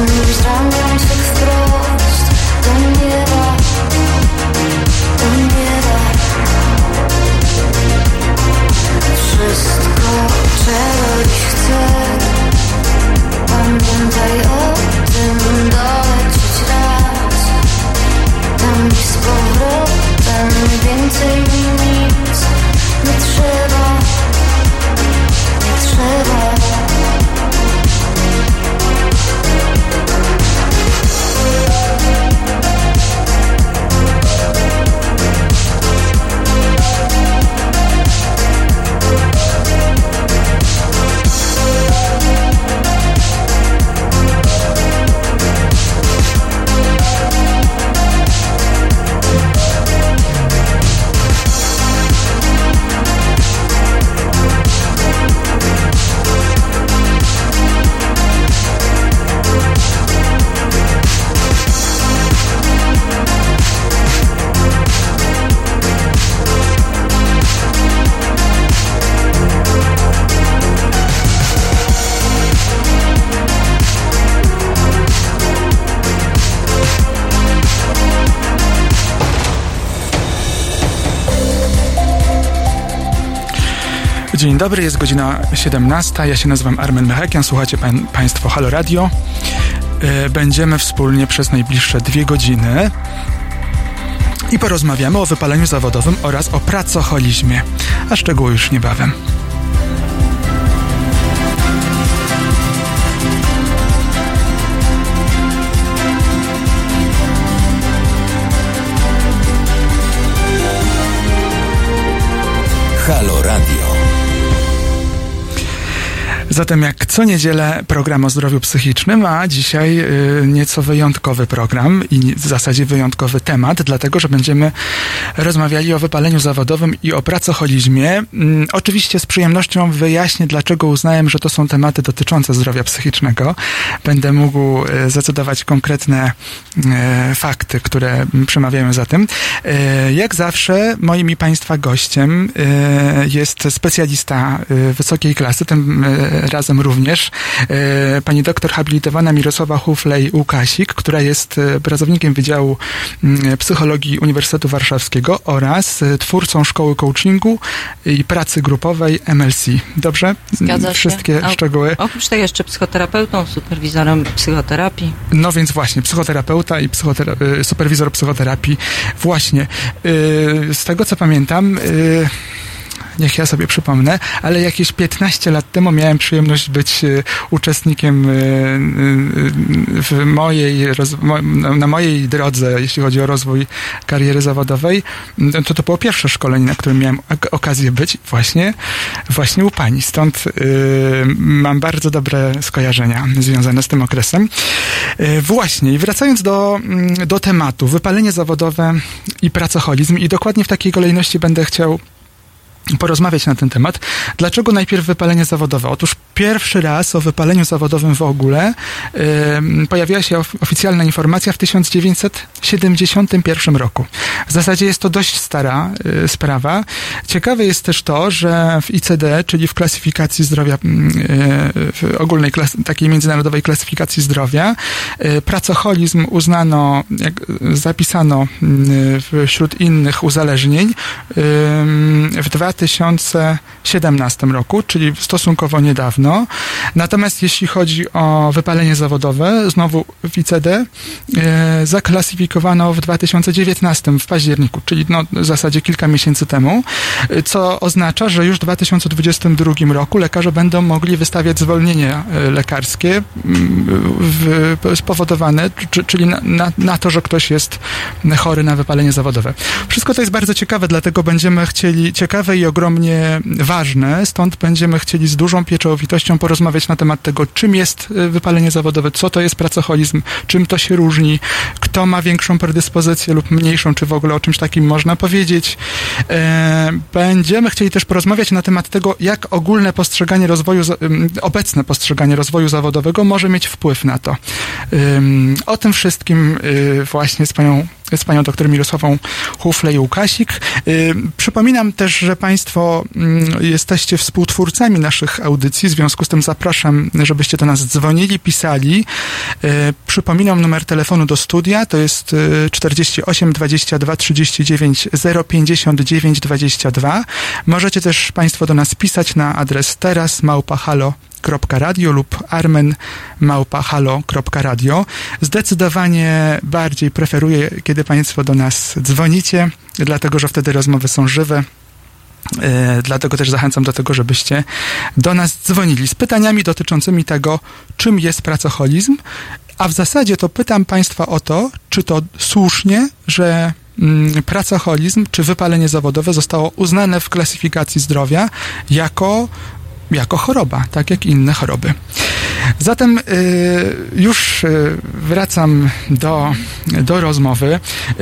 Dzień dobry, jest godzina 17. Ja się nazywam Armen Mechakian, słuchacie Państwo Halo Radio. Będziemy wspólnie przez najbliższe 2 godziny i porozmawiamy o wypaleniu zawodowym oraz o pracoholizmie, a szczegóły już niebawem. Halo Radio. Zatem jak co niedzielę program o zdrowiu psychicznym, a dzisiaj nieco wyjątkowy program i w zasadzie wyjątkowy temat, dlatego że będziemy rozmawiali o wypaleniu zawodowym i o pracoholizmie. Oczywiście z przyjemnością wyjaśnię, dlaczego uznałem, że to są tematy dotyczące zdrowia psychicznego. Będę mógł zacytować konkretne fakty, które przemawiają za tym. Jak zawsze moim i Państwa gościem jest specjalista wysokiej klasy, tym razem również pani doktor habilitowana Mirosława Huflej-Łukasik, która jest pracownikiem Wydziału Psychologii Uniwersytetu Warszawskiego oraz twórcą Szkoły Coachingu i Pracy Grupowej MLC. Dobrze? Zgadza się. Wszystkie szczegóły. Oprócz tego jeszcze psychoterapeutą, superwizorem psychoterapii. No więc właśnie, psychoterapeuta i superwizor psychoterapii. Właśnie. Z tego co pamiętam, niech ja sobie przypomnę, ale jakieś 15 lat temu miałem przyjemność być uczestnikiem na mojej drodze, jeśli chodzi o rozwój kariery zawodowej. To było pierwsze szkolenie, na którym miałem okazję być właśnie u pani. Stąd mam bardzo dobre skojarzenia związane z tym okresem. Właśnie, i wracając do tematu, wypalenie zawodowe i pracoholizm, i dokładnie w takiej kolejności będę chciał porozmawiać na ten temat. Dlaczego najpierw wypalenie zawodowe? Otóż pierwszy raz o wypaleniu zawodowym w ogóle pojawiła się oficjalna informacja w 1971 roku. W zasadzie jest to dość stara sprawa. Ciekawe jest też to, że w ICD, czyli w klasyfikacji zdrowia, w ogólnej takiej międzynarodowej klasyfikacji zdrowia, pracoholizm uznano, jak zapisano wśród innych uzależnień w 2017 roku, czyli stosunkowo niedawno. Natomiast jeśli chodzi o wypalenie zawodowe, znowu w ICD zaklasyfikowano w 2019 w październiku, czyli w zasadzie kilka miesięcy temu, co oznacza, że już w 2022 roku lekarze będą mogli wystawiać zwolnienie lekarskie spowodowane, czyli na to, że ktoś jest chory na wypalenie zawodowe. Wszystko to jest bardzo ciekawe, dlatego będziemy chcieli, ciekawe i ogromnie ważne, stąd będziemy chcieli z dużą pieczołowitością porozmawiać na temat tego, czym jest wypalenie zawodowe, co to jest pracoholizm, czym to się różni, kto ma większą predyspozycję lub mniejszą, czy w ogóle o czymś takim można powiedzieć. Będziemy chcieli też porozmawiać na temat tego, jak ogólne postrzeganie rozwoju, obecne postrzeganie rozwoju zawodowego może mieć wpływ na to. O tym wszystkim właśnie z panią z panią dr Mirosławą Huflej-Łukasik. Przypominam też, że państwo jesteście współtwórcami naszych audycji, w związku z tym zapraszam, żebyście do nas dzwonili, pisali. Przypominam numer telefonu do studia, to jest 48 22 39 059 22. Możecie też państwo do nas pisać na adres teraz@halo.radio lub armen@halo.radio. Zdecydowanie bardziej preferuję, kiedy państwo do nas dzwonicie, dlatego że wtedy rozmowy są żywe. Dlatego też zachęcam do tego, żebyście do nas dzwonili z pytaniami dotyczącymi tego, czym jest pracoholizm, a w zasadzie to pytam państwa o to, czy to słusznie, że pracoholizm czy wypalenie zawodowe zostało uznane w klasyfikacji zdrowia jako choroba, tak jak inne choroby. Zatem już wracam do rozmowy.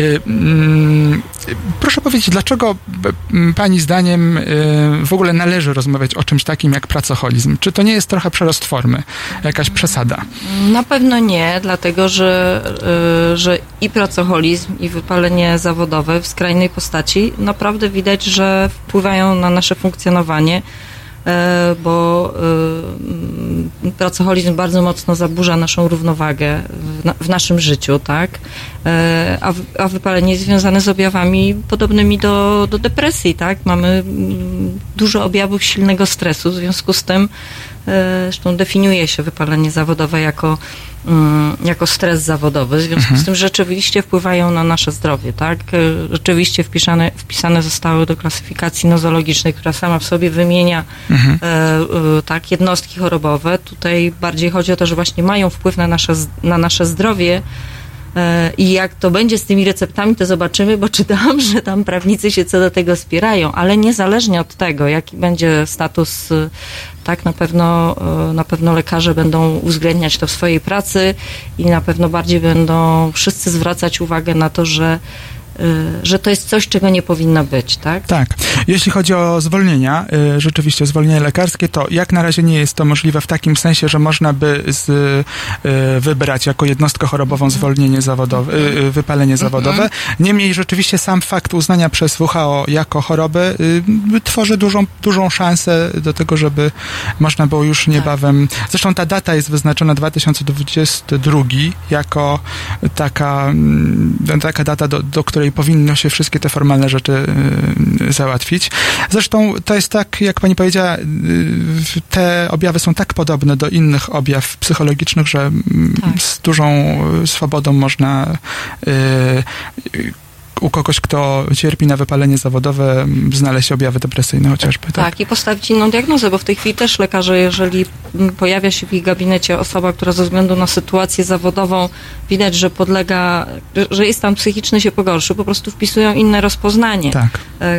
Proszę powiedzieć, dlaczego pani zdaniem w ogóle należy rozmawiać o czymś takim jak pracoholizm? Czy to nie jest trochę przerost formy, jakaś przesada? Na pewno nie, dlatego że i pracoholizm, i wypalenie zawodowe w skrajnej postaci naprawdę widać, że wpływają na nasze funkcjonowanie, bo pracoholizm bardzo mocno zaburza naszą równowagę w naszym życiu, tak? A wypalenie jest związane z objawami podobnymi do depresji, tak? Mamy dużo objawów silnego stresu, w związku z tym zresztą definiuje się wypalenie zawodowe jako stres zawodowy, w związku z tym rzeczywiście wpływają na nasze zdrowie, tak? Rzeczywiście wpisane zostały do klasyfikacji nozologicznej, która sama w sobie wymienia tak, jednostki chorobowe. Tutaj bardziej chodzi o to, że właśnie mają wpływ na nasze zdrowie. I jak to będzie z tymi receptami, to zobaczymy, bo czytałam, że tam prawnicy się co do tego spierają, ale niezależnie od tego, jaki będzie status, tak, na pewno lekarze będą uwzględniać to w swojej pracy i na pewno bardziej będą wszyscy zwracać uwagę na to, że to jest coś, czego nie powinno być, tak? Tak. Jeśli chodzi o zwolnienia, rzeczywiście zwolnienie lekarskie, to jak na razie nie jest to możliwe w takim sensie, że można by wybrać jako jednostkę chorobową zwolnienie zawodowe, wypalenie zawodowe. Niemniej rzeczywiście sam fakt uznania przez WHO jako chorobę tworzy dużą szansę do tego, żeby można było już niebawem... Zresztą ta data jest wyznaczona 2022 jako taka data, do której powinno się wszystkie te formalne rzeczy załatwić. Zresztą to jest tak, jak pani powiedziała, te objawy są tak podobne do innych objaw psychologicznych, że z dużą swobodą można u kogoś, kto cierpi na wypalenie zawodowe, znaleźć objawy depresyjne chociażby. Tak, i postawić inną diagnozę, bo w tej chwili też lekarze, jeżeli pojawia się w ich gabinecie osoba, która ze względu na sytuację zawodową widać, że że jej stan psychiczny się pogorszy, po prostu wpisują inne rozpoznanie. Tak.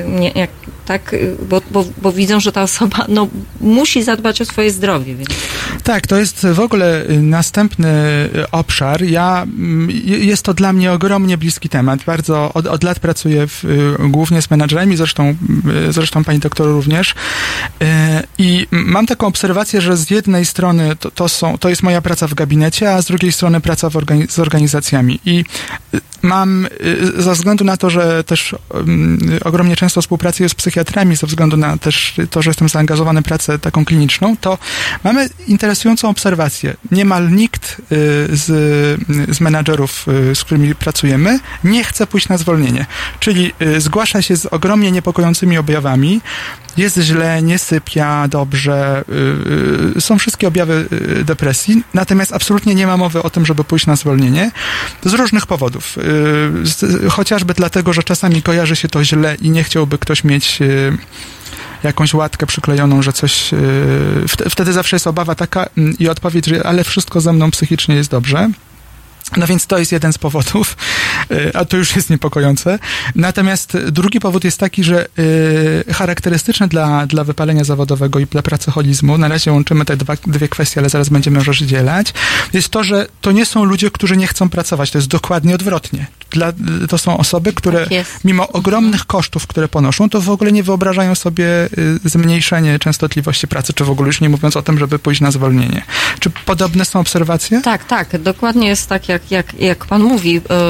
Bo widzą, że ta osoba musi zadbać o swoje zdrowie. Więc... Tak, to jest w ogóle następny obszar. Jest to dla mnie ogromnie bliski temat. Bardzo od lat pracuję głównie z menadżerami, zresztą pani doktor również. I mam taką obserwację, że z jednej strony to jest moja praca w gabinecie, a z drugiej strony praca z organizacjami. I mam, ze względu na to, że też ogromnie często współpracuję z psychiatrami, ze względu na też to, że jestem zaangażowany w pracę taką kliniczną, to mamy interesującą obserwację. Niemal nikt z menadżerów, z którymi pracujemy, nie chce pójść na zwolnienie. Czyli zgłasza się z ogromnie niepokojącymi objawami, jest źle, nie sypia dobrze, są wszystkie objawy depresji, natomiast absolutnie nie ma mowy o tym, żeby pójść na zwolnienie z różnych powodów. Chociażby dlatego, że czasami kojarzy się to źle i nie chciałby ktoś mieć jakąś łatkę przyklejoną, że coś... Wtedy zawsze jest obawa taka i odpowiedź, że ale wszystko ze mną psychicznie jest dobrze. No więc to jest jeden z powodów, a to już jest niepokojące. Natomiast drugi powód jest taki, że charakterystyczne dla wypalenia zawodowego i dla pracoholizmu, na razie łączymy te dwie kwestie, ale zaraz będziemy już rozdzielać, jest to, że to nie są ludzie, którzy nie chcą pracować. To jest dokładnie odwrotnie. To są osoby, które mimo ogromnych kosztów, które ponoszą, to w ogóle nie wyobrażają sobie zmniejszenie częstotliwości pracy, czy w ogóle już nie mówiąc o tym, żeby pójść na zwolnienie. Czy podobne są obserwacje? Tak, dokładnie jest tak, jak pan mówi.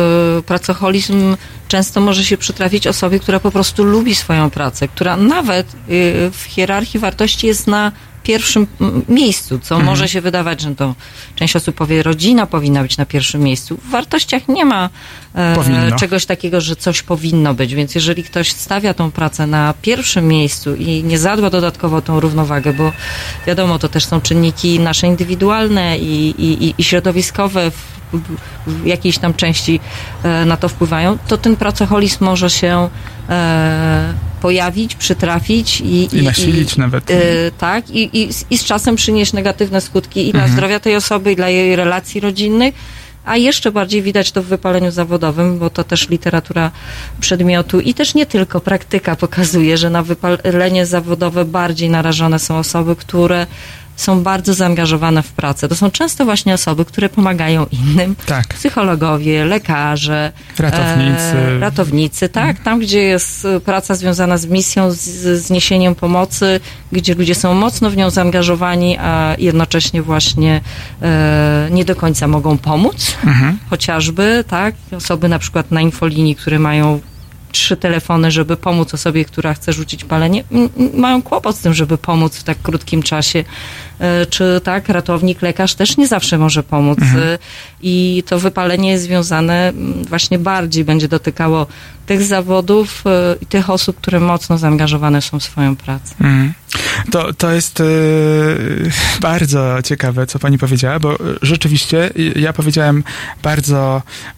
pracoholizm często może się przytrafić osobie, która po prostu lubi swoją pracę, która nawet w hierarchii wartości jest na pierwszym miejscu, co może się wydawać, że to część osób powie, rodzina powinna być na pierwszym miejscu. W wartościach nie ma czegoś takiego, że coś powinno być, więc jeżeli ktoś stawia tą pracę na pierwszym miejscu i nie zadba dodatkowo o tą równowagę, bo wiadomo, to też są czynniki nasze indywidualne i środowiskowe w jakiejś tam części na to wpływają, to ten pracoholizm może się pojawić, przytrafić i nasilić nawet. Tak, i z czasem przynieść negatywne skutki i dla zdrowia tej osoby, i dla jej relacji rodzinnych, a jeszcze bardziej widać to w wypaleniu zawodowym, bo to też literatura przedmiotu i też nie tylko praktyka pokazuje, że na wypalenie zawodowe bardziej narażone są osoby, które są bardzo zaangażowane w pracę. To są często właśnie osoby, które pomagają innym. Tak. Psychologowie, lekarze, ratownicy, tak? Tam, gdzie jest praca związana z misją, z niesieniem pomocy, gdzie ludzie są mocno w nią zaangażowani, a jednocześnie właśnie nie do końca mogą pomóc. Chociażby, tak? Osoby na przykład na infolinii, które mają 3 telefony, żeby pomóc osobie, która chce rzucić palenie, mają kłopot z tym, żeby pomóc w tak krótkim czasie. Czy tak, ratownik, lekarz też nie zawsze może pomóc. I to wypalenie jest związane, właśnie bardziej będzie dotykało tych zawodów i tych osób, które mocno zaangażowane są w swoją pracę. To jest bardzo ciekawe, co pani powiedziała, bo rzeczywiście ja powiedziałem bardzo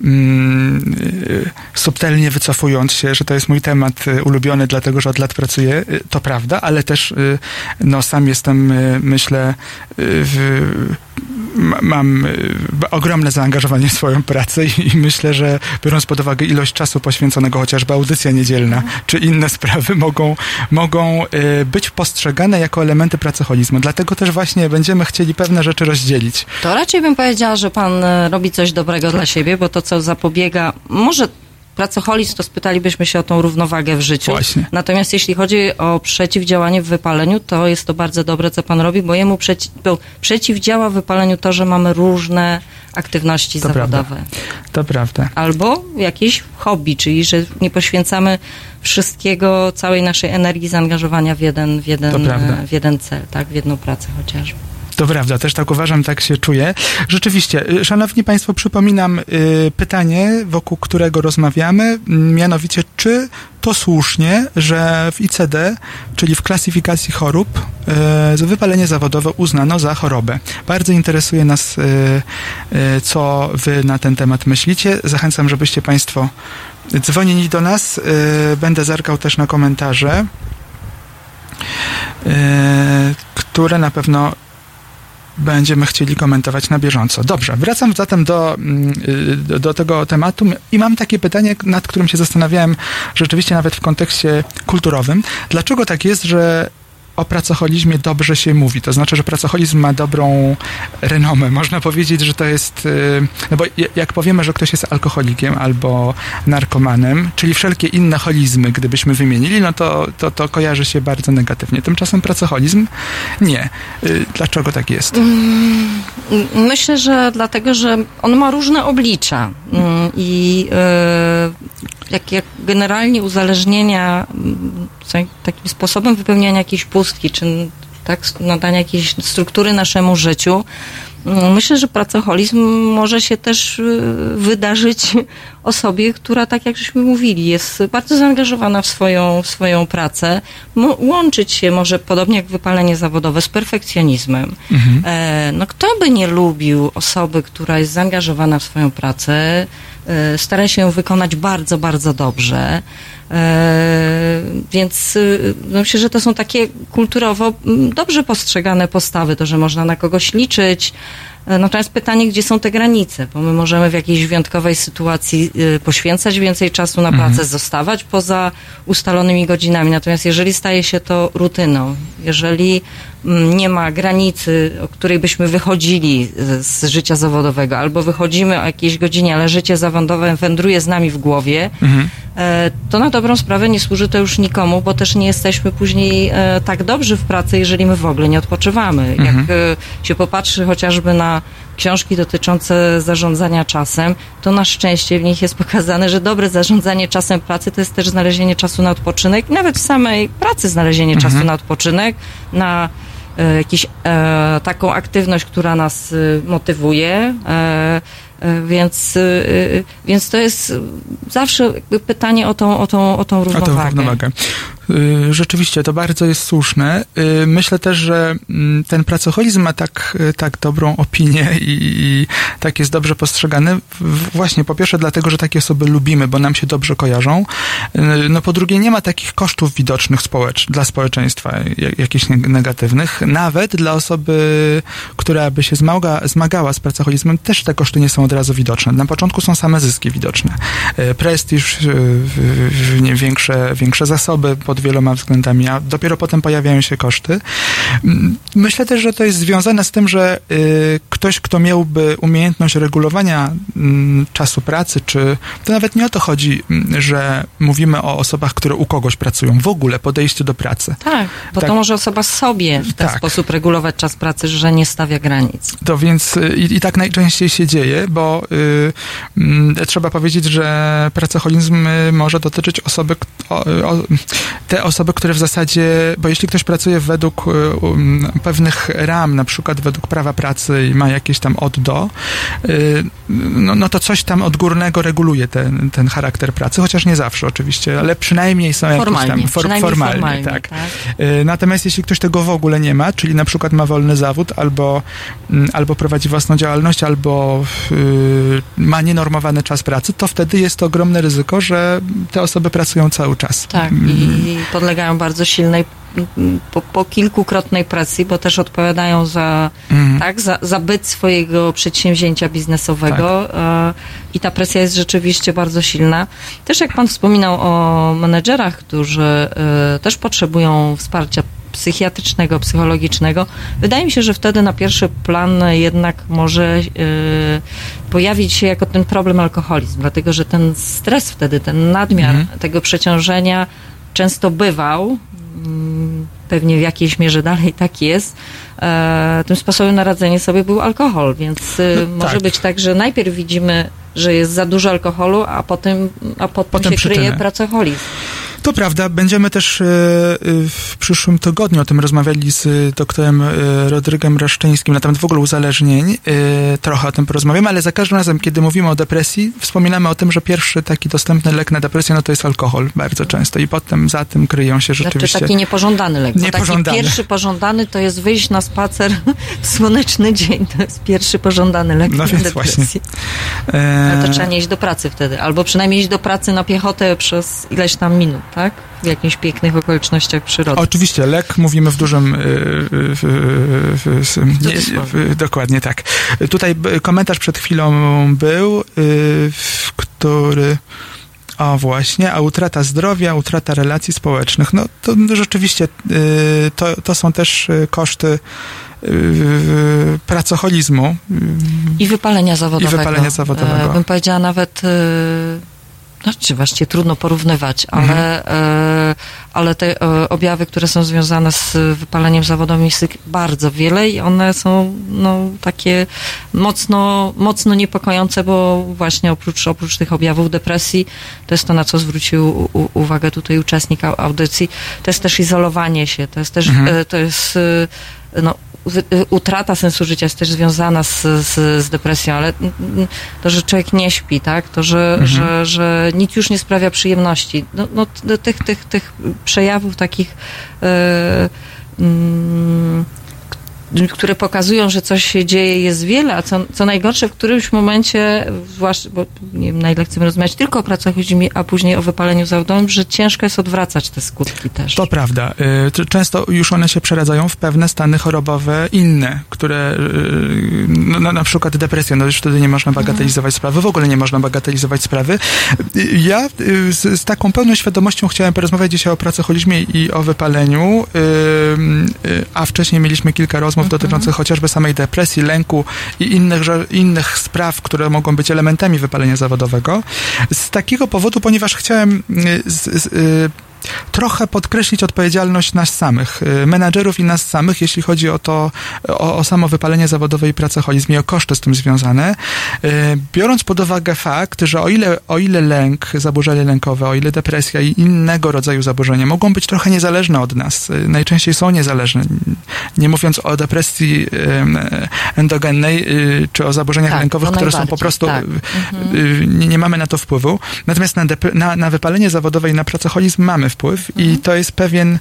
subtelnie wycofując się, że to jest mój temat ulubiony, dlatego że od lat pracuję. To prawda, ale też sam jestem, myślę, mam ogromne zaangażowanie w swoją pracę i myślę, że biorąc pod uwagę ilość czasu poświęconego, chociażby audycja niedzielna, czy inne sprawy mogą być postrzegane jako elementy pracoholizmu. Dlatego też właśnie będziemy chcieli pewne rzeczy rozdzielić. To raczej bym powiedziała, że pan robi coś dobrego dla siebie, bo to, co zapobiega, może pracoholizm, to spytalibyśmy się o tą równowagę w życiu. Właśnie. Natomiast jeśli chodzi o przeciwdziałanie w wypaleniu, to jest to bardzo dobre, co pan robi, bo jemu przeciwdziała wypaleniu to, że mamy różne aktywności zawodowe. To prawda. Albo jakieś hobby, czyli że nie poświęcamy wszystkiego, całej naszej energii, zaangażowania w jeden cel, tak, w jedną pracę chociażby. To prawda, też tak uważam, tak się czuję. Rzeczywiście, szanowni państwo, przypominam pytanie, wokół którego rozmawiamy, mianowicie, czy to słusznie, że w ICD, czyli w klasyfikacji chorób, wypalenie zawodowe uznano za chorobę. Bardzo interesuje nas, co wy na ten temat myślicie. Zachęcam, żebyście państwo dzwonili do nas. Będę zerkał też na komentarze, które na pewno będziemy chcieli komentować na bieżąco. Dobrze, wracam zatem do tego tematu i mam takie pytanie, nad którym się zastanawiałem rzeczywiście nawet w kontekście kulturowym. Dlaczego tak jest, że o pracoholizmie dobrze się mówi? To znaczy, że pracoholizm ma dobrą renomę. Można powiedzieć, że to jest... No bo jak powiemy, że ktoś jest alkoholikiem albo narkomanem, czyli wszelkie inne holizmy, gdybyśmy wymienili, no to kojarzy się bardzo negatywnie. Tymczasem pracoholizm nie. Dlaczego tak jest? Myślę, że dlatego, że on ma różne oblicza i jak generalnie uzależnienia takim sposobem wypełniania jakiejś pustki, czy tak, nadania jakiejś struktury naszemu życiu, myślę, że pracoholizm może się też wydarzyć osobie, która, tak jak żeśmy mówili, jest bardzo zaangażowana w swoją pracę, łączyć się może, podobnie jak wypalenie zawodowe, z perfekcjonizmem. No kto by nie lubił osoby, która jest zaangażowana w swoją pracę, stara się ją wykonać bardzo, bardzo dobrze. Więc myślę, że to są takie kulturowo dobrze postrzegane postawy, to, że można na kogoś liczyć. Natomiast pytanie, gdzie są te granice, bo my możemy w jakiejś wyjątkowej sytuacji poświęcać więcej czasu na pracę, zostawać poza ustalonymi godzinami. Natomiast jeżeli staje się to rutyną, jeżeli nie ma granicy, o której byśmy wychodzili z życia zawodowego, albo wychodzimy o jakiejś godzinie, ale życie zawodowe wędruje z nami w głowie, to na dobrą sprawę nie służy to już nikomu, bo też nie jesteśmy później tak dobrzy w pracy, jeżeli my w ogóle nie odpoczywamy. Jak się popatrzy chociażby na książki dotyczące zarządzania czasem, to na szczęście w nich jest pokazane, że dobre zarządzanie czasem pracy to jest też znalezienie czasu na odpoczynek, nawet w samej pracy znalezienie czasu na odpoczynek, na taką aktywność, która nas motywuje, więc to jest zawsze jakby pytanie o tą równowagę. Rzeczywiście, to bardzo jest słuszne. Myślę też, że ten pracoholizm ma tak dobrą opinię i tak jest dobrze postrzegany właśnie po pierwsze dlatego, że takie osoby lubimy, bo nam się dobrze kojarzą. No po drugie, nie ma takich kosztów widocznych dla społeczeństwa, jakichś negatywnych. Nawet dla osoby, która by się zmagała z pracoholizmem, też te koszty nie są od razu widoczne. Na początku są same zyski widoczne. Prestiż, większe zasoby pod wieloma względami, a dopiero potem pojawiają się koszty. Myślę też, że to jest związane z tym, że ktoś, kto miałby umiejętność regulowania czasu pracy, czy to nawet nie o to chodzi, że mówimy o osobach, które u kogoś pracują. W ogóle podejście do pracy. Tak, bo to może osoba sobie w ten sposób regulować czas pracy, że nie stawia granic. To więc i tak najczęściej się dzieje, bo trzeba powiedzieć, że pracoholizm może dotyczyć te osoby, które w zasadzie, bo jeśli ktoś pracuje według pewnych ram, na przykład według prawa pracy i ma jakieś tam od do, no to coś tam odgórnego reguluje ten charakter pracy, chociaż nie zawsze oczywiście, ale przynajmniej są jakieś tam formalnie, tak. Natomiast jeśli ktoś tego w ogóle nie ma, czyli na przykład ma wolny zawód, albo prowadzi własną działalność, albo ma nienormowany czas pracy, to wtedy jest to ogromne ryzyko, że te osoby pracują cały czas. Tak, i podlegają bardzo silnej po kilkukrotnej presji, bo też odpowiadają za byt swojego przedsięwzięcia biznesowego i ta presja jest rzeczywiście bardzo silna. Też jak pan wspominał o menedżerach, którzy też potrzebują wsparcia psychiatrycznego, psychologicznego. Wydaje mi się, że wtedy na pierwszy plan jednak może pojawić się jako ten problem alkoholizm, dlatego że ten stres wtedy, ten nadmiar tego przeciążenia często bywał, pewnie w jakiejś mierze dalej tak jest, tym sposobem na radzenie sobie był alkohol, więc może być tak, że najpierw widzimy, że jest za dużo alkoholu, a potem się kryje pracoholizm. To prawda, będziemy też w przyszłym tygodniu o tym rozmawiali z doktorem Rodrygiem Raszczyńskim na temat w ogóle uzależnień. Trochę o tym porozmawiamy, ale za każdym razem, kiedy mówimy o depresji, wspominamy o tym, że pierwszy taki dostępny lek na depresję, no to jest alkohol bardzo często i potem za tym kryją się rzeczywiście... Znaczy taki niepożądany lek. Taki pierwszy pożądany to jest wyjść na spacer w słoneczny dzień. To jest pierwszy pożądany lek na depresję. Właśnie. Ale to trzeba nie iść do pracy wtedy, albo przynajmniej iść do pracy na piechotę przez ileś tam minut. Tak? W jakichś pięknych okolicznościach przyrody. Oczywiście, lek mówimy w dużym... dokładnie tak. Tutaj komentarz przed chwilą był, który... O właśnie, a utrata zdrowia, utrata relacji społecznych. No to rzeczywiście to są też koszty pracoholizmu. I wypalenia zawodowego. Bym powiedziała nawet... Znaczy właściwie trudno porównywać, ale te objawy, które są związane z wypaleniem zawodowym jest bardzo wiele i one są takie mocno niepokojące, bo właśnie oprócz tych objawów depresji, to jest to, na co zwrócił uwagę tutaj uczestnik audycji, to jest też izolowanie się, to jest też utrata sensu życia jest też związana z depresją, ale to, że człowiek nie śpi, tak? To, że nic już nie sprawia przyjemności. Tych przejawów takich które pokazują, że coś się dzieje, jest wiele, a co najgorsze, w którymś momencie, zwłaszcza, bo nie wiem, na ile chcemy rozmawiać tylko o pracoholizmie, a później o wypaleniu zawodowym, że ciężko jest odwracać te skutki też. To prawda. Często już one się przeradzają w pewne stany chorobowe inne, które, na przykład depresja, już wtedy nie można bagatelizować sprawy, w ogóle nie można bagatelizować sprawy. Ja z taką pełną świadomością chciałem porozmawiać dzisiaj o pracoholizmie i o wypaleniu, a wcześniej mieliśmy kilka rozmów rozmów dotyczących chociażby samej depresji, lęku i innych spraw, które mogą być elementami wypalenia zawodowego. Z takiego powodu, ponieważ chciałem trochę podkreślić odpowiedzialność nas samych, menadżerów i nas samych, jeśli chodzi o samo wypalenie zawodowe i pracoholizm i o koszty z tym związane. Biorąc pod uwagę fakt, że o ile lęk, zaburzenia lękowe, o ile depresja i innego rodzaju zaburzenia mogą być trochę niezależne od nas, najczęściej są niezależne, nie mówiąc o depresji endogennej, czy o zaburzeniach lękowych, które są po prostu, nie mamy na to wpływu. Natomiast na wypalenie zawodowe i na pracoholizm mamy wpływ i to jest pewien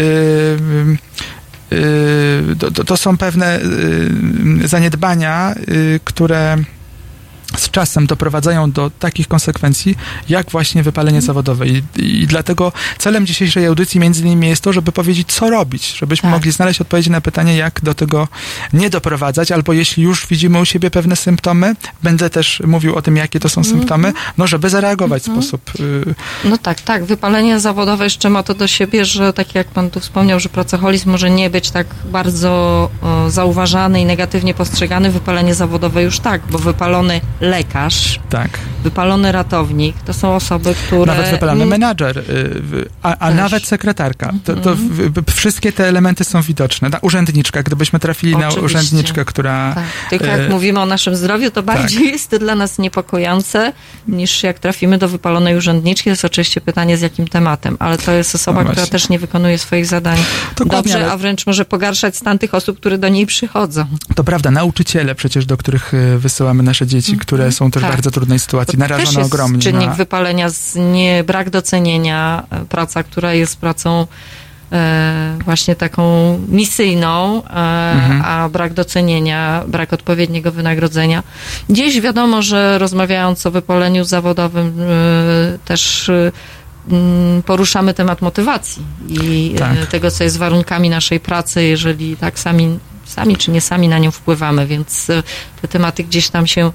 to są pewne zaniedbania, które z czasem doprowadzają do takich konsekwencji, jak właśnie wypalenie zawodowe. I dlatego celem dzisiejszej audycji między innymi jest to, żeby powiedzieć, co robić, żebyśmy mogli znaleźć odpowiedzi na pytanie, jak do tego nie doprowadzać, albo jeśli już widzimy u siebie pewne symptomy, będę też mówił o tym, jakie to są symptomy, żeby zareagować w sposób... No tak. Wypalenie zawodowe jeszcze ma to do siebie, że tak jak pan tu wspomniał, że pracoholizm może nie być tak bardzo zauważany i negatywnie postrzegany, wypalenie zawodowe już tak, bo wypalony lekarz, wypalony ratownik, to są osoby, które... Nawet wypalony menadżer, nawet sekretarka. To wszystkie te elementy są widoczne. Ta urzędniczka, gdybyśmy trafili na urzędniczkę, która... Tak. Tylko jak mówimy o naszym zdrowiu, to bardziej jest to dla nas niepokojące, niż jak trafimy do wypalonej urzędniczki. To jest oczywiście pytanie, z jakim tematem, ale to jest osoba, która też nie wykonuje swoich zadań dobrze, a wręcz może pogarszać stan tych osób, które do niej przychodzą. To prawda, nauczyciele przecież, do których wysyłamy nasze dzieci, które są też w bardzo trudnej sytuacji, narażone ogromnie. Czynnik wypalenia, brak docenienia, praca, która jest pracą właśnie taką misyjną, a brak docenienia, brak odpowiedniego wynagrodzenia. Gdzieś wiadomo, że rozmawiając o wypaleniu zawodowym też poruszamy temat motywacji i tego, co jest warunkami naszej pracy, jeżeli tak sami czy nie sami na nią wpływamy, więc te tematy gdzieś tam się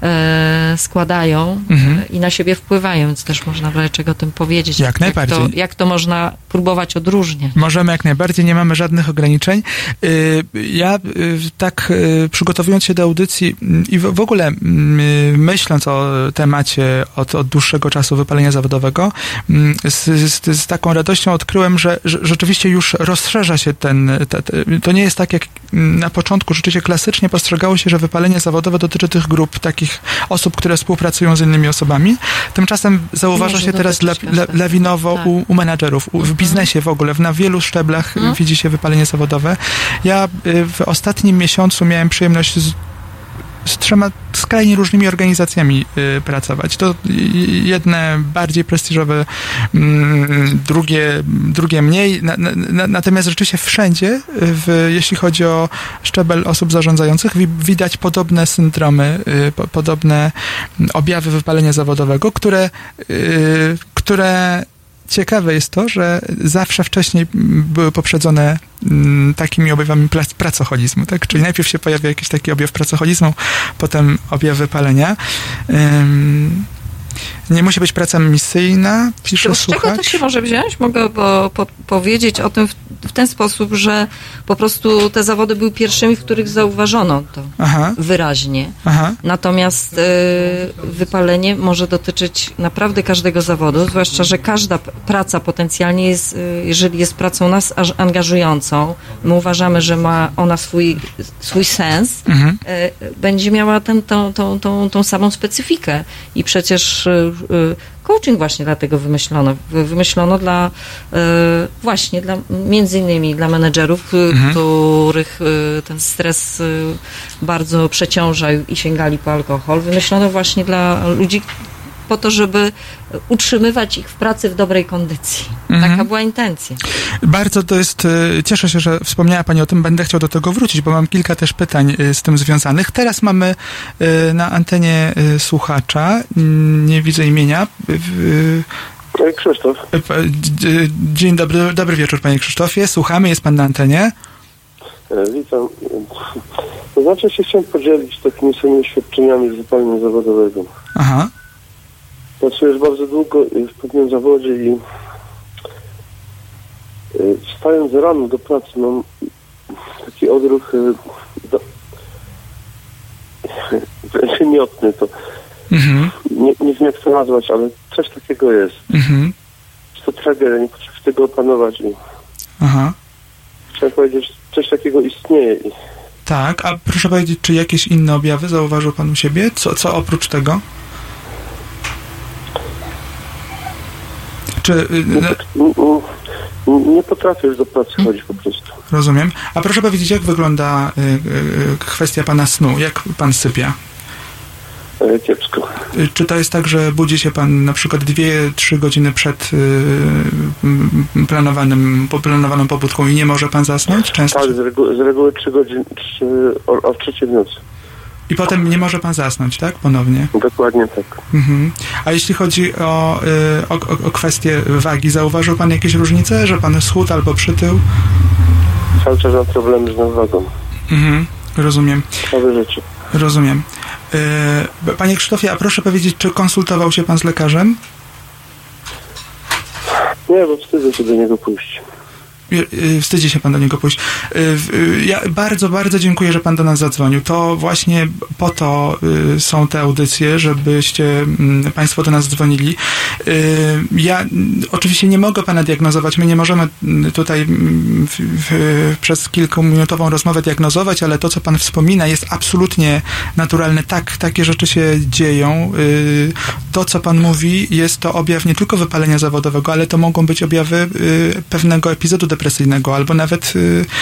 składają i na siebie wpływają, więc też można wreszcie o tym powiedzieć. Jak to można próbować odróżniać. Możemy jak najbardziej, nie mamy żadnych ograniczeń. Ja tak przygotowując się do audycji i w ogóle myśląc o temacie od dłuższego czasu wypalenia zawodowego, z taką radością odkryłem, że rzeczywiście już rozszerza się to nie jest tak, jak na początku rzeczywiście klasycznie postrzegało się, że wypalenie zawodowe dotyczy tych grup, takich osób, które współpracują z innymi osobami. Tymczasem zauważa się teraz lawinowo u menadżerów, w biznesie w ogóle, na wielu szczeblach widzi się wypalenie zawodowe. Ja w ostatnim miesiącu miałem przyjemność z 3 skrajnie różnymi organizacjami pracować. To jedne bardziej prestiżowe, drugie mniej. Natomiast rzeczywiście wszędzie, jeśli chodzi o szczebel osób zarządzających, widać podobne syndromy, podobne objawy wypalenia zawodowego, które ciekawe jest to, że zawsze wcześniej były poprzedzone takimi objawami pracoholizmu, tak? Czyli najpierw się pojawia jakiś taki objaw pracoholizmu, potem objaw wypalenia. Nie musi być praca misyjna, pisze słuchacz. Z czego to się może wziąć? Mogę powiedzieć o tym w ten sposób, że po prostu te zawody były pierwszymi, w których zauważono to wyraźnie. Natomiast wypalenie może dotyczyć naprawdę każdego zawodu, zwłaszcza, że każda praca potencjalnie jest, jeżeli jest pracą nas angażującą, my uważamy, że ma ona swój sens, będzie miała tą samą specyfikę. I przecież coaching właśnie dlatego wymyślono między innymi dla menedżerów, których ten stres bardzo przeciążał i sięgali po alkohol. Wymyślono właśnie dla ludzi po to, żeby utrzymywać ich w pracy w dobrej kondycji. Taka była intencja. Bardzo to jest, cieszę się, że wspomniała Pani o tym, będę chciał do tego wrócić, bo mam kilka też pytań z tym związanych. Teraz mamy na antenie słuchacza, nie widzę imienia. Krzysztof. Dzień dobry, dobry wieczór Panie Krzysztofie, słuchamy, jest Pan na antenie. Witam. To znaczy się chciałem podzielić takimi samymi doświadczeniami z wypalenia zawodowego. Pracuję już bardzo długo w pewnym zawodzie i wstając rano do pracy mam taki odruch wymiotny, to nie wiem jak to nazwać, ale coś takiego jest. Jest to tragedia, nie potrafię tego opanować. Chciałem powiedzieć, że coś takiego istnieje. Tak, a proszę powiedzieć, czy jakieś inne objawy zauważył pan u siebie? Co oprócz tego? Czy... Nie potrafię już do pracy chodzić po prostu. Rozumiem. A proszę powiedzieć, jak wygląda kwestia pana snu? Jak pan sypia? Kiepsko. Czy to jest tak, że budzi się pan na przykład 2-3 godziny przed planowaną pobudką i nie może pan zasnąć? Często? Tak, z reguły 3 godziny o 3 w nocy. I potem nie może pan zasnąć, tak? Ponownie. Dokładnie tak. A jeśli chodzi o kwestię wagi, zauważył pan jakieś różnice, że pan schudł albo przytył? Cały czas mam problemy z nadwagą. Rozumiem. Całe życie. Rozumiem. Panie Krzysztofie, a proszę powiedzieć, czy konsultował się pan z lekarzem? Nie, bo wstydzę się do niego pójść. Wstydzi się pan do niego pójść. Ja bardzo, bardzo dziękuję, że pan do nas zadzwonił. To właśnie po to są te audycje, żebyście państwo do nas dzwonili. Ja oczywiście nie mogę pana diagnozować. My nie możemy tutaj przez kilkuminutową rozmowę diagnozować, ale to, co pan wspomina, jest absolutnie naturalne. Tak, takie rzeczy się dzieją. To, co pan mówi, jest to objaw nie tylko wypalenia zawodowego, ale to mogą być objawy pewnego epizodu depresyjnego, albo nawet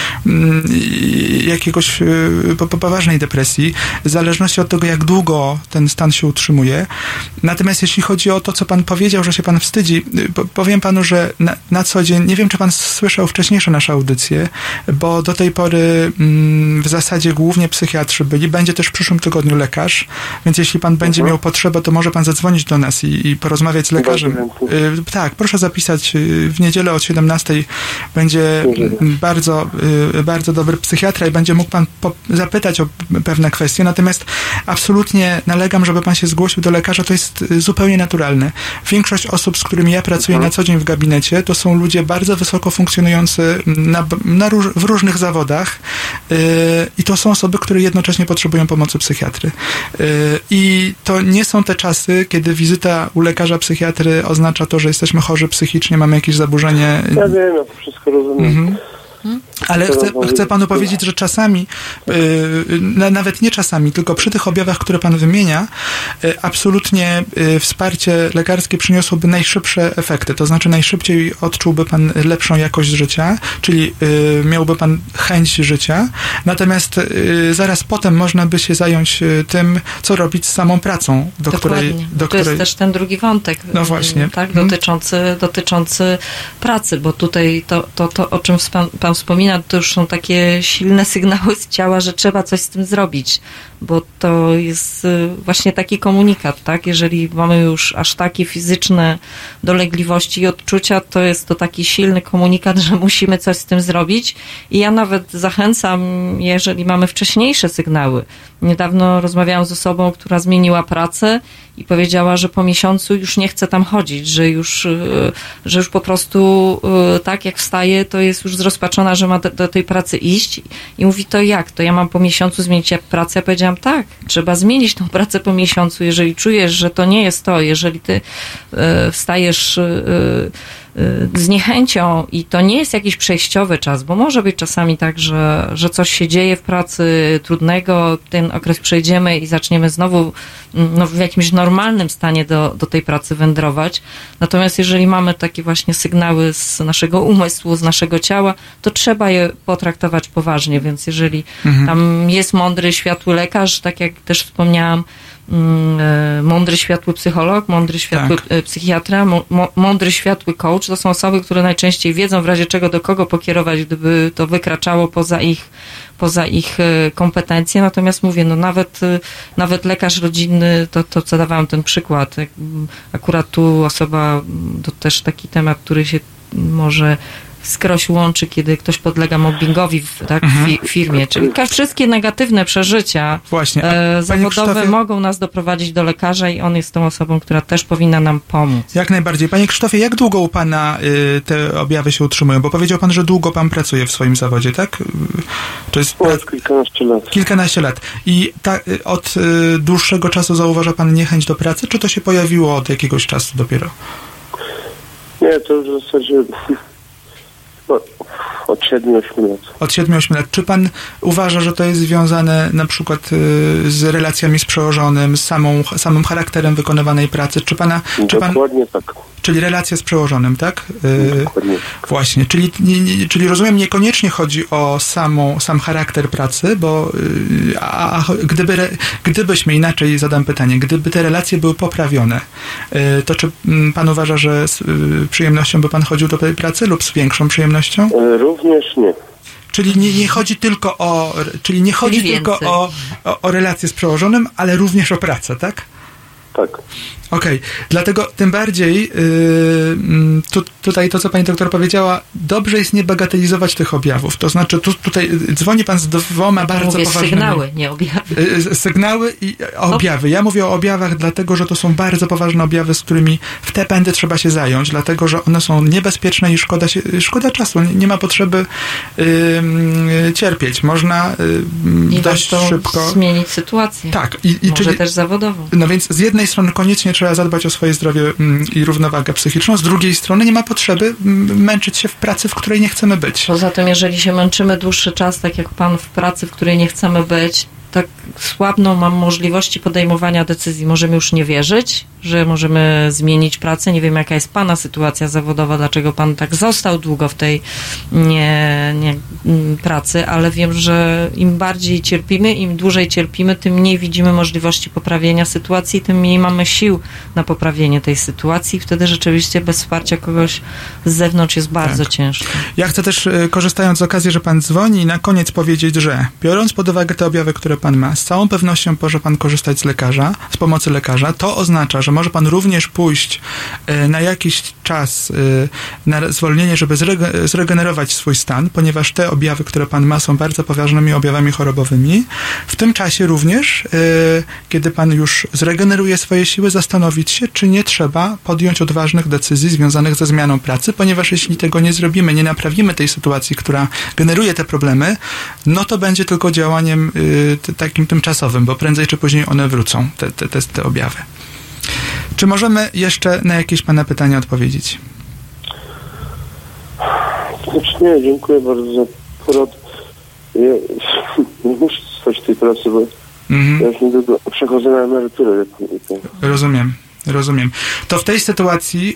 jakiegoś poważnej depresji, w zależności od tego, jak długo ten stan się utrzymuje. Natomiast jeśli chodzi o to, co pan powiedział, że się pan wstydzi, powiem panu, że na co dzień, nie wiem, czy pan słyszał wcześniejsze nasze audycje, bo do tej pory w zasadzie głównie psychiatrzy byli, będzie też w przyszłym tygodniu lekarz, więc jeśli pan będzie miał potrzebę, to może pan zadzwonić do nas i porozmawiać z lekarzem. Tak, proszę zapisać, w niedzielę od 17:00 będzie bardzo, bardzo dobry psychiatra i będzie mógł pan zapytać o pewne kwestie, natomiast absolutnie nalegam, żeby pan się zgłosił do lekarza, to jest zupełnie naturalne. Większość osób, z którymi ja pracuję na co dzień w gabinecie, to są ludzie bardzo wysoko funkcjonujący w różnych zawodach i to są osoby, które jednocześnie potrzebują pomocy psychiatry. I to nie są te czasy, kiedy wizyta u lekarza psychiatry oznacza to, że jesteśmy chorzy psychicznie, mamy jakieś zaburzenie. Ja wiem, ja to wszystko rozumiem. Ale chcę panu powiedzieć, że czasami, nawet nie czasami, tylko przy tych objawach, które pan wymienia, absolutnie wsparcie lekarskie przyniosłoby najszybsze efekty. To znaczy najszybciej odczułby pan lepszą jakość życia, czyli miałby pan chęć życia. Natomiast zaraz potem można by się zająć tym, co robić z samą pracą, do której... To jest też ten drugi wątek, no właśnie. Tak, dotyczący pracy, bo tutaj to o czym pan wspomina, to już są takie silne sygnały z ciała, że trzeba coś z tym zrobić, bo to jest właśnie taki komunikat, tak? Jeżeli mamy już aż takie fizyczne dolegliwości i odczucia, to jest to taki silny komunikat, że musimy coś z tym zrobić i ja nawet zachęcam, jeżeli mamy wcześniejsze sygnały. Niedawno rozmawiałam z osobą, która zmieniła pracę i powiedziała, że po miesiącu już nie chce tam chodzić, że już po prostu tak jak wstaje, to jest już zrozpaczona, że ma do tej pracy iść i mówi, to jak? To ja mam po miesiącu zmienić pracę? Ja powiedziałam, tak, trzeba zmienić tą pracę po miesiącu, jeżeli czujesz, że to nie jest to, jeżeli ty wstajesz z niechęcią i to nie jest jakiś przejściowy czas, bo może być czasami tak, że coś się dzieje w pracy trudnego, ten okres przejdziemy i zaczniemy znowu w jakimś normalnym stanie do tej pracy wędrować. Natomiast jeżeli mamy takie właśnie sygnały z naszego umysłu, z naszego ciała, to trzeba je potraktować poważnie, więc jeżeli tam jest mądry, światły lekarz, tak jak też wspomniałam, mądry, światły psycholog, mądry, światły psychiatra, mądry, światły coach, to są osoby, które najczęściej wiedzą w razie czego do kogo pokierować, gdyby to wykraczało poza ich kompetencje. Natomiast mówię, no nawet lekarz rodzinny, to co dawałam ten przykład, akurat tu osoba, to też taki temat, który się może skroś łączy, kiedy ktoś podlega mobbingowi w firmie. Czyli wszystkie negatywne przeżycia zawodowe mogą nas doprowadzić do lekarza i on jest tą osobą, która też powinna nam pomóc. Jak najbardziej. Panie Krzysztofie, jak długo u pana te objawy się utrzymują? Bo powiedział pan, że długo pan pracuje w swoim zawodzie, tak? To jest kilkanaście lat. Kilkanaście lat. I od dłuższego czasu zauważa pan niechęć do pracy, czy to się pojawiło od jakiegoś czasu dopiero? Nie, to w zasadzie od 7-8 lat. Od 7-8 lat. Czy pan uważa, że to jest związane na przykład z relacjami z przełożonym, z samym charakterem wykonywanej pracy? Dokładnie tak. Czyli relacja z przełożonym, tak? Dokładnie. Właśnie. Czyli rozumiem, niekoniecznie chodzi o sam charakter pracy, bo gdybyśmy, inaczej zadam pytanie, gdyby te relacje były poprawione, to czy pan uważa, że z przyjemnością by pan chodził do tej pracy lub z większą przyjemnością? Również nie. Czyli nie chodzi tylko o relacje z przełożonym, ale również o pracę, tak? Tak. Okej. Dlatego tym bardziej tutaj to, co pani doktor powiedziała, dobrze jest nie bagatelizować tych objawów. To znaczy tutaj dzwoni pan z dwoma bardzo poważnymi... Sygnały, nie objawy. Sygnały i objawy. Ja mówię o objawach, dlatego, że to są bardzo poważne objawy, z którymi w te pędy trzeba się zająć, dlatego, że one są niebezpieczne i szkoda czasu. Nie ma potrzeby cierpieć. Można dość szybko... zmienić sytuację. Tak. Może też zawodowo. No więc z jednej strony koniecznie trzeba zadbać o swoje zdrowie i równowagę psychiczną, z drugiej strony nie ma potrzeby męczyć się w pracy, w której nie chcemy być. Poza tym, jeżeli się męczymy dłuższy czas, tak jak pan, w pracy, w której nie chcemy być, tak słabną mam możliwości podejmowania decyzji. Możemy już nie wierzyć, że możemy zmienić pracę. Nie wiem, jaka jest pana sytuacja zawodowa, dlaczego pan tak został długo w tej pracy, ale wiem, że im bardziej cierpimy, im dłużej cierpimy, tym mniej widzimy możliwości poprawienia sytuacji, tym mniej mamy sił na poprawienie tej sytuacji. Wtedy rzeczywiście bez wsparcia kogoś z zewnątrz jest bardzo ciężko. Ja chcę też, korzystając z okazji, że pan dzwoni, na koniec powiedzieć, że biorąc pod uwagę te objawy, które pan ma, z całą pewnością może pan korzystać z pomocy lekarza. To oznacza, że może pan również pójść na jakiś czas na zwolnienie, żeby zregenerować swój stan, ponieważ te objawy, które pan ma, są bardzo poważnymi objawami chorobowymi. W tym czasie również, kiedy pan już zregeneruje swoje siły, zastanowić się, czy nie trzeba podjąć odważnych decyzji związanych ze zmianą pracy, ponieważ jeśli tego nie zrobimy, nie naprawimy tej sytuacji, która generuje te problemy, no to będzie tylko działaniem takim tymczasowym, bo prędzej czy później one wrócą, te objawy. Czy możemy jeszcze na jakieś pana pytania odpowiedzieć? Znaczy nie, dziękuję bardzo za porad. Ja nie muszę stać w tej pracy, bo ja już niedługo przechodzę na emeryturę. Rozumiem. To w tej sytuacji,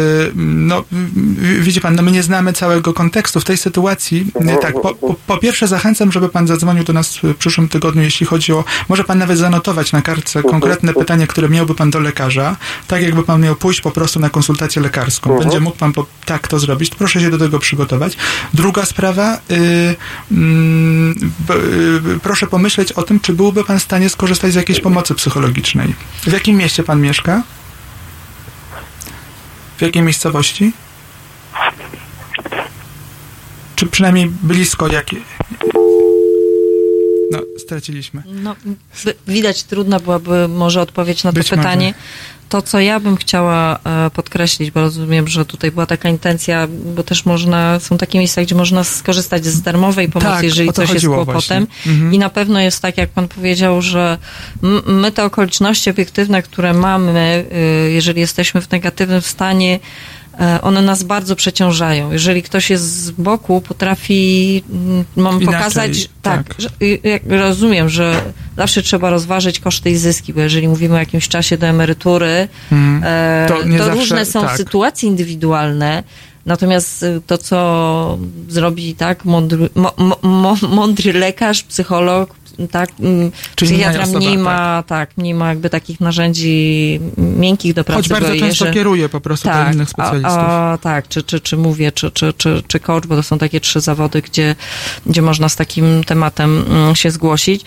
widzi pan, my nie znamy całego kontekstu. W tej sytuacji, po pierwsze zachęcam, żeby pan zadzwonił do nas w przyszłym tygodniu, jeśli chodzi o, może pan nawet zanotować na kartce konkretne pytanie, które miałby pan do lekarza, tak jakby pan miał pójść po prostu na konsultację lekarską. Będzie mógł pan tak to zrobić. Proszę się do tego przygotować. Druga sprawa, proszę pomyśleć o tym, czy byłby pan w stanie skorzystać z jakiejś pomocy psychologicznej. W jakim mieście pan mieszka? W jakiej miejscowości? Czy przynajmniej blisko jakiej? No, straciliśmy. No, widać, trudna byłaby może odpowiedź na to pytanie. Może. To, co ja bym chciała podkreślić, bo rozumiem, że tutaj była taka intencja, bo też są takie miejsca, gdzie można skorzystać z darmowej pomocy, jeżeli coś jest kłopotem. I na pewno jest tak, jak pan powiedział, że my te okoliczności obiektywne, które mamy, jeżeli jesteśmy w negatywnym stanie, one nas bardzo przeciążają. Jeżeli ktoś jest z boku, potrafi pokazać, rozumiem, że zawsze trzeba rozważyć koszty i zyski, bo jeżeli mówimy o jakimś czasie do emerytury, to różne są sytuacje indywidualne. Natomiast to, co zrobi mądry lekarz, psycholog, psychiatra mniej ma jakby takich narzędzi miękkich do pracy. Choć bardzo często kieruje po prostu do innych specjalistów. Czy mówię, czy coach, bo to są takie 3 zawody, gdzie można z takim tematem się zgłosić.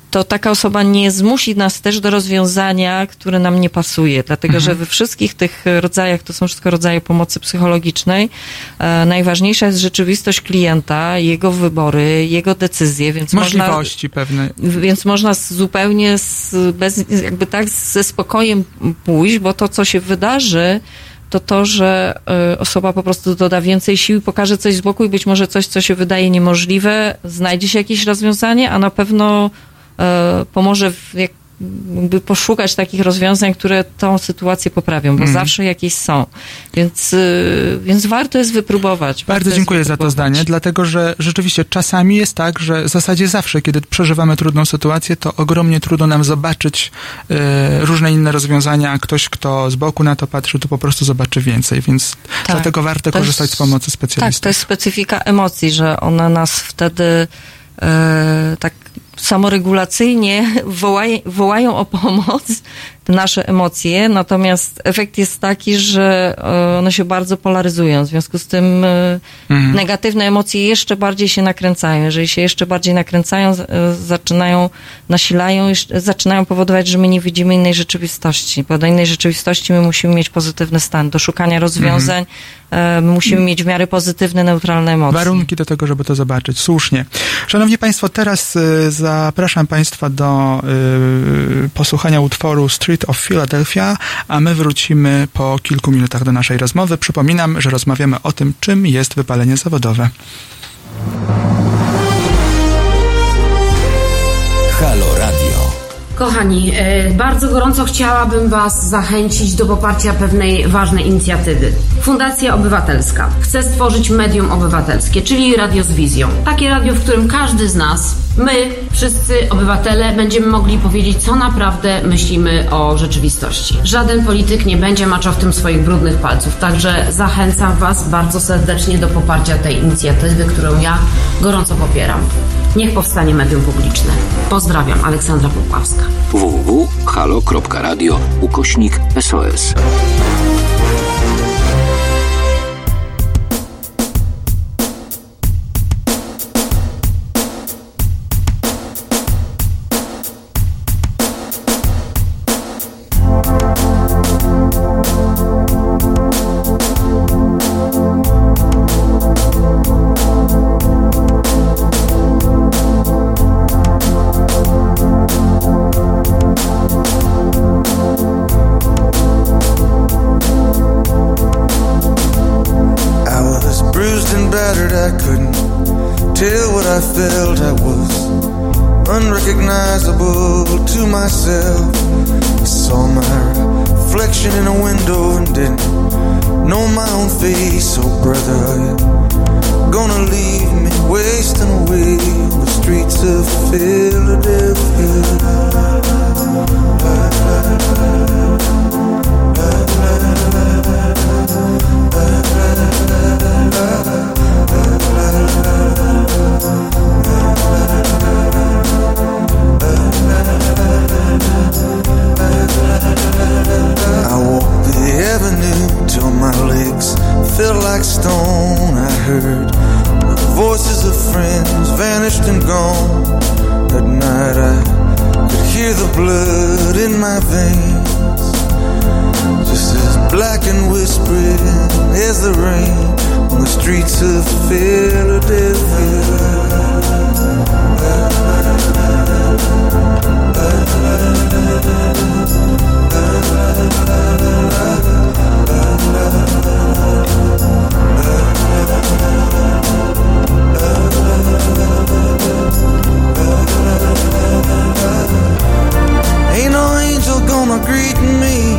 to taka osoba nie zmusi nas też do rozwiązania, które nam nie pasuje, dlatego że we wszystkich tych rodzajach, to są wszystko rodzaje pomocy psychologicznej, najważniejsza jest rzeczywistość klienta, jego wybory, jego decyzje, więc możliwości pewne. Więc można zupełnie ze spokojem pójść, bo to, co się wydarzy, to, że osoba po prostu doda więcej sił, pokaże coś z boku i być może coś, co się wydaje niemożliwe, znajdzie się jakieś rozwiązanie, a na pewno pomoże jakby poszukać takich rozwiązań, które tą sytuację poprawią, bo zawsze jakieś są. Więc warto jest wypróbować. Bardzo dziękuję za to zdanie, dlatego że rzeczywiście czasami jest tak, że w zasadzie zawsze, kiedy przeżywamy trudną sytuację, to ogromnie trudno nam zobaczyć różne inne rozwiązania, a ktoś, kto z boku na to patrzy, to po prostu zobaczy więcej, więc dlatego warto korzystać z pomocy specjalistów. Tak, to jest specyfika emocji, że one nas wtedy tak samoregulacyjnie wołają o pomoc, te nasze emocje, natomiast efekt jest taki, że one się bardzo polaryzują. W związku z tym negatywne emocje jeszcze bardziej się nakręcają. Jeżeli się jeszcze bardziej nakręcają, zaczynają powodować, że my nie widzimy innej rzeczywistości. Bo do innej rzeczywistości my musimy mieć pozytywny stan. Do szukania rozwiązań musimy mieć w miarę pozytywne, neutralne emocje. Warunki do tego, żeby to zobaczyć. Słusznie. Szanowni Państwo, teraz zapraszam Państwa do posłuchania utworu Street of Philadelphia, a my wrócimy po kilku minutach do naszej rozmowy. Przypominam, że rozmawiamy o tym, czym jest wypalenie zawodowe. Halo Radio. Kochani, bardzo gorąco chciałabym Was zachęcić do poparcia pewnej ważnej inicjatywy. Fundacja Obywatelska chce stworzyć medium obywatelskie, czyli radio z wizją. Takie radio, w którym każdy z nas, my, wszyscy obywatele, będziemy mogli powiedzieć, co naprawdę myślimy o rzeczywistości. Żaden polityk nie będzie maczał w tym swoich brudnych palców, także zachęcam Was bardzo serdecznie do poparcia tej inicjatywy, którą ja gorąco popieram. Niech powstanie medium publiczne. Pozdrawiam, Aleksandra Popławska. www.halo.radio/SOS. Unrecognizable to myself. I saw my reflection in a window and didn't know my own face. Oh brother, you're gonna leave me wasting away on the streets of Philadelphia. I walked the avenue till my legs felt like stone. I heard the voices of friends vanished and gone. At night I could hear the blood in my veins, just as black and whispering as the rain on the streets of Philadelphia. Ain't no angel gonna greet me.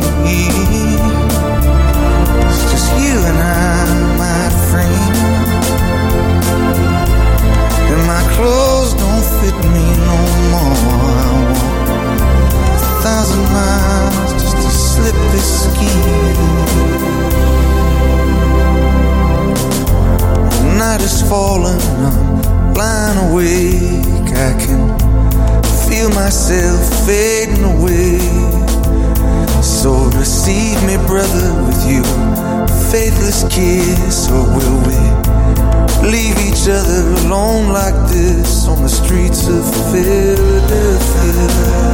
It's just you and I, my friend. And my clothes don't fit me no more. I walk 1,000 miles just to slip this skin. The night is falling, I'm blind awake. I can feel myself fading away. So receive me, brother, with your faithless kiss, or will we leave each other alone like this on the streets of Philadelphia.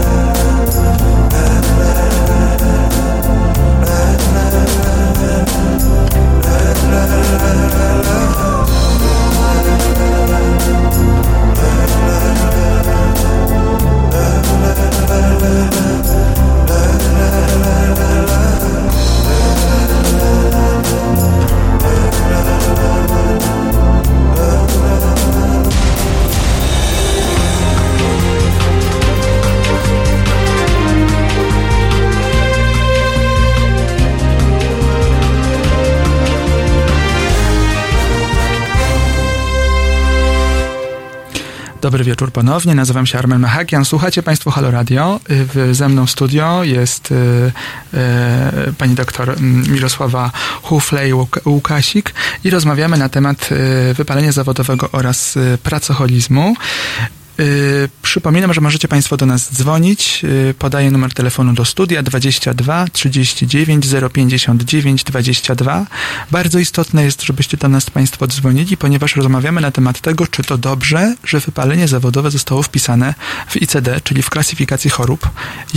Dobry wieczór ponownie, nazywam się Armen Mechakian. Słuchacie Państwo Halo Radio. Ze mną w studio jest pani doktor Mirosława Huflej-Łukasik i rozmawiamy na temat wypalenia zawodowego oraz pracoholizmu. Przypominam, że możecie Państwo do nas dzwonić. Podaję numer telefonu do studia 22 39 059 22. Bardzo istotne jest, żebyście do nas Państwo dzwonili, ponieważ rozmawiamy na temat tego, czy to dobrze, że wypalenie zawodowe zostało wpisane w ICD, czyli w klasyfikacji chorób,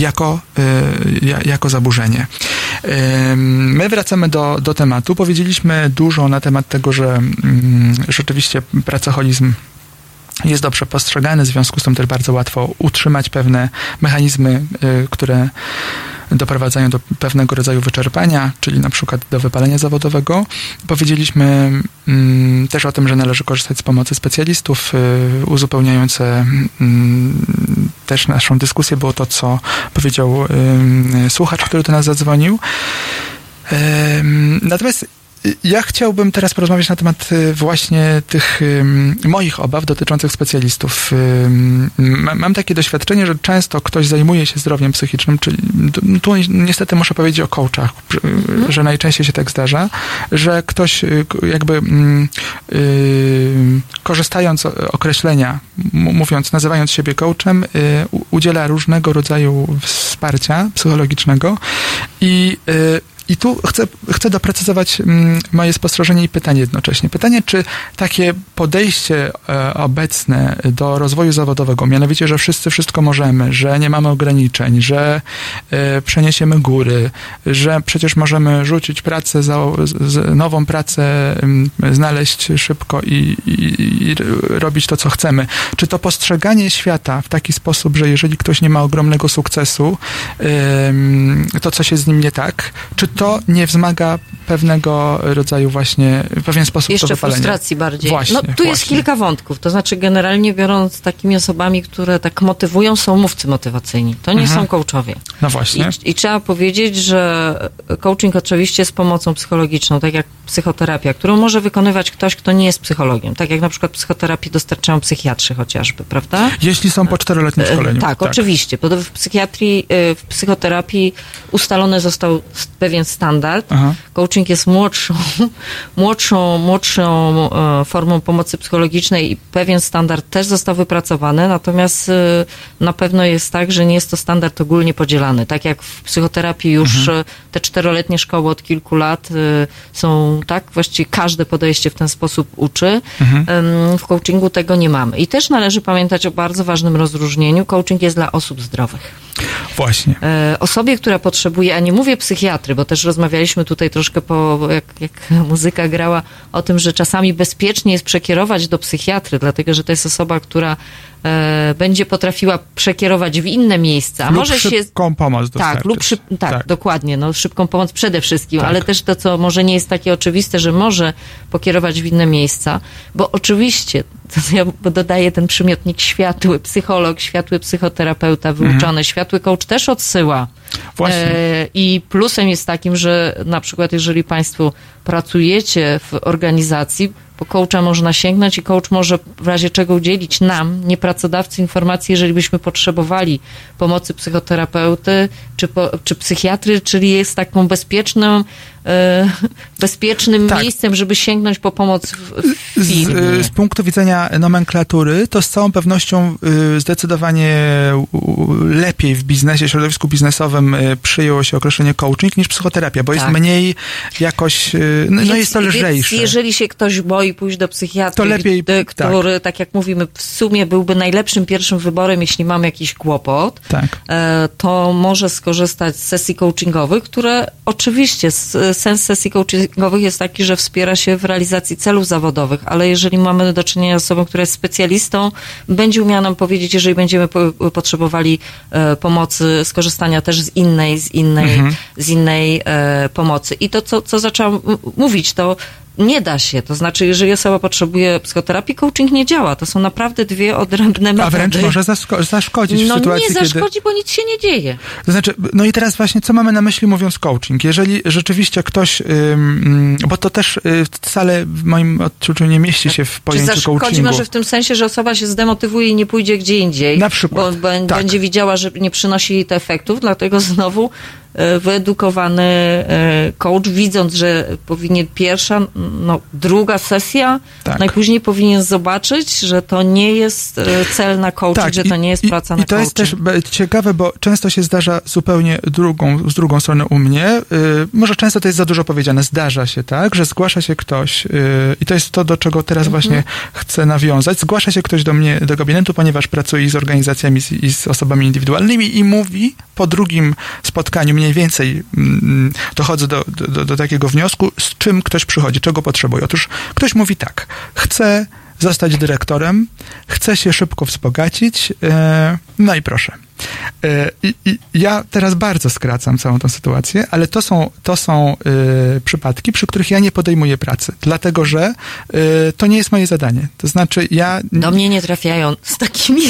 jako zaburzenie. My wracamy do tematu. Powiedzieliśmy dużo na temat tego, że rzeczywiście pracoholizm jest dobrze postrzegany, w związku z tym też bardzo łatwo utrzymać pewne mechanizmy, które doprowadzają do pewnego rodzaju wyczerpania, czyli na przykład do wypalenia zawodowego. Powiedzieliśmy też o tym, że należy korzystać z pomocy specjalistów. Uzupełniające też naszą dyskusję było to, co powiedział słuchacz, który do nas zadzwonił. Natomiast ja chciałbym teraz porozmawiać na temat właśnie tych moich obaw dotyczących specjalistów. Mam takie doświadczenie, że często ktoś zajmuje się zdrowiem psychicznym, czyli tu niestety muszę powiedzieć o coachach, że najczęściej się tak zdarza, że ktoś jakby korzystając z określenia, nazywając siebie coachem, udziela różnego rodzaju wsparcia psychologicznego i tu chcę doprecyzować moje spostrzeżenie i pytanie jednocześnie. Pytanie, czy takie podejście obecne do rozwoju zawodowego, mianowicie, że wszyscy wszystko możemy, że nie mamy ograniczeń, że przeniesiemy góry, że przecież możemy rzucić pracę, nową pracę, znaleźć szybko i robić to, co chcemy. Czy to postrzeganie świata w taki sposób, że jeżeli ktoś nie ma ogromnego sukcesu, to coś jest z nim nie tak? Czy to nie wzmaga pewnego rodzaju właśnie, w pewien sposób jeszcze to wypalenie? Frustracji bardziej. Właśnie, tu jest kilka wątków. To znaczy generalnie biorąc, takimi osobami, które tak motywują, są mówcy motywacyjni. To nie są coachowie. No właśnie. I trzeba powiedzieć, że coaching oczywiście z pomocą psychologiczną, tak jak psychoterapia, którą może wykonywać ktoś, kto nie jest psychologiem. Tak jak na przykład psychoterapię dostarczają psychiatrzy chociażby, prawda? Jeśli są po 4-letnim szkoleniu. Tak, oczywiście. Bo w psychiatrii, w psychoterapii ustalony został pewien standard. Aha. Coaching jest młodszą formą pomocy psychologicznej i pewien standard też został wypracowany, natomiast na pewno jest tak, że nie jest to standard ogólnie podzielany. Tak jak w psychoterapii już te 4-letnie szkoły od kilku lat są, tak, właściwie każde podejście w ten sposób uczy. W coachingu tego nie mamy. I też należy pamiętać o bardzo ważnym rozróżnieniu. Coaching jest dla osób zdrowych. Właśnie. Osobie, która potrzebuje, a nie mówię psychiatry, bo też rozmawialiśmy tutaj troszkę jak muzyka grała o tym, że czasami bezpiecznie jest przekierować do psychiatry, dlatego że to jest osoba, która będzie potrafiła przekierować w inne miejsca. Lub może szybką pomoc dostarczyć. Tak, dokładnie. No, szybką pomoc przede wszystkim, tak. Ale też to, co może nie jest takie oczywiste, że może pokierować w inne miejsca, bo oczywiście, to ja dodaję ten przymiotnik światły psycholog, światły psychoterapeuta wyuczony, światły coach też odsyła. Właśnie. I plusem jest takim, że na przykład jeżeli Państwo pracujecie w organizacji, po coacha można sięgnąć i coach może w razie czego udzielić nam, nie pracodawcy, informacji, jeżeli byśmy potrzebowali pomocy psychoterapeuty czy psychiatry, czyli jest taką bezpieczną bezpiecznym miejscem, żeby sięgnąć po pomoc w firmie. Z punktu widzenia nomenklatury, to z całą pewnością zdecydowanie lepiej w biznesie, środowisku biznesowym przyjęło się określenie coaching niż psychoterapia, bo jest mniej jakoś, jest to lżejsze. Więc jeżeli się ktoś boi pójść do psychiatry, to lepiej, który, tak jak mówimy, w sumie byłby najlepszym pierwszym wyborem, jeśli mamy jakiś kłopot, to może skorzystać z sesji coachingowych, które oczywiście, sens sesji coachingowych jest taki, że wspiera się w realizacji celów zawodowych, ale jeżeli mamy do czynienia z osobą, która jest specjalistą, będzie umiała nam powiedzieć, jeżeli będziemy potrzebowali pomocy, skorzystania też z innej pomocy. I to, co zaczęłam mówić, to nie da się. To znaczy, jeżeli osoba potrzebuje psychoterapii, coaching nie działa. To są naprawdę dwie odrębne metody. A wręcz może zaszkodzić w sytuacji, nie zaszkodzi, bo nic się nie dzieje. To znaczy, i teraz właśnie, co mamy na myśli mówiąc coaching? Jeżeli rzeczywiście ktoś, bo to też wcale w moim odczuciu nie mieści się w pojęciu coachingu. Czy zaszkodzi może w tym sensie, że osoba się zdemotywuje i nie pójdzie gdzie indziej. Na przykład. Bo będzie widziała, że nie przynosi jej to efektów, dlatego znowu wyedukowany coach, widząc, że powinien pierwsza, druga sesja, najpóźniej powinien zobaczyć, że to nie jest cel na coaching, że to nie jest praca na coaching. I to jest też ciekawe, bo często się zdarza zupełnie z drugą stronę u mnie. Może często to jest za dużo powiedziane. Zdarza się tak, że zgłasza się ktoś i to jest to, do czego teraz właśnie chcę nawiązać. Zgłasza się ktoś do mnie, do gabinetu, ponieważ pracuję z organizacjami i z osobami indywidualnymi i mówi po drugim spotkaniu mniej więcej dochodzę do takiego wniosku, z czym ktoś przychodzi, czego potrzebuje. Otóż ktoś mówi tak, chcę zostać dyrektorem, chcę się szybko wzbogacić, no i proszę. Ja teraz bardzo skracam całą tę sytuację, ale to są przypadki, przy których ja nie podejmuję pracy, dlatego że to nie jest moje zadanie. To znaczy do mnie nie trafiają z takimi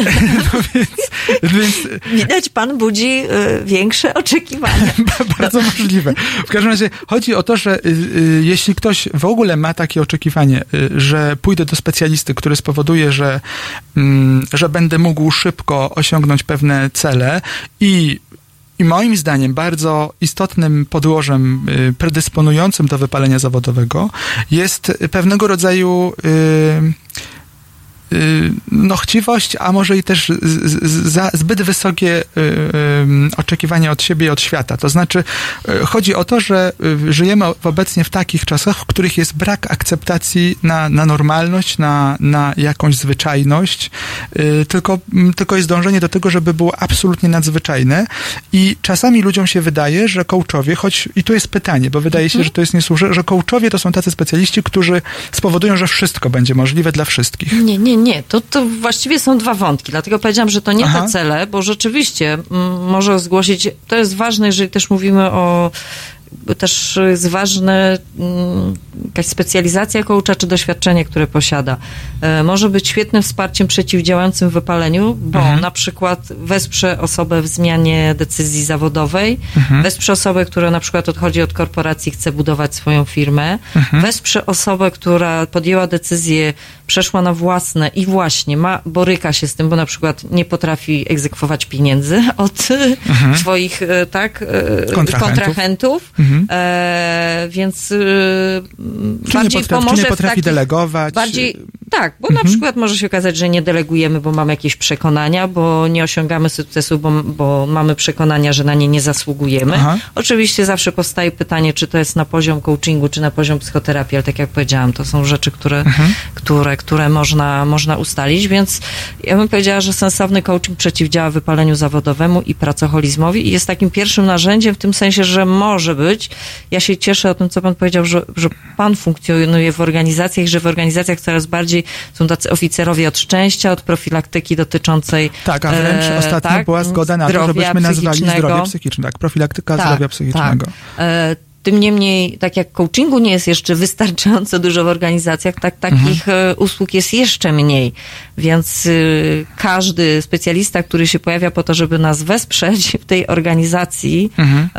więc widać, pan budzi większe oczekiwania. Bardzo możliwe. W każdym razie chodzi o to, że jeśli ktoś w ogóle ma takie oczekiwanie, że pójdę do specjalisty, który spowoduje, że będę mógł szybko osiągnąć pewne cele i moim zdaniem bardzo istotnym podłożem predysponującym do wypalenia zawodowego jest pewnego rodzaju chciwość, a może i też zbyt wysokie oczekiwania od siebie i od świata. To znaczy, chodzi o to, że żyjemy obecnie w takich czasach, w których jest brak akceptacji na normalność, na jakąś zwyczajność, tylko jest dążenie do tego, żeby było absolutnie nadzwyczajne i czasami ludziom się wydaje, że coachowie, i tu jest pytanie, bo wydaje się, że to jest niesłuszne, że coachowie to są tacy specjaliści, którzy spowodują, że wszystko będzie możliwe dla wszystkich. Nie. To właściwie są dwa wątki, dlatego powiedziałam, że to nie te cele, bo rzeczywiście może zgłosić, to jest ważne, jeżeli też mówimy o też jest ważne jakaś specjalizacja coacha czy doświadczenie, które posiada. Może być świetnym wsparciem przeciwdziałającym wypaleniu, bo na przykład wesprze osobę w zmianie decyzji zawodowej, wesprze osobę, która na przykład odchodzi od korporacji, chce budować swoją firmę, wesprze osobę, która podjęła decyzję, przeszła na własne i właśnie boryka się z tym, bo na przykład nie potrafi egzekwować pieniędzy od swoich kontrahentów. Więc bardziej pomoże. Czy nie potrafi delegować. Tak, bo na przykład może się okazać, że nie delegujemy, bo mamy jakieś przekonania, bo nie osiągamy sukcesu, bo mamy przekonania, że na nie nie zasługujemy. Oczywiście zawsze powstaje pytanie, czy to jest na poziom coachingu, czy na poziom psychoterapii, ale tak jak powiedziałam, to są rzeczy, które można ustalić, więc ja bym powiedziała, że sensowny coaching przeciwdziała wypaleniu zawodowemu i pracoholizmowi i jest takim pierwszym narzędziem w tym sensie, że może być. Ja się cieszę o tym, co pan powiedział, że pan funkcjonuje w organizacjach, że w organizacjach coraz bardziej są tacy oficerowie od szczęścia, od profilaktyki dotyczącej Tak, a wręcz ostatnio była zgoda na to, żebyśmy nazwali zdrowie psychiczne. Tak, profilaktyka zdrowia psychicznego. Tym niemniej, tak jak coachingu nie jest jeszcze wystarczająco dużo w organizacjach, takich usług jest jeszcze mniej. Więc każdy specjalista, który się pojawia po to, żeby nas wesprzeć w tej organizacji,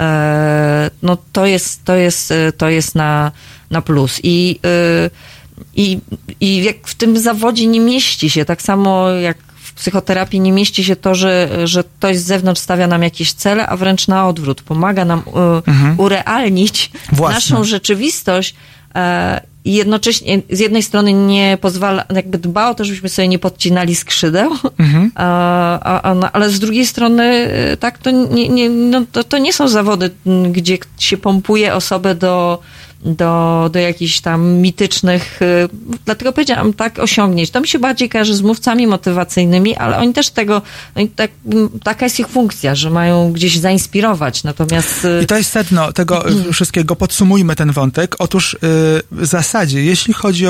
to jest na plus. I jak w tym zawodzie nie mieści się, tak samo jak w psychoterapii nie mieści się to, że ktoś z zewnątrz stawia nam jakieś cele, a wręcz na odwrót. Pomaga nam urealnić naszą rzeczywistość i jednocześnie z jednej strony nie pozwala, jakby dba o to, żebyśmy sobie nie podcinali skrzydeł, ale z drugiej strony tak, to nie są zawody, gdzie się pompuje osobę do jakichś tam mitycznych, dlatego powiedziałam, tak, osiągnięć. To mi się bardziej kojarzy z mówcami motywacyjnymi, ale oni też taka jest ich funkcja, że mają gdzieś zainspirować, natomiast... I to jest sedno tego wszystkiego. Podsumujmy ten wątek. Otóż w zasadzie, jeśli chodzi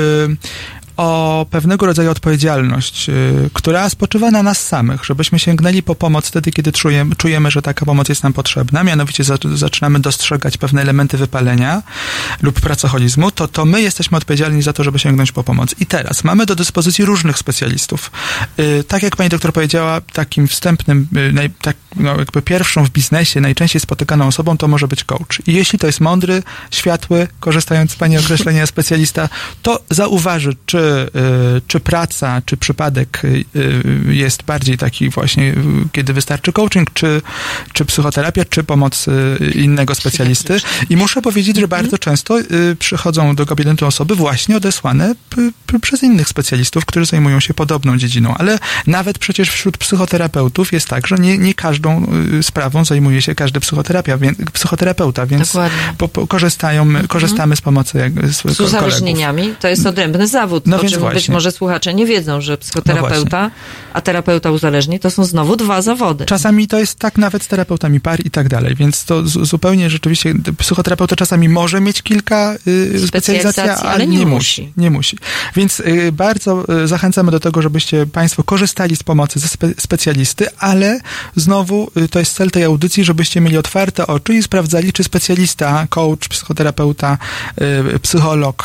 o pewnego rodzaju odpowiedzialność, która spoczywa na nas samych, żebyśmy sięgnęli po pomoc wtedy, kiedy czujemy, że taka pomoc jest nam potrzebna, mianowicie zaczynamy dostrzegać pewne elementy wypalenia lub pracoholizmu, to my jesteśmy odpowiedzialni za to, żeby sięgnąć po pomoc. I teraz mamy do dyspozycji różnych specjalistów. Tak jak pani doktor powiedziała, takim wstępnym, jakby pierwszą w biznesie, najczęściej spotykaną osobą to może być coach. I jeśli to jest mądry, światły, korzystając z pani określenia specjalista, to zauważy, czy praca, czy przypadek jest bardziej taki właśnie, kiedy wystarczy coaching, czy psychoterapia, czy pomoc innego specjalisty. I muszę powiedzieć, że bardzo często przychodzą do gabinetu osoby właśnie odesłane przez innych specjalistów, którzy zajmują się podobną dziedziną. Ale nawet przecież wśród psychoterapeutów jest tak, że nie każdą sprawą zajmuje się każdy psychoterapeuta, więc korzystamy z pomocy z uzależnieniami. To jest odrębny zawód. No o czym być może słuchacze nie wiedzą, że psychoterapeuta, a terapeuta uzależnień to są znowu dwa zawody. Czasami to jest tak nawet z terapeutami par i tak dalej, więc to zupełnie rzeczywiście psychoterapeuta czasami może mieć kilka specjalizacji, ale nie musi. Więc bardzo zachęcamy do tego, żebyście państwo korzystali z pomocy ze specjalisty, ale znowu to jest cel tej audycji, żebyście mieli otwarte oczy i sprawdzali, czy specjalista, coach, psychoterapeuta, psycholog,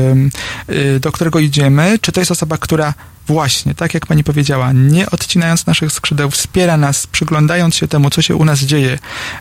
do którego idziemy, czy to jest osoba, która właśnie, tak jak pani powiedziała, nie odcinając naszych skrzydeł, wspiera nas, przyglądając się temu, co się u nas dzieje,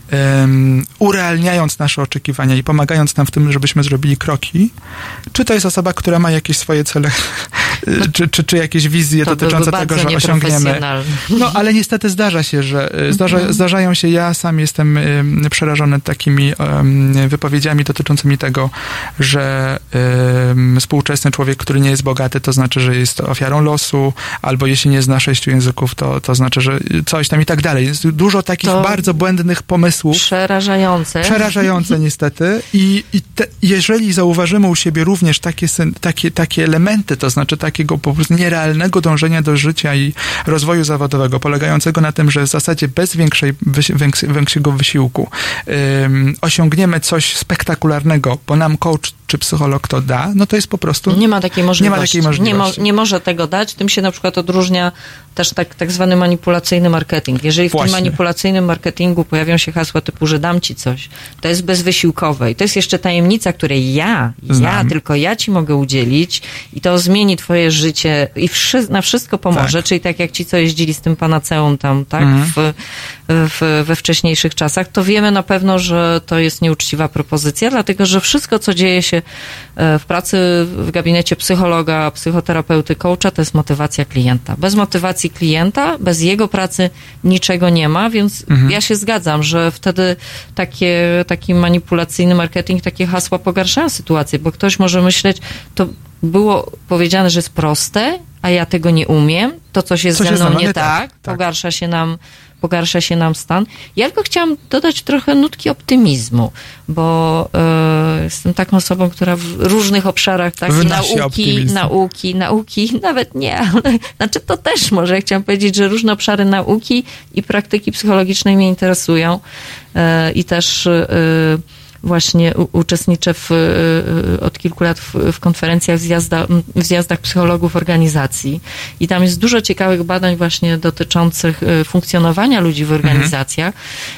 urealniając nasze oczekiwania i pomagając nam w tym, żebyśmy zrobili kroki, czy to jest osoba, która ma jakieś swoje cele, czy jakieś wizje dotyczące tego, że osiągniemy. No, ale niestety zdarza się, że zdarzają się, ja sam jestem przerażony takimi wypowiedziami dotyczącymi tego, że współczesny człowiek, który nie jest bogaty, to znaczy, że jest ofiarą losu, albo jeśli nie zna 6 języków, to znaczy, że coś tam i tak dalej. Jest dużo takich bardzo błędnych pomysłów. Przerażające niestety. Jeżeli zauważymy u siebie również takie elementy, to znaczy takiego po prostu nierealnego dążenia do życia i rozwoju zawodowego, polegającego na tym, że w zasadzie bez większego wysiłku osiągniemy coś spektakularnego, bo nam coach czy psycholog to da, no to jest po prostu... Nie ma takiej możliwości. Nie może tego dać. Tym się na przykład odróżnia też tak zwany manipulacyjny marketing. Jeżeli w tym manipulacyjnym marketingu pojawią się hasła typu, że dam ci coś, to jest bezwysiłkowe. I to jest jeszcze tajemnica, której tylko ja ci mogę udzielić i to zmieni twoje życie i na wszystko pomoże. Czyli tak jak ci, co jeździli z tym panaceum tam, tak, we wcześniejszych czasach, to wiemy na pewno, że to jest nieuczciwa propozycja, dlatego, że wszystko, co dzieje się w pracy w gabinecie psychologa, psychoterapeuty, coacha, to jest motywacja klienta. Bez motywacji klienta, bez jego pracy niczego nie ma, więc ja się zgadzam, że wtedy taki manipulacyjny marketing, takie hasła pogarszają sytuację, bo ktoś może myśleć, to było powiedziane, że jest proste, a ja tego nie umiem, to coś jest ze mną nie tak. Pogarsza się nam stan. Ja tylko chciałam dodać trochę nutki optymizmu, bo jestem taką osobą, która w różnych obszarach nauki, nawet nie, ale znaczy to też może. Ja chciałam powiedzieć, że różne obszary nauki i praktyki psychologicznej mnie interesują i też właśnie uczestniczę od kilku lat w konferencjach, w zjazdach psychologów organizacji i tam jest dużo ciekawych badań właśnie dotyczących funkcjonowania ludzi w organizacjach.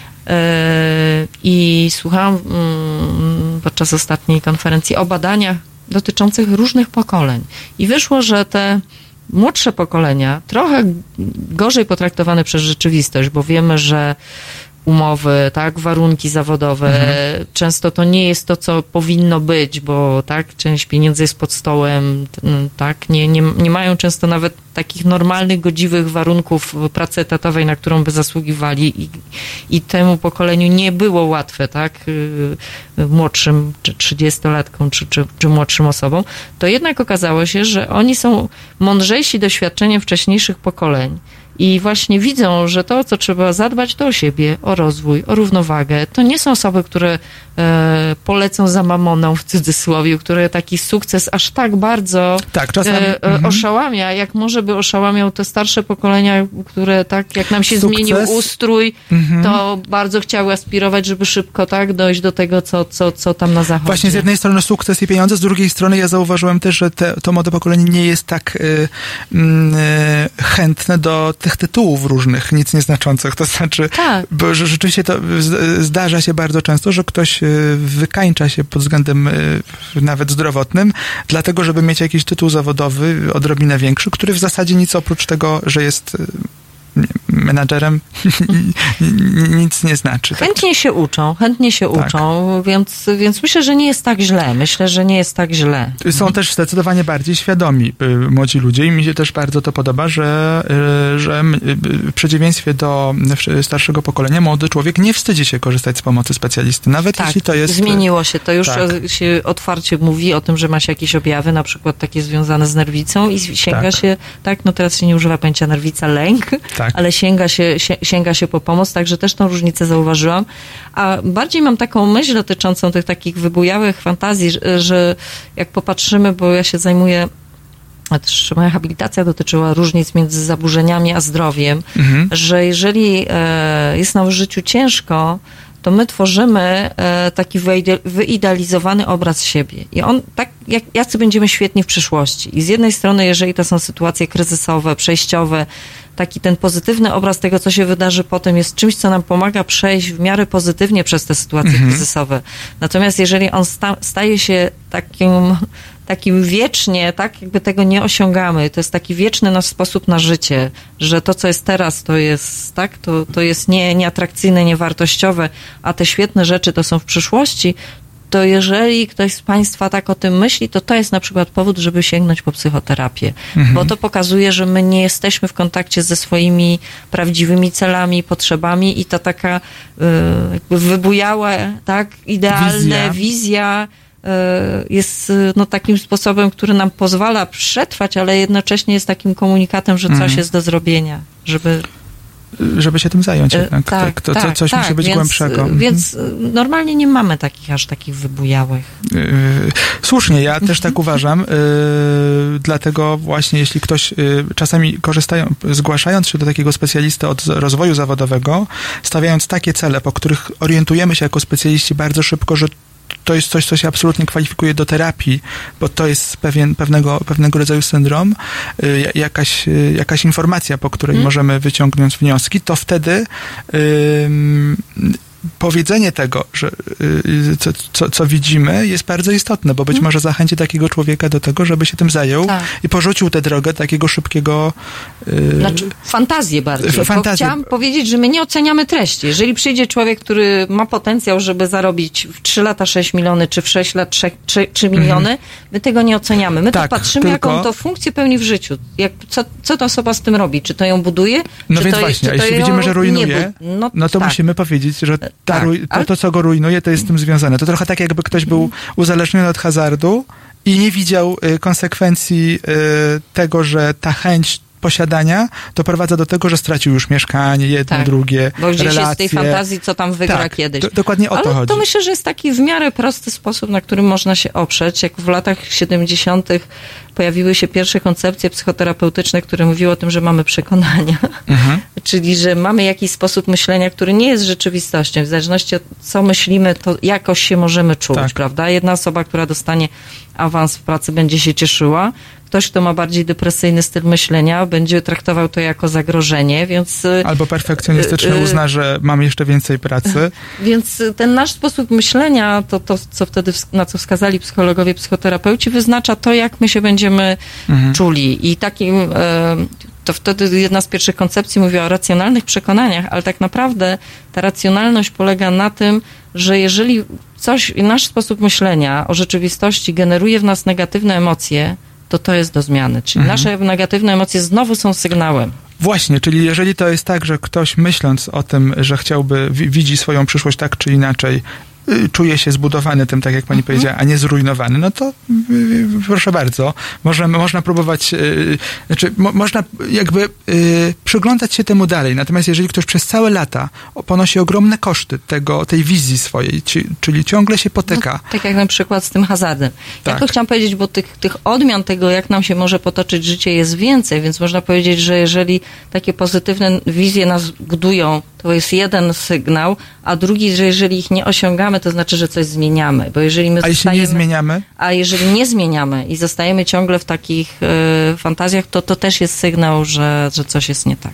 I słuchałam podczas ostatniej konferencji o badaniach dotyczących różnych pokoleń. I wyszło, że te młodsze pokolenia trochę gorzej potraktowane przez rzeczywistość, bo wiemy, że umowy, tak, warunki zawodowe. Często to nie jest to, co powinno być, bo tak, część pieniędzy jest pod stołem, tak, nie mają często nawet takich normalnych, godziwych warunków pracy etatowej, na którą by zasługiwali i temu pokoleniu nie było łatwe, tak, młodszym, czy 30-latkom, czy młodszym osobom, to jednak okazało się, że oni są mądrzejsi doświadczeniem wcześniejszych pokoleń. I właśnie widzą, że to, co trzeba zadbać, to o siebie, o rozwój, o równowagę. To nie są osoby, które polecą za mamoną, w cudzysłowie, które taki sukces aż tak bardzo oszałamia, jak może by oszałamiał te starsze pokolenia, które tak, jak nam się zmienił ustrój, to bardzo chciały aspirować, żeby szybko tak dojść do tego, co tam na zachodzie. Właśnie z jednej strony sukces i pieniądze, z drugiej strony ja zauważyłem też, że to młode pokolenie nie jest tak chętne do tych tytułów różnych, nic nieznaczących. To znaczy, bo rzeczywiście to zdarza się bardzo często, że ktoś wykańcza się pod względem nawet zdrowotnym, dlatego, żeby mieć jakiś tytuł zawodowy odrobinę większy, który w zasadzie nic oprócz tego, że jest menadżerem, nic nie znaczy. Chętnie się uczą, więc myślę, że nie jest tak źle. Są też zdecydowanie bardziej świadomi młodzi ludzie i mi się też bardzo to podoba, że w przeciwieństwie do starszego pokolenia młody człowiek nie wstydzi się korzystać z pomocy specjalisty, nawet jeśli to jest... Zmieniło się, to już się otwarcie mówi o tym, że ma się jakieś objawy, na przykład takie związane z nerwicą i sięga się, teraz się nie używa pojęcia nerwica, lęk, ale sięga się po pomoc, także też tą różnicę zauważyłam. A bardziej mam taką myśl dotyczącą tych takich wybujałych fantazji, że jak popatrzymy, bo ja się zajmuję, a też moja habilitacja dotyczyła różnic między zaburzeniami a zdrowiem, że jeżeli jest nam w życiu ciężko, to my tworzymy taki wyidealizowany obraz siebie. I on tak, jacy będziemy świetni w przyszłości. I z jednej strony, jeżeli to są sytuacje kryzysowe, przejściowe, taki ten pozytywny obraz tego, co się wydarzy potem, jest czymś, co nam pomaga przejść w miarę pozytywnie przez te sytuacje kryzysowe. Natomiast jeżeli on staje się takim wiecznie, tak, jakby tego nie osiągamy, to jest taki wieczny nasz sposób na życie, że to, co jest teraz, to jest, tak, to jest nieatrakcyjne, niewartościowe, a te świetne rzeczy to są w przyszłości, to jeżeli ktoś z Państwa tak o tym myśli, to jest na przykład powód, żeby sięgnąć po psychoterapię. Bo to pokazuje, że my nie jesteśmy w kontakcie ze swoimi prawdziwymi celami, potrzebami i ta taka jakby wybujała, tak, idealna wizja jest takim sposobem, który nam pozwala przetrwać, ale jednocześnie jest takim komunikatem, że coś jest do zrobienia, żeby się tym zająć jednak. Coś musi być głębszego. Więc normalnie nie mamy aż takich wybujałych. Słusznie, ja też tak uważam. Dlatego właśnie jeśli ktoś czasami zgłaszając się do takiego specjalisty od rozwoju zawodowego, stawiając takie cele, po których orientujemy się jako specjaliści bardzo szybko, że to jest coś, co się absolutnie kwalifikuje do terapii, bo to jest pewnego rodzaju syndrom, jakaś informacja, po której możemy wyciągnąć wnioski, to wtedy powiedzenie tego, że co widzimy, jest bardzo istotne, bo być może zachęci takiego człowieka do tego, żeby się tym zajął i porzucił tę drogę takiego szybkiego... Znaczy fantazję bardziej. Chciałam powiedzieć, że my nie oceniamy treści. Jeżeli przyjdzie człowiek, który ma potencjał, żeby zarobić w 3 lata 6 miliony, czy w 6 lat 3 miliony, my tego nie oceniamy. My to patrzymy, jaką to funkcję pełni w życiu. Co ta osoba z tym robi? Czy to ją buduje? No więc właśnie, jeśli widzimy, że rujnuje, to musimy powiedzieć, że to, co go rujnuje, to jest z tym związane. To trochę tak, jakby ktoś był uzależniony od hazardu i nie widział konsekwencji tego, że ta chęć posiadania doprowadza do tego, że stracił już mieszkanie, jedno, drugie, bo gdzieś relacje. jest z tej fantazji, co tam wygra kiedyś. Dokładnie o to chodzi. To myślę, że jest taki w miarę prosty sposób, na którym można się oprzeć. Jak w latach 70. pojawiły się pierwsze koncepcje psychoterapeutyczne, które mówiły o tym, że mamy przekonania. Czyli, że mamy jakiś sposób myślenia, który nie jest rzeczywistością. W zależności od co myślimy, to jakoś się możemy czuć, prawda? Jedna osoba, która dostanie awans w pracy, będzie się cieszyła. Ktoś, kto ma bardziej depresyjny styl myślenia, będzie traktował to jako zagrożenie, więc... Albo perfekcjonistyczny uzna, że mam jeszcze więcej pracy. Więc ten nasz sposób myślenia, to co wtedy, na co wskazali psychologowie, psychoterapeuci, wyznacza to, jak my się będziemy czuli. I takim... to wtedy jedna z pierwszych koncepcji mówiła o racjonalnych przekonaniach, ale tak naprawdę ta racjonalność polega na tym, że jeżeli nasz sposób myślenia o rzeczywistości generuje w nas negatywne emocje, to jest do zmiany. Czyli nasze negatywne emocje znowu są sygnałem. Właśnie, czyli jeżeli to jest tak, że ktoś myśląc o tym, że chciałby, widzi swoją przyszłość tak czy inaczej, czuje się zbudowany tym, tak jak pani powiedziała, a nie zrujnowany, no to proszę bardzo, można próbować, można jakby przyglądać się temu dalej. Natomiast jeżeli ktoś przez całe lata ponosi ogromne koszty tej wizji swojej, czyli ciągle się potyka. No, tak jak na przykład z tym hazardem. Tak. Ja to chciałam powiedzieć, bo tych odmian tego, jak nam się może potoczyć życie, jest więcej, więc można powiedzieć, że jeżeli takie pozytywne wizje nas budują, to jest jeden sygnał, a drugi, że jeżeli ich nie osiągamy, to znaczy, że coś zmieniamy. Bo jeżeli my jeśli nie zmieniamy? A jeżeli nie zmieniamy i zostajemy ciągle w takich fantazjach, to też jest sygnał, że coś jest nie tak.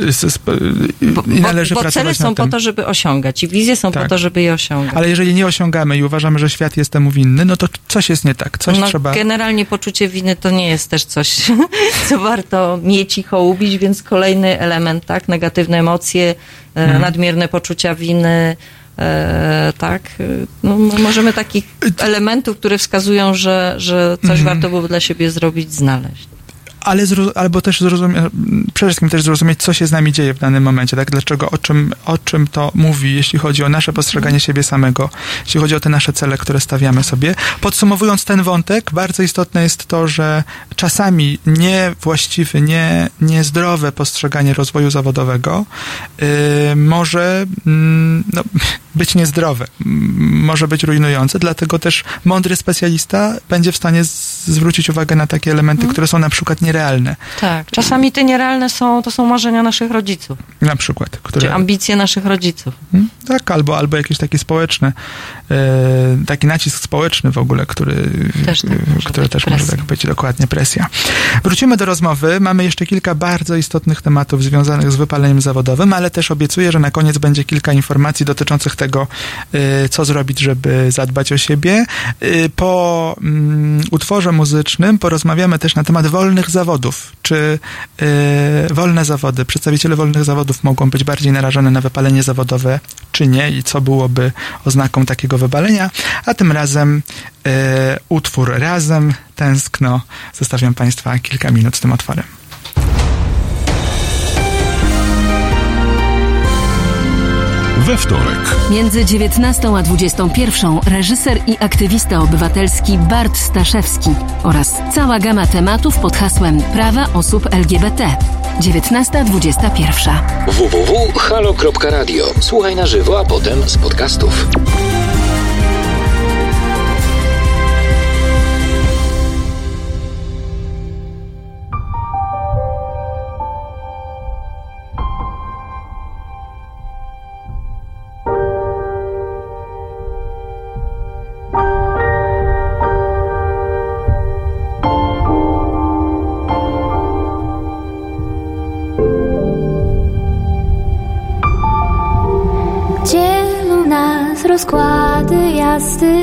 Bo cele są po to, żeby osiągać i wizje są po to, żeby je osiągać. Ale jeżeli nie osiągamy i uważamy, że świat jest temu winny, no to coś jest nie tak. Trzeba... Generalnie poczucie winy to nie jest też coś, co warto mieć i hołubić, więc kolejny element, tak? Negatywne emocje, nadmierne poczucia winy, tak? No, możemy takich elementów, które wskazują, że coś warto byłoby dla siebie zrobić, znaleźć. Albo też przede wszystkim też zrozumieć, co się z nami dzieje w danym momencie, tak? Dlaczego, o czym to mówi, jeśli chodzi o nasze postrzeganie siebie samego, jeśli chodzi o te nasze cele, które stawiamy sobie. Podsumowując ten wątek, bardzo istotne jest to, że czasami niewłaściwe, niezdrowe postrzeganie rozwoju zawodowego może być niezdrowe, może być rujnujące, dlatego też mądry specjalista będzie w stanie zwrócić uwagę na takie elementy, które są na przykład nierealne. Tak, czasami te nierealne to są marzenia naszych rodziców. Na przykład. Czy ambicje naszych rodziców. Tak, albo jakieś takie społeczne, taki nacisk społeczny w ogóle, który też może tak być, dokładnie, presja. Wrócimy do rozmowy. Mamy jeszcze kilka bardzo istotnych tematów związanych z wypaleniem zawodowym, ale też obiecuję, że na koniec będzie kilka informacji dotyczących tego, co zrobić, żeby zadbać o siebie. Po utworze muzycznym porozmawiamy też na temat wolnych zawodów. Czy wolne zawody, przedstawiciele wolnych zawodów mogą być bardziej narażone na wypalenie zawodowe, czy nie i co byłoby oznaką takiego wypalenia. A tym razem utwór Razem, Tęskno. Zostawiam Państwa kilka minut z tym utworem. We wtorek. Między 19 a 21 reżyser i aktywista obywatelski Bart Staszewski oraz cała gama tematów pod hasłem Prawa osób LGBT. 19:21. www.halo.radio. Słuchaj na żywo, a potem z podcastów. Rozkłady jazdy,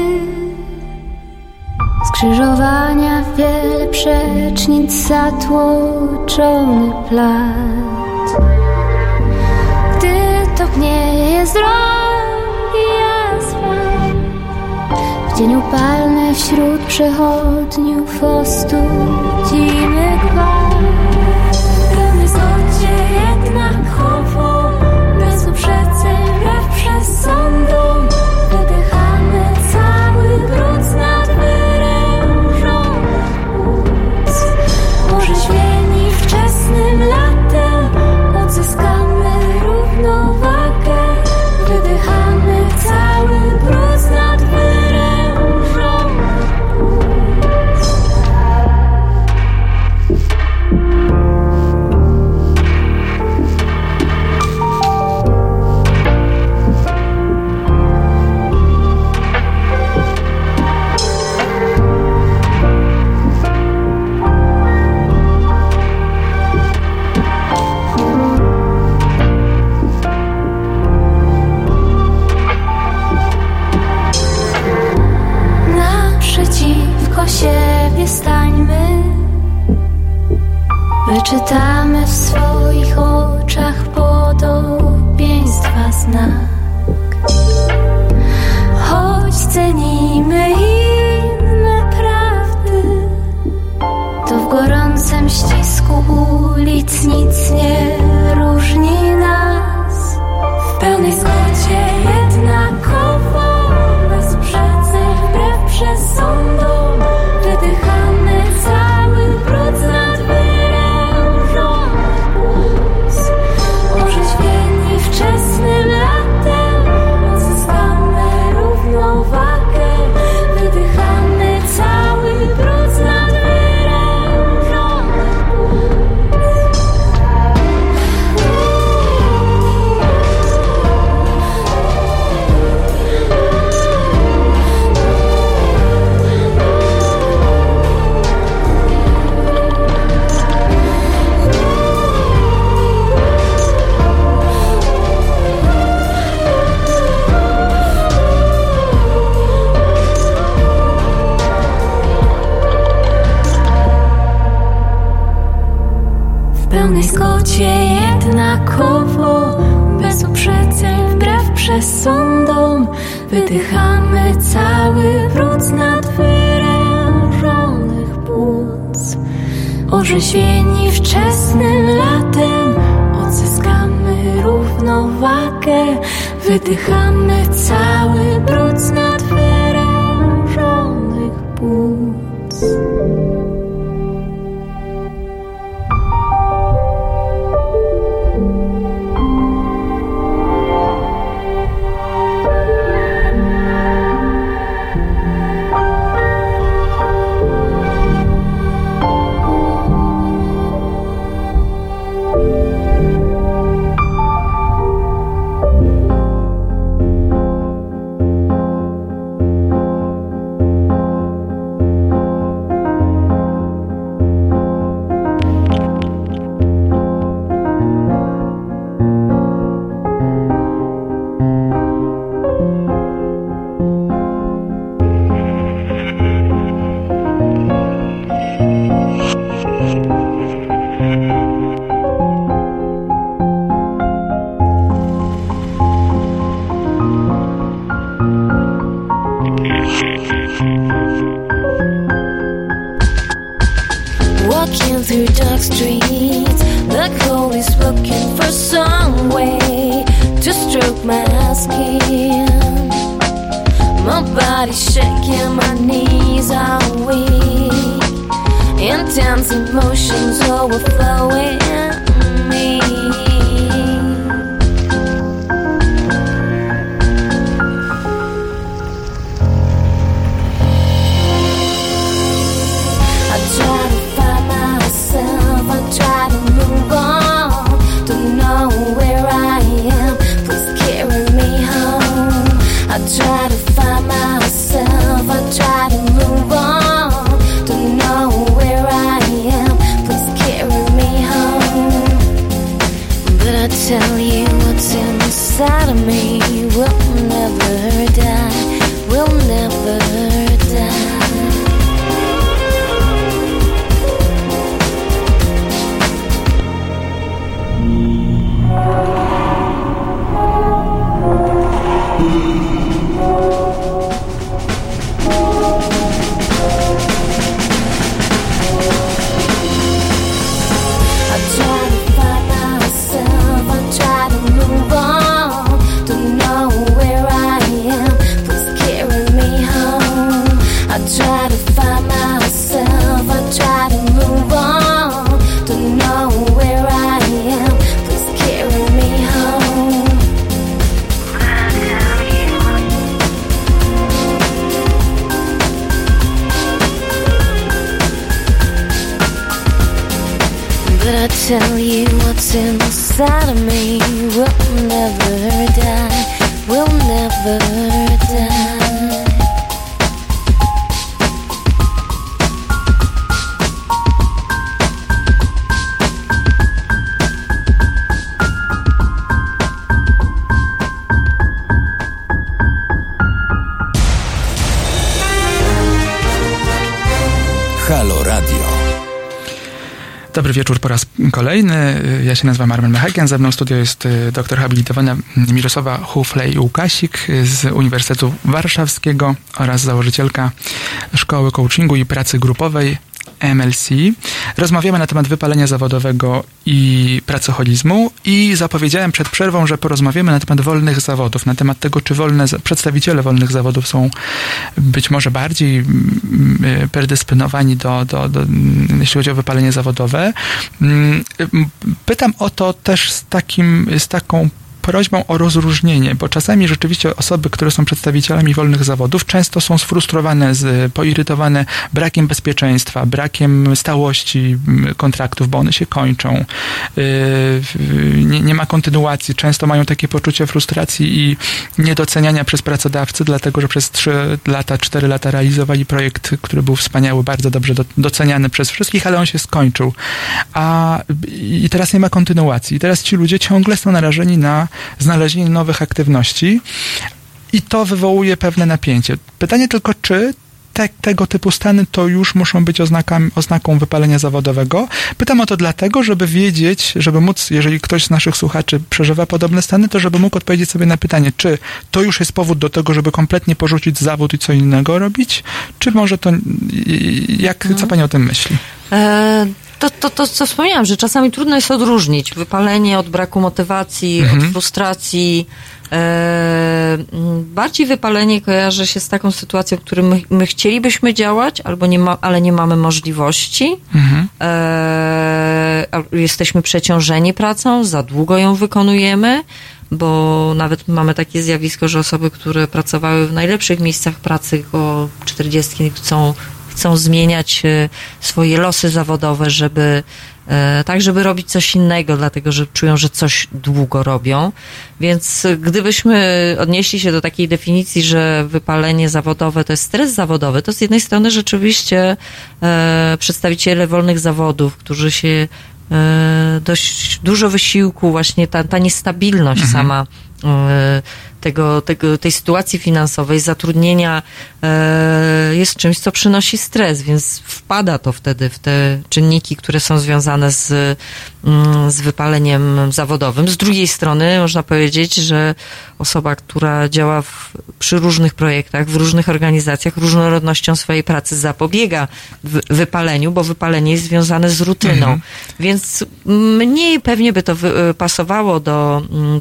skrzyżowania, wiele przecznic, zatłoczony plac. Gdy topnieje z drogi asfalt, w dzień upalny wśród przechodniów ostudzimy gwałt. Pełny zgodzie jednak chowo, bez uprzedzeń, wbrew przesądom. Wydychamy cały brud nad wyrężą płuc. Orzeźwieni wczesnym latem odzyskamy równowagę. Wydychamy cały brud nad wyrężą płuc. Czytamy w swoich oczach podobieństwa znak. Choć cenimy inne prawdy, to w gorącym ścisku ulic nic nie różni nas. W pełnej zgodzie jednakowo, bez uprzedzeń, wbrew przesądom, wydychamy cały brud z nadwyrężonych płuc. Orzeźwieni wczesnym latem, odzyskamy równowagę, wydychamy cały brud z nadwyrężonych płuc. W pełnej zgodzie jednakowo, bez uprzedzeń, wbrew przesądom, wydychamy cały brud z nadwyrężonych płuc. Orzeźwieni wczesnym latem, odzyskamy równowagę, wydychamy cały brud z nadwyrężonych płuc. Walking through dark streets, the cold is looking for some way to stroke my skin. My body's shaking, my knees are weak. Intense emotions overflowing me. I try to find myself, I try to move on. Don't know where I am, please carry me home. I try to find myself, I try to move on. Don't know where I am, please carry me home. But I tell you what's inside of me will never die, will never die. Tell you what's inside of me will never die, will never die. Dobry wieczór po raz kolejny. Ja się nazywam Armen Mechakian. Ze mną w studio jest doktor habilitowana Mirosława Huflej-Łukasik z Uniwersytetu Warszawskiego oraz założycielka Szkoły Coachingu i Pracy Grupowej MLC. Rozmawiamy na temat wypalenia zawodowego i pracoholizmu i zapowiedziałem przed przerwą, że porozmawiamy na temat wolnych zawodów, na temat tego, czy przedstawiciele wolnych zawodów są być może bardziej predysponowani do jeśli chodzi o wypalenie zawodowe. Pytam o to też z taką prośbą o rozróżnienie, bo czasami rzeczywiście osoby, które są przedstawicielami wolnych zawodów, często są sfrustrowane, poirytowane brakiem bezpieczeństwa, brakiem stałości kontraktów, bo one się kończą. Nie ma kontynuacji. Często mają takie poczucie frustracji i niedoceniania przez pracodawcę, dlatego że przez 4 lata realizowali projekt, który był wspaniały, bardzo dobrze doceniany przez wszystkich, ale on się skończył. I teraz nie ma kontynuacji. I teraz ci ludzie ciągle są narażeni na znalezienie nowych aktywności i to wywołuje pewne napięcie. Pytanie tylko, czy tego typu stany to już muszą być oznaką wypalenia zawodowego. Pytam o to dlatego, żeby wiedzieć, żeby móc, jeżeli ktoś z naszych słuchaczy przeżywa podobne stany, to żeby mógł odpowiedzieć sobie na pytanie, czy to już jest powód do tego, żeby kompletnie porzucić zawód i co innego robić, czy może to, co pani o tym myśli? To, co wspomniałam, że czasami trudno jest odróżnić wypalenie od braku motywacji, od frustracji. Bardziej wypalenie kojarzy się z taką sytuacją, w której my chcielibyśmy działać, ale nie mamy możliwości. Jesteśmy przeciążeni pracą, za długo ją wykonujemy, bo nawet mamy takie zjawisko, że osoby, które pracowały w najlepszych miejscach pracy koło 40 chcą zmieniać swoje losy zawodowe, żeby robić coś innego, dlatego że czują, że coś długo robią. Więc gdybyśmy odnieśli się do takiej definicji, że wypalenie zawodowe to jest stres zawodowy, to z jednej strony rzeczywiście przedstawiciele wolnych zawodów, którzy się dość dużo wysiłku, właśnie ta niestabilność sama tej sytuacji finansowej, zatrudnienia jest czymś, co przynosi stres, więc wpada to wtedy w te czynniki, które są związane z wypaleniem zawodowym. Z drugiej strony można powiedzieć, że osoba, która działa przy różnych projektach, w różnych organizacjach, różnorodnością swojej pracy zapobiega wypaleniu, bo wypalenie jest związane z rutyną. Więc mniej pewnie by to pasowało do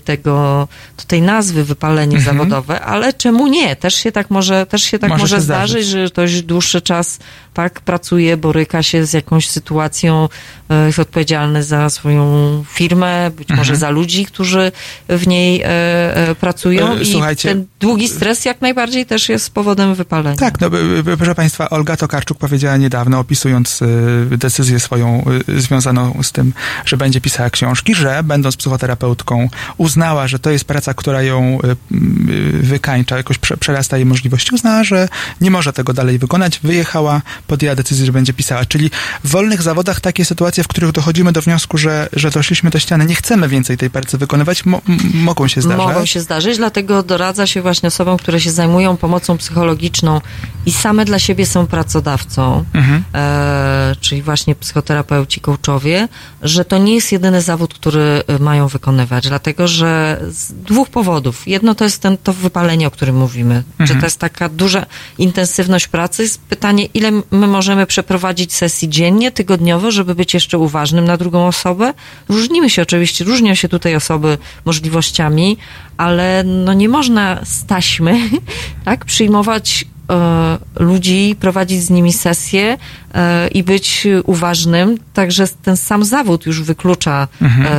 tej nazwy wypalenie zawodowe, ale czemu nie? Też się tak może zdarzyć, że ktoś dłuższy czas tak pracuje, boryka się z jakąś sytuacją, jest odpowiedzialny za swoją firmę, być może za ludzi, którzy w niej pracują. Słuchajcie, i ten długi stres jak najbardziej też jest powodem wypalenia. Tak, proszę Państwa, Olga Tokarczuk powiedziała niedawno, opisując decyzję swoją związaną z tym, że będzie pisała książki, że będąc psychoterapeutką uznała, że to jest praca, która ją wykańcza, jakoś przerasta jej możliwości, uznała, że nie może tego dalej wykonać, wyjechała, podjęła decyzję, że będzie pisała. Czyli w wolnych zawodach takie sytuacje, w których dochodzimy do wniosku, że doszliśmy do ściany, nie chcemy więcej tej pracy wykonywać, mogą się zdarzać. Mogą się zdarzyć, dlatego doradza się właśnie osobom, które się zajmują pomocą psychologiczną i same dla siebie są pracodawcą, czyli właśnie psychoterapeuci, coachowie, że to nie jest jedyny zawód, który mają wykonywać, dlatego że z dwóch powodów. Jedno to jest to wypalenie, o którym mówimy, że to jest taka duża intensywność pracy. Jest pytanie, ile my możemy przeprowadzić sesji dziennie, tygodniowo, żeby być jeszcze uważnym na drugą osobę. Różnią się tutaj osoby możliwościami, ale nie można z taśmy przyjmować ludzi, prowadzić z nimi sesje i być uważnym. Także ten sam zawód już wyklucza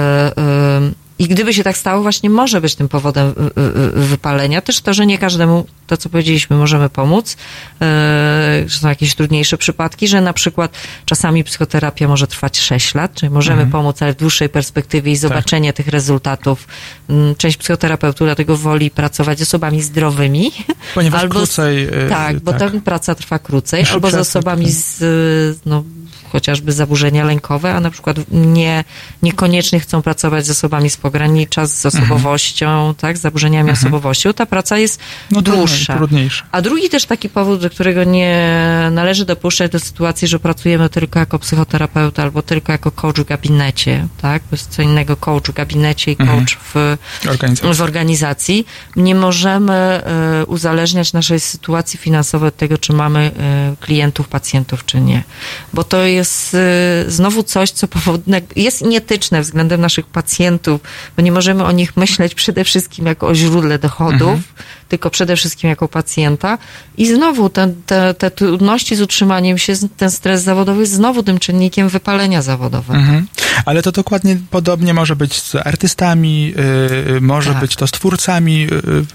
i gdyby się tak stało, właśnie może być tym powodem wypalenia. Też to, że nie każdemu, to co powiedzieliśmy, możemy pomóc, że są jakieś trudniejsze przypadki, że na przykład czasami psychoterapia może trwać 6 lat, czyli możemy pomóc, ale w dłuższej perspektywie i zobaczenie tych rezultatów. Część psychoterapeutów dlatego woli pracować z osobami zdrowymi. Ponieważ krócej... bo ta praca trwa krócej. Albo z osobami chociażby zaburzenia lękowe, a na przykład niekoniecznie chcą pracować z osobami z pogranicza, z osobowością, tak, z zaburzeniami osobowością, ta praca jest dłuższa. Trudniejsza. A drugi też taki powód, do którego nie należy dopuszczać do sytuacji, że pracujemy tylko jako psychoterapeuta albo tylko jako coach w gabinecie, tak, bo jest co innego coach w gabinecie i coach w organizacji. Nie możemy uzależniać naszej sytuacji finansowej od tego, czy mamy klientów, pacjentów, czy nie. Bo to jest znowu coś, co jest nieetyczne względem naszych pacjentów, bo nie możemy o nich myśleć przede wszystkim jako o źródle dochodów, tylko przede wszystkim jako pacjenta. I znowu te trudności z utrzymaniem się, ten stres zawodowy jest znowu tym czynnikiem wypalenia zawodowego. Ale to dokładnie podobnie może być z artystami, może być to z twórcami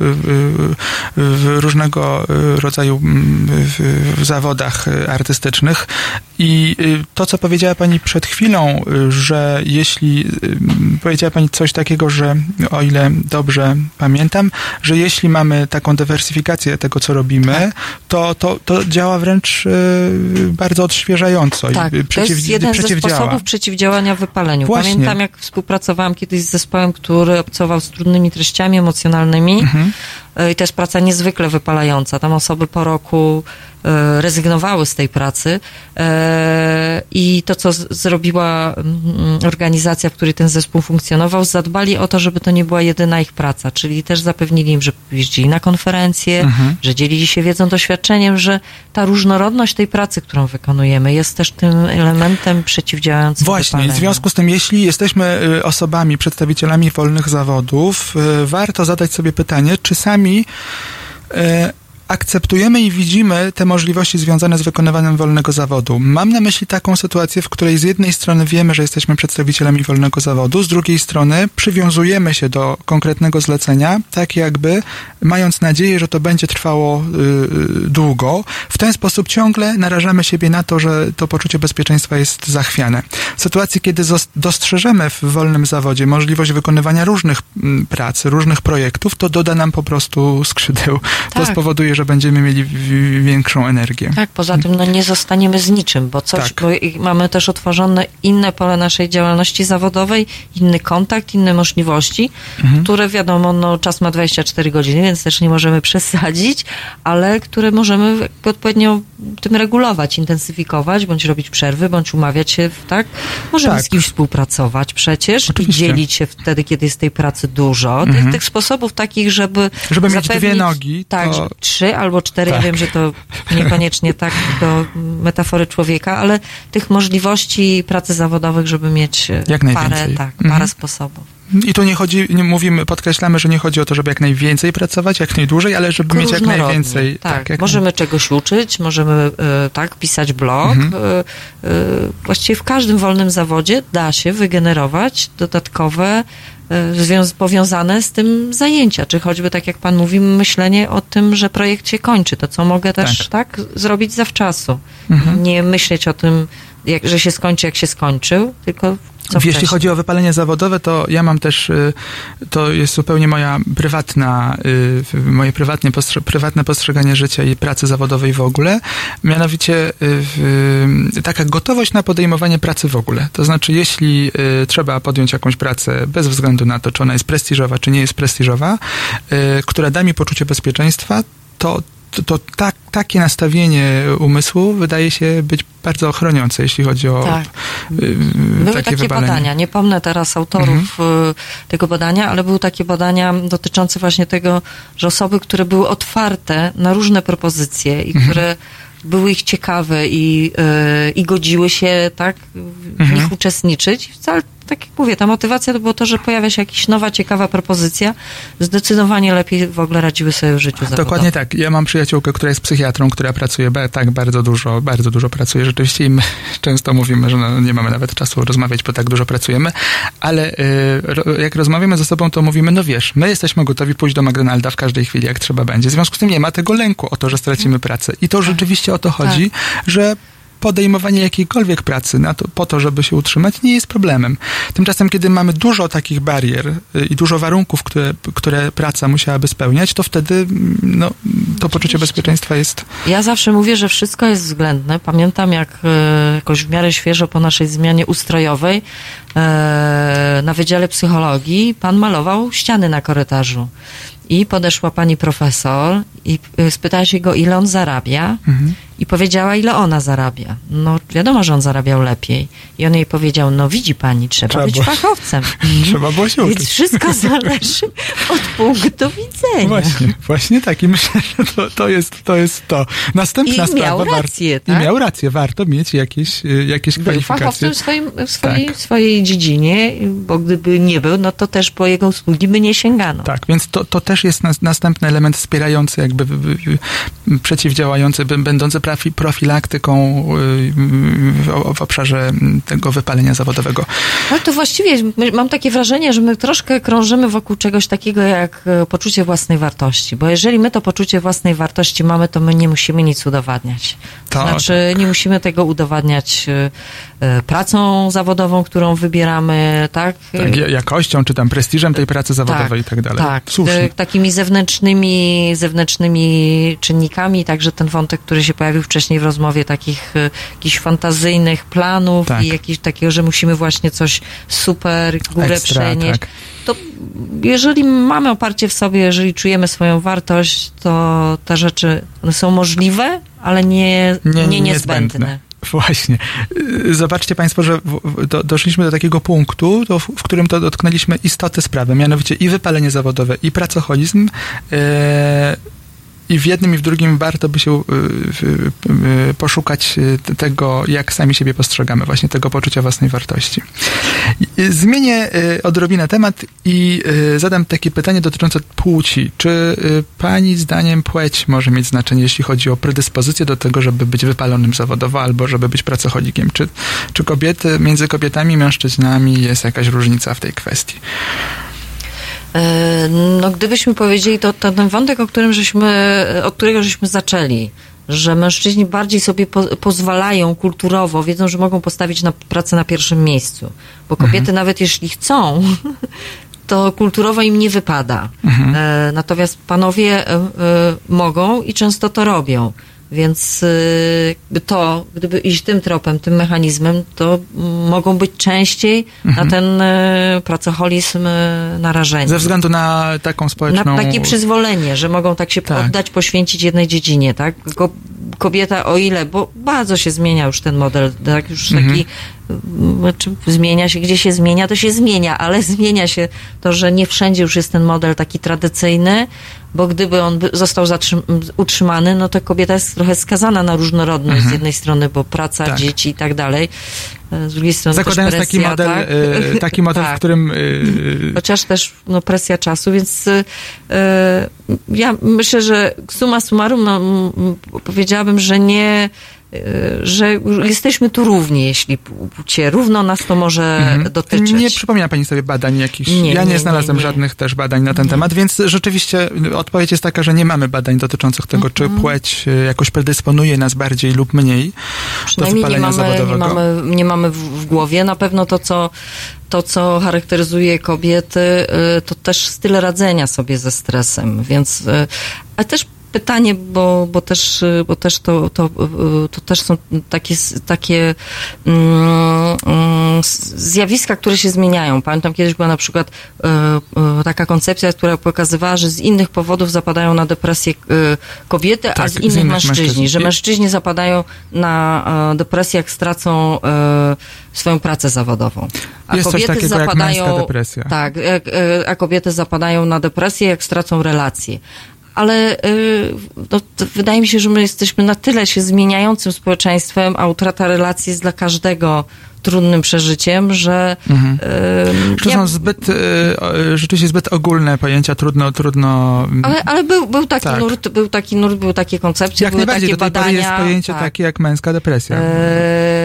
w różnego rodzaju w zawodach artystycznych. I to, co powiedziała pani przed chwilą, że jeśli powiedziała pani coś takiego, że o ile dobrze pamiętam, że jeśli mamy taką dywersyfikację tego, co robimy, to działa wręcz bardzo odświeżająco. Tak, to jest jeden ze sposobów przeciwdziałania wypaleniu. Właśnie. Pamiętam, jak współpracowałam kiedyś z zespołem, który obcował z trudnymi treściami emocjonalnymi. I to jest praca niezwykle wypalająca. Tam osoby po roku rezygnowały z tej pracy i to, co zrobiła organizacja, w której ten zespół funkcjonował, zadbali o to, żeby to nie była jedyna ich praca, czyli też zapewnili im, że jeździli na konferencje, że dzielili się wiedzą, doświadczeniem, że ta różnorodność tej pracy, którą wykonujemy, jest też tym elementem przeciwdziałającym wypaleniu. W związku z tym, jeśli jesteśmy osobami, przedstawicielami wolnych zawodów, warto zadać sobie pytanie, czy sami akceptujemy i widzimy te możliwości związane z wykonywaniem wolnego zawodu. Mam na myśli taką sytuację, w której z jednej strony wiemy, że jesteśmy przedstawicielami wolnego zawodu, z drugiej strony przywiązujemy się do konkretnego zlecenia, tak jakby mając nadzieję, że to będzie trwało długo. W ten sposób ciągle narażamy siebie na to, że to poczucie bezpieczeństwa jest zachwiane. W sytuacji, kiedy dostrzeżemy w wolnym zawodzie możliwość wykonywania różnych prac, różnych projektów, to doda nam po prostu skrzydeł. To spowoduje, że będziemy mieli większą energię. Tak, poza tym nie zostaniemy z niczym, bo bo mamy też otworzone inne pole naszej działalności zawodowej, inny kontakt, inne możliwości, które wiadomo, czas ma 24 godziny, więc też nie możemy przesadzić, ale które możemy odpowiednio tym regulować, intensyfikować, bądź robić przerwy, bądź umawiać się, tak? Możemy z kimś współpracować przecież. Oczywiście. I dzielić się wtedy, kiedy jest tej pracy dużo. Tych sposobów takich, żeby mieć dwie nogi. Tak, 3 albo 4, ja wiem, że to niekoniecznie tak do metafory człowieka, ale tych możliwości pracy zawodowych, żeby mieć parę sposobów. I tu podkreślamy, że nie chodzi o to, żeby jak najwięcej pracować, jak najdłużej, ale żeby mieć jak najwięcej. Możemy czegoś uczyć, możemy pisać blog. Właściwie w każdym wolnym zawodzie da się wygenerować dodatkowe powiązane z tym zajęcia, czy choćby, tak jak pan mówi, myślenie o tym, że projekt się kończy, to co mogę też zrobić zawczasu. Nie myśleć o tym, że się skończy, jak się skończył, tylko jeśli chodzi o wypalenie zawodowe, to ja mam też, to jest zupełnie moje prywatne postrzeganie życia i pracy zawodowej w ogóle, mianowicie taka gotowość na podejmowanie pracy w ogóle. To znaczy, jeśli trzeba podjąć jakąś pracę bez względu na to, czy ona jest prestiżowa, czy nie jest prestiżowa, która da mi poczucie bezpieczeństwa, to takie nastawienie umysłu wydaje się być bardzo chroniące, jeśli chodzi o Były takie badania, nie pomnę teraz autorów tego badania, ale były takie badania dotyczące właśnie tego, że osoby, które były otwarte na różne propozycje i które były ich ciekawe i godziły się w nich uczestniczyć. Wcale, tak jak mówię, ta motywacja to było to, że pojawia się jakaś nowa, ciekawa propozycja. Zdecydowanie lepiej w ogóle radziły sobie w życiu zawodowym. Dokładnie tak. Ja mam przyjaciółkę, która jest psychiatrą, która pracuje bardzo dużo pracuje rzeczywiście i my często mówimy, że nie mamy nawet czasu rozmawiać, bo tak dużo pracujemy, ale jak rozmawiamy ze sobą, to mówimy, my jesteśmy gotowi pójść do McDonalda w każdej chwili, jak trzeba będzie. W związku z tym nie ma tego lęku o to, że stracimy pracę. I to rzeczywiście o to chodzi, że podejmowanie jakiejkolwiek pracy po to, żeby się utrzymać, nie jest problemem. Tymczasem, kiedy mamy dużo takich barier i dużo warunków, które praca musiałaby spełniać, to wtedy to poczucie bezpieczeństwa jest... Ja zawsze mówię, że wszystko jest względne. Pamiętam, jak jakoś w miarę świeżo po naszej zmianie ustrojowej na Wydziale Psychologii pan malował ściany na korytarzu. I podeszła pani profesor i spytała się go, ile on zarabia, i powiedziała, ile ona zarabia. No wiadomo, że on zarabiał lepiej. I on jej powiedział, no widzi pani, trzeba być fachowcem. Trzeba było się uczyć. Więc wszystko zależy od punktu widzenia. Właśnie tak. I myślę, że to jest to. Następna sprawa. Miał rację, tak? I miał rację. Warto mieć jakieś kwalifikacje. Fachowcem w swojej dziedzinie, bo gdyby nie był, no to też po jego usługi by nie sięgano. Tak, więc to też jest następny element wspierający, jakby przeciwdziałający, będący profilaktyką w obszarze tego wypalenia zawodowego. Ale to właściwie mam takie wrażenie, że my troszkę krążymy wokół czegoś takiego jak poczucie własnej wartości, bo jeżeli my to poczucie własnej wartości mamy, to my nie musimy nic udowadniać. Nie musimy tego udowadniać pracą zawodową, którą wybieramy, tak? Jakością, czy tam prestiżem tej pracy zawodowej i tak dalej. Tak, takimi zewnętrznymi czynnikami, także ten wątek, który się pojawił wcześniej w rozmowie, takich jakichś fantazyjnych planów i jakiś takiego, że musimy właśnie coś super górę przenieść. Tak. To jeżeli mamy oparcie w sobie, jeżeli czujemy swoją wartość, to te rzeczy one są możliwe, ale nie niezbędne. Właśnie. Zobaczcie Państwo, że doszliśmy do takiego punktu, w którym to dotknęliśmy istoty sprawy, mianowicie i wypalenie zawodowe, i pracoholizm, i w jednym i w drugim warto by się poszukać tego, jak sami siebie postrzegamy, właśnie tego poczucia własnej wartości. Zmienię odrobinę temat i zadam takie pytanie dotyczące płci. Czy pani zdaniem płeć może mieć znaczenie, jeśli chodzi o predyspozycję do tego, żeby być wypalonym zawodowo albo żeby być pracocholikiem? Czy między kobietami i mężczyznami jest jakaś różnica w tej kwestii? No, gdybyśmy powiedzieli, to ten wątek, od którego żeśmy zaczęli, że mężczyźni bardziej sobie pozwalają kulturowo, wiedzą, że mogą postawić pracę na pierwszym miejscu, bo kobiety nawet jeśli chcą, to kulturowo im nie wypada. Natomiast panowie mogą i często to robią. Więc gdyby iść tym tropem, tym mechanizmem, to mogą być częściej na ten pracoholizm narażeni. Ze względu na taką społeczną... Na takie przyzwolenie, że mogą tak się oddać, poświęcić jednej dziedzinie, tak? Kobieta o ile, bo bardzo się zmienia już ten model, tak? Już taki zmienia się, gdzie się zmienia, to się zmienia, ale zmienia się to, że nie wszędzie już jest ten model taki tradycyjny, bo gdyby on został utrzymany, no to kobieta jest trochę skazana na różnorodność z jednej strony, bo praca, dzieci i tak dalej. Z drugiej strony zakładając też presja, taki model, w którym... Chociaż też presja czasu, więc ja myślę, że summa summarum powiedziałabym, że jesteśmy tu równi, jeśli płcie równo nas to może dotyczyć. Nie przypomina pani sobie badań jakichś? Ja nie znalazłem żadnych też badań na ten temat, więc rzeczywiście odpowiedź jest taka, że nie mamy badań dotyczących tego, czy płeć jakoś predysponuje nas bardziej lub mniej do wypalenia zawodowego. Nie mamy w głowie. Na pewno to, co charakteryzuje kobiety, to też styl radzenia sobie ze stresem, więc ale też pytanie, bo też to też są takie zjawiska, które się zmieniają. Pamiętam, kiedyś była na przykład taka koncepcja, która pokazywała, że z innych powodów zapadają na depresję kobiety, a z innych mężczyźni. Że mężczyźni zapadają na depresję, jak stracą swoją pracę zawodową. A jest kobiety coś takiego zapadają, jak męska depresja. Tak, a kobiety zapadają na depresję, jak stracą relacje. Ale wydaje mi się, że my jesteśmy na tyle się zmieniającym społeczeństwem, a utrata relacji jest dla każdego trudnym przeżyciem, że... To są rzeczywiście zbyt ogólne pojęcia, trudno... Ale był taki nurt, były takie koncepcje, jak były najbardziej, takie do tej badania. Pory jest pojęcie takie jak męska depresja.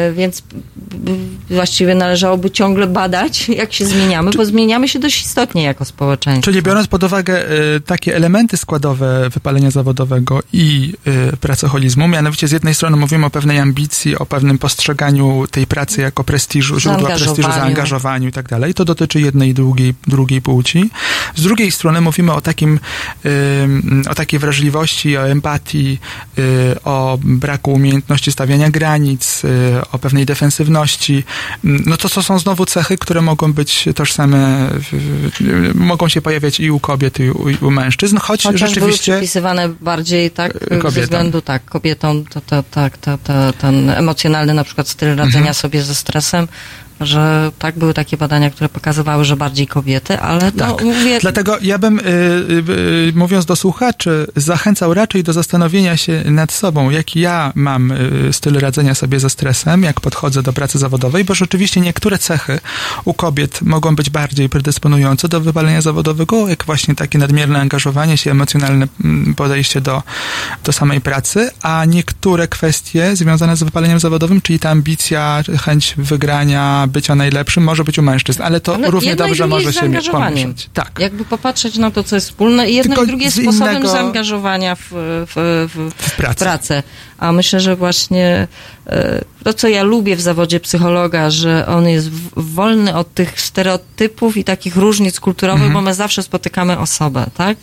Więc właściwie należałoby ciągle badać, jak się zmieniamy, bo zmieniamy się dość istotnie jako społeczeństwo. Czyli biorąc pod uwagę takie elementy składowe wypalenia zawodowego i pracoholizmu, mianowicie z jednej strony mówimy o pewnej ambicji, o pewnym postrzeganiu tej pracy jako prestiżu, źródła prestiżu, zaangażowaniu i tak dalej. To dotyczy jednej i drugiej płci. Z drugiej strony mówimy o takiej wrażliwości, o empatii, o braku umiejętności stawiania granic, o pewnej defensywności. No to są znowu cechy, które mogą być tożsame, mogą się pojawiać i u kobiet, i u mężczyzn, chociaż rzeczywiście były przypisywane bardziej kobietom. Ze względu kobietom ten emocjonalny na przykład styl radzenia sobie ze stresem, że były takie badania, które pokazywały, że bardziej kobiety, ale mówię... Dlatego ja bym, mówiąc do słuchaczy, zachęcał raczej do zastanowienia się nad sobą, jaki ja mam styl radzenia sobie ze stresem, jak podchodzę do pracy zawodowej, bo rzeczywiście niektóre cechy u kobiet mogą być bardziej predysponujące do wypalenia zawodowego, jak właśnie takie nadmierne angażowanie się, emocjonalne podejście do samej pracy, a niektóre kwestie związane z wypaleniem zawodowym, czyli ta ambicja, chęć wygrania, bycia najlepszym, może być u mężczyzn, ale równie dobrze może się pomieszać. Tak. Jakby popatrzeć na to, co jest wspólne i jedno i drugie jest sposobem zaangażowania w pracę. A myślę, że właśnie to, co ja lubię w zawodzie psychologa, że on jest wolny od tych stereotypów i takich różnic kulturowych, bo my zawsze spotykamy osobę, tak?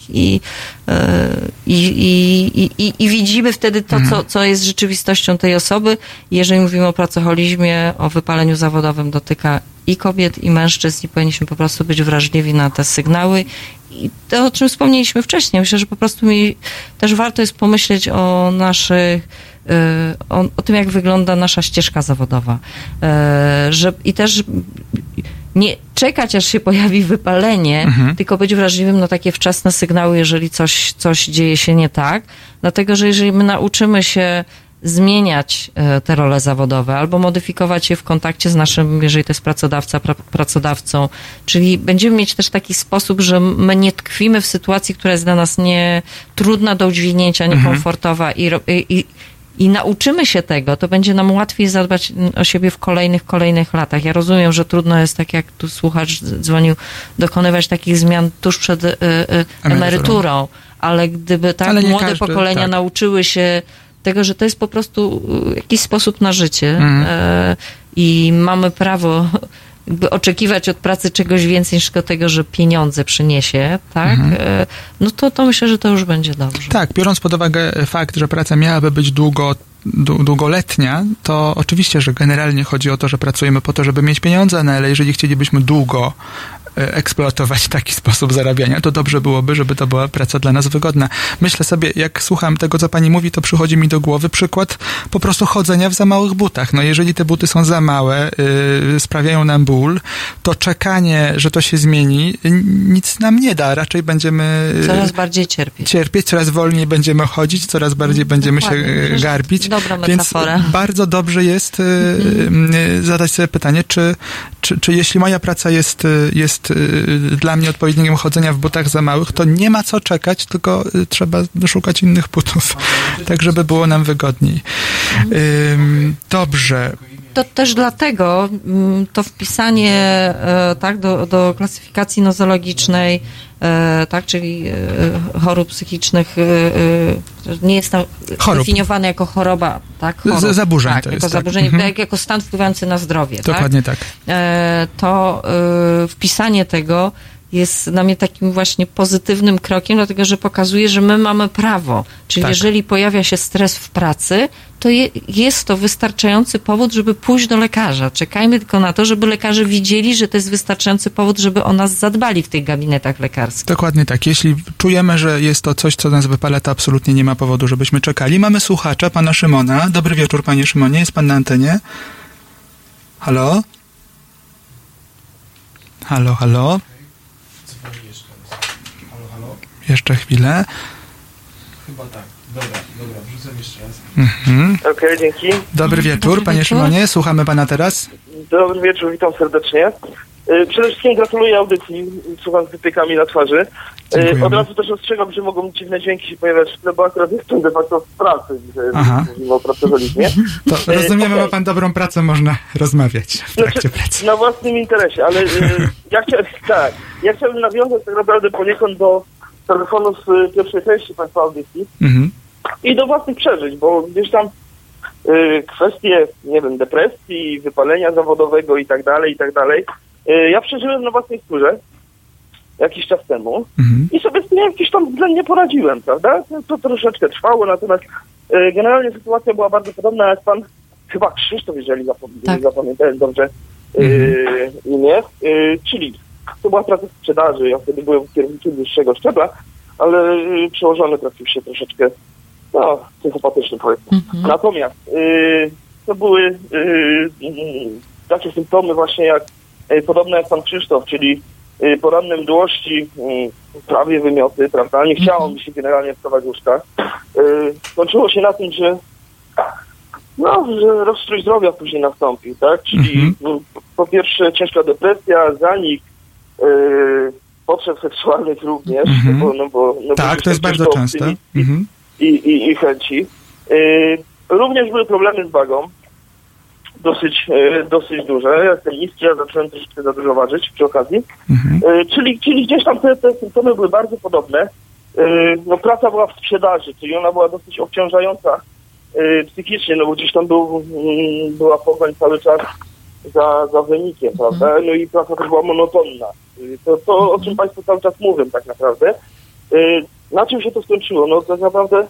I widzimy wtedy to, co jest rzeczywistością tej osoby. Jeżeli mówimy o pracoholizmie, o wypaleniu zawodowym, dotyka i kobiet, i mężczyzn i powinniśmy po prostu być wrażliwi na te sygnały. I to, o czym wspomnieliśmy wcześniej, myślę, że po prostu też warto jest pomyśleć o naszych, o tym, jak wygląda nasza ścieżka zawodowa. I też nie czekać, aż się pojawi wypalenie, tylko być wrażliwym na takie wczesne sygnały, jeżeli coś dzieje się nie tak. Dlatego, że jeżeli my nauczymy się zmieniać te role zawodowe albo modyfikować je w kontakcie z naszym, jeżeli to jest pracodawca, pracodawcą, czyli będziemy mieć też taki sposób, że my nie tkwimy w sytuacji, która jest dla nas trudna do udźwignięcia, niekomfortowa i nauczymy się tego, to będzie nam łatwiej zadbać o siebie w kolejnych latach. Ja rozumiem, że trudno jest, tak jak tu słuchacz dzwonił, dokonywać takich zmian tuż przed emeryturą, ale gdyby młode pokolenia nauczyły się tego, że to jest po prostu jakiś sposób na życie i mamy prawo oczekiwać od pracy czegoś więcej niż tylko tego, że pieniądze przyniesie, tak? No to myślę, że to już będzie dobrze. Tak, biorąc pod uwagę fakt, że praca miałaby być długoletnia, to oczywiście, że generalnie chodzi o to, że pracujemy po to, żeby mieć pieniądze, no ale jeżeli chcielibyśmy długo eksploatować taki sposób zarabiania, to dobrze byłoby, żeby to była praca dla nas wygodna. Myślę sobie, jak słucham tego, co pani mówi, to przychodzi mi do głowy przykład po prostu chodzenia w za małych butach. No jeżeli te buty są za małe, sprawiają nam ból, to czekanie, że to się zmieni, nic nam nie da. Raczej będziemy coraz bardziej cierpieć, coraz wolniej będziemy chodzić, coraz bardziej będziemy się garbić. Dobra metafora. Więc bardzo dobrze jest zadać sobie pytanie, czy jeśli moja praca jest dla mnie odpowiednikiem chodzenia w butach za małych, to nie ma co czekać, tylko trzeba szukać innych butów, tak żeby było nam wygodniej. Dobrze. To też dlatego to wpisanie do klasyfikacji nozologicznej, czyli chorób psychicznych, nie jest tam definiowane jako choroba, tak? Zaburzeń tak, to jako jest. Zaburzenie, jako stan wpływający na zdrowie. Dokładnie tak. To wpisanie tego jest dla mnie takim właśnie pozytywnym krokiem, dlatego że pokazuje, że my mamy prawo. Czyli jeżeli pojawia się stres w pracy, to jest to wystarczający powód, żeby pójść do lekarza. Czekajmy tylko na to, żeby lekarze widzieli, że to jest wystarczający powód, żeby o nas zadbali w tych gabinetach lekarskich. Dokładnie tak. Jeśli czujemy, że jest to coś, co nas wypala, to absolutnie nie ma powodu, żebyśmy czekali. Mamy słuchacza, pana Szymona. Dobry wieczór, panie Szymonie. Jest pan na antenie? Halo? Halo, halo? Jeszcze chwilę. Chyba tak. Dobra, wrzucę jeszcze raz. Okej, dzięki. Dobry wieczór, panie Szymonie. Słuchamy pana teraz. Dobry wieczór, witam serdecznie. Przede wszystkim gratuluję audycji, słucham z wypiekami na twarzy. Od razu też ostrzegam, że mogą dziwne dźwięki się pojawiać, bo akurat jestem de facto w pracy, mówimy o pracowalizmie. To rozumiemy, ma pan dobrą pracę, można rozmawiać w trakcie pracy. Na własnym interesie, ale ja chciałbym nawiązać tak naprawdę poniekąd do telefonu z pierwszej części państwa audycji i do własnych przeżyć, bo gdzieś tam kwestie, nie wiem, depresji, wypalenia zawodowego i tak dalej, ja przeżyłem na własnej skórze jakiś czas temu i sobie z tym jakiś tam względnie poradziłem, prawda? To troszeczkę trwało, natomiast generalnie sytuacja była bardzo podobna, jak pan chyba Krzysztof, jeżeli zapamiętałem dobrze imię, czyli to była praca sprzedaży, ja wtedy byłem kierownikiem wyższego szczebla, ale przełożony trafił się troszeczkę psychopatyczny, powiedzmy. Natomiast to były takie symptomy właśnie jak podobne jak pan Krzysztof, czyli poranne mdłości, prawie wymioty, prawda? Nie chciało mi się generalnie wstawać z łóżka. Skończyło się na tym, że rozstrój zdrowia później nastąpił, tak? Czyli po pierwsze ciężka depresja, zanik potrzeb seksualnych również, bo tak, to jest bardzo częste. I chęci. Również były problemy z wagą, dosyć duże. Ja jestem niski, ja zacząłem troszeczkę za dużo ważyć przy okazji. Czyli gdzieś tam te symptomy były bardzo podobne. Praca była w sprzedaży, czyli ona była dosyć obciążająca psychicznie, bo gdzieś tam była pogoń cały czas za wynikiem, prawda? No i praca też była monotonna. To o czym państwo cały czas mówią tak naprawdę. Na czym się to skończyło? No tak naprawdę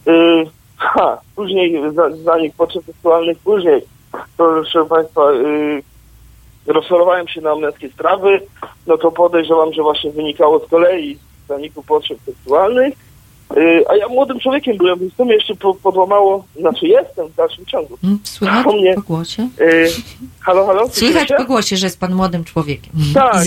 później zanik potrzeb seksualnych, później proszę państwa, rozchorowałem się na męskie sprawy, no to podejrzewam, że właśnie wynikało z kolei z zaniku potrzeb seksualnych, a ja młodym człowiekiem byłem, więc to mnie jeszcze podłamało, jestem w dalszym ciągu. Słychać po głosie? Halo? Słychać po głosie, że jest pan młodym człowiekiem. Tak,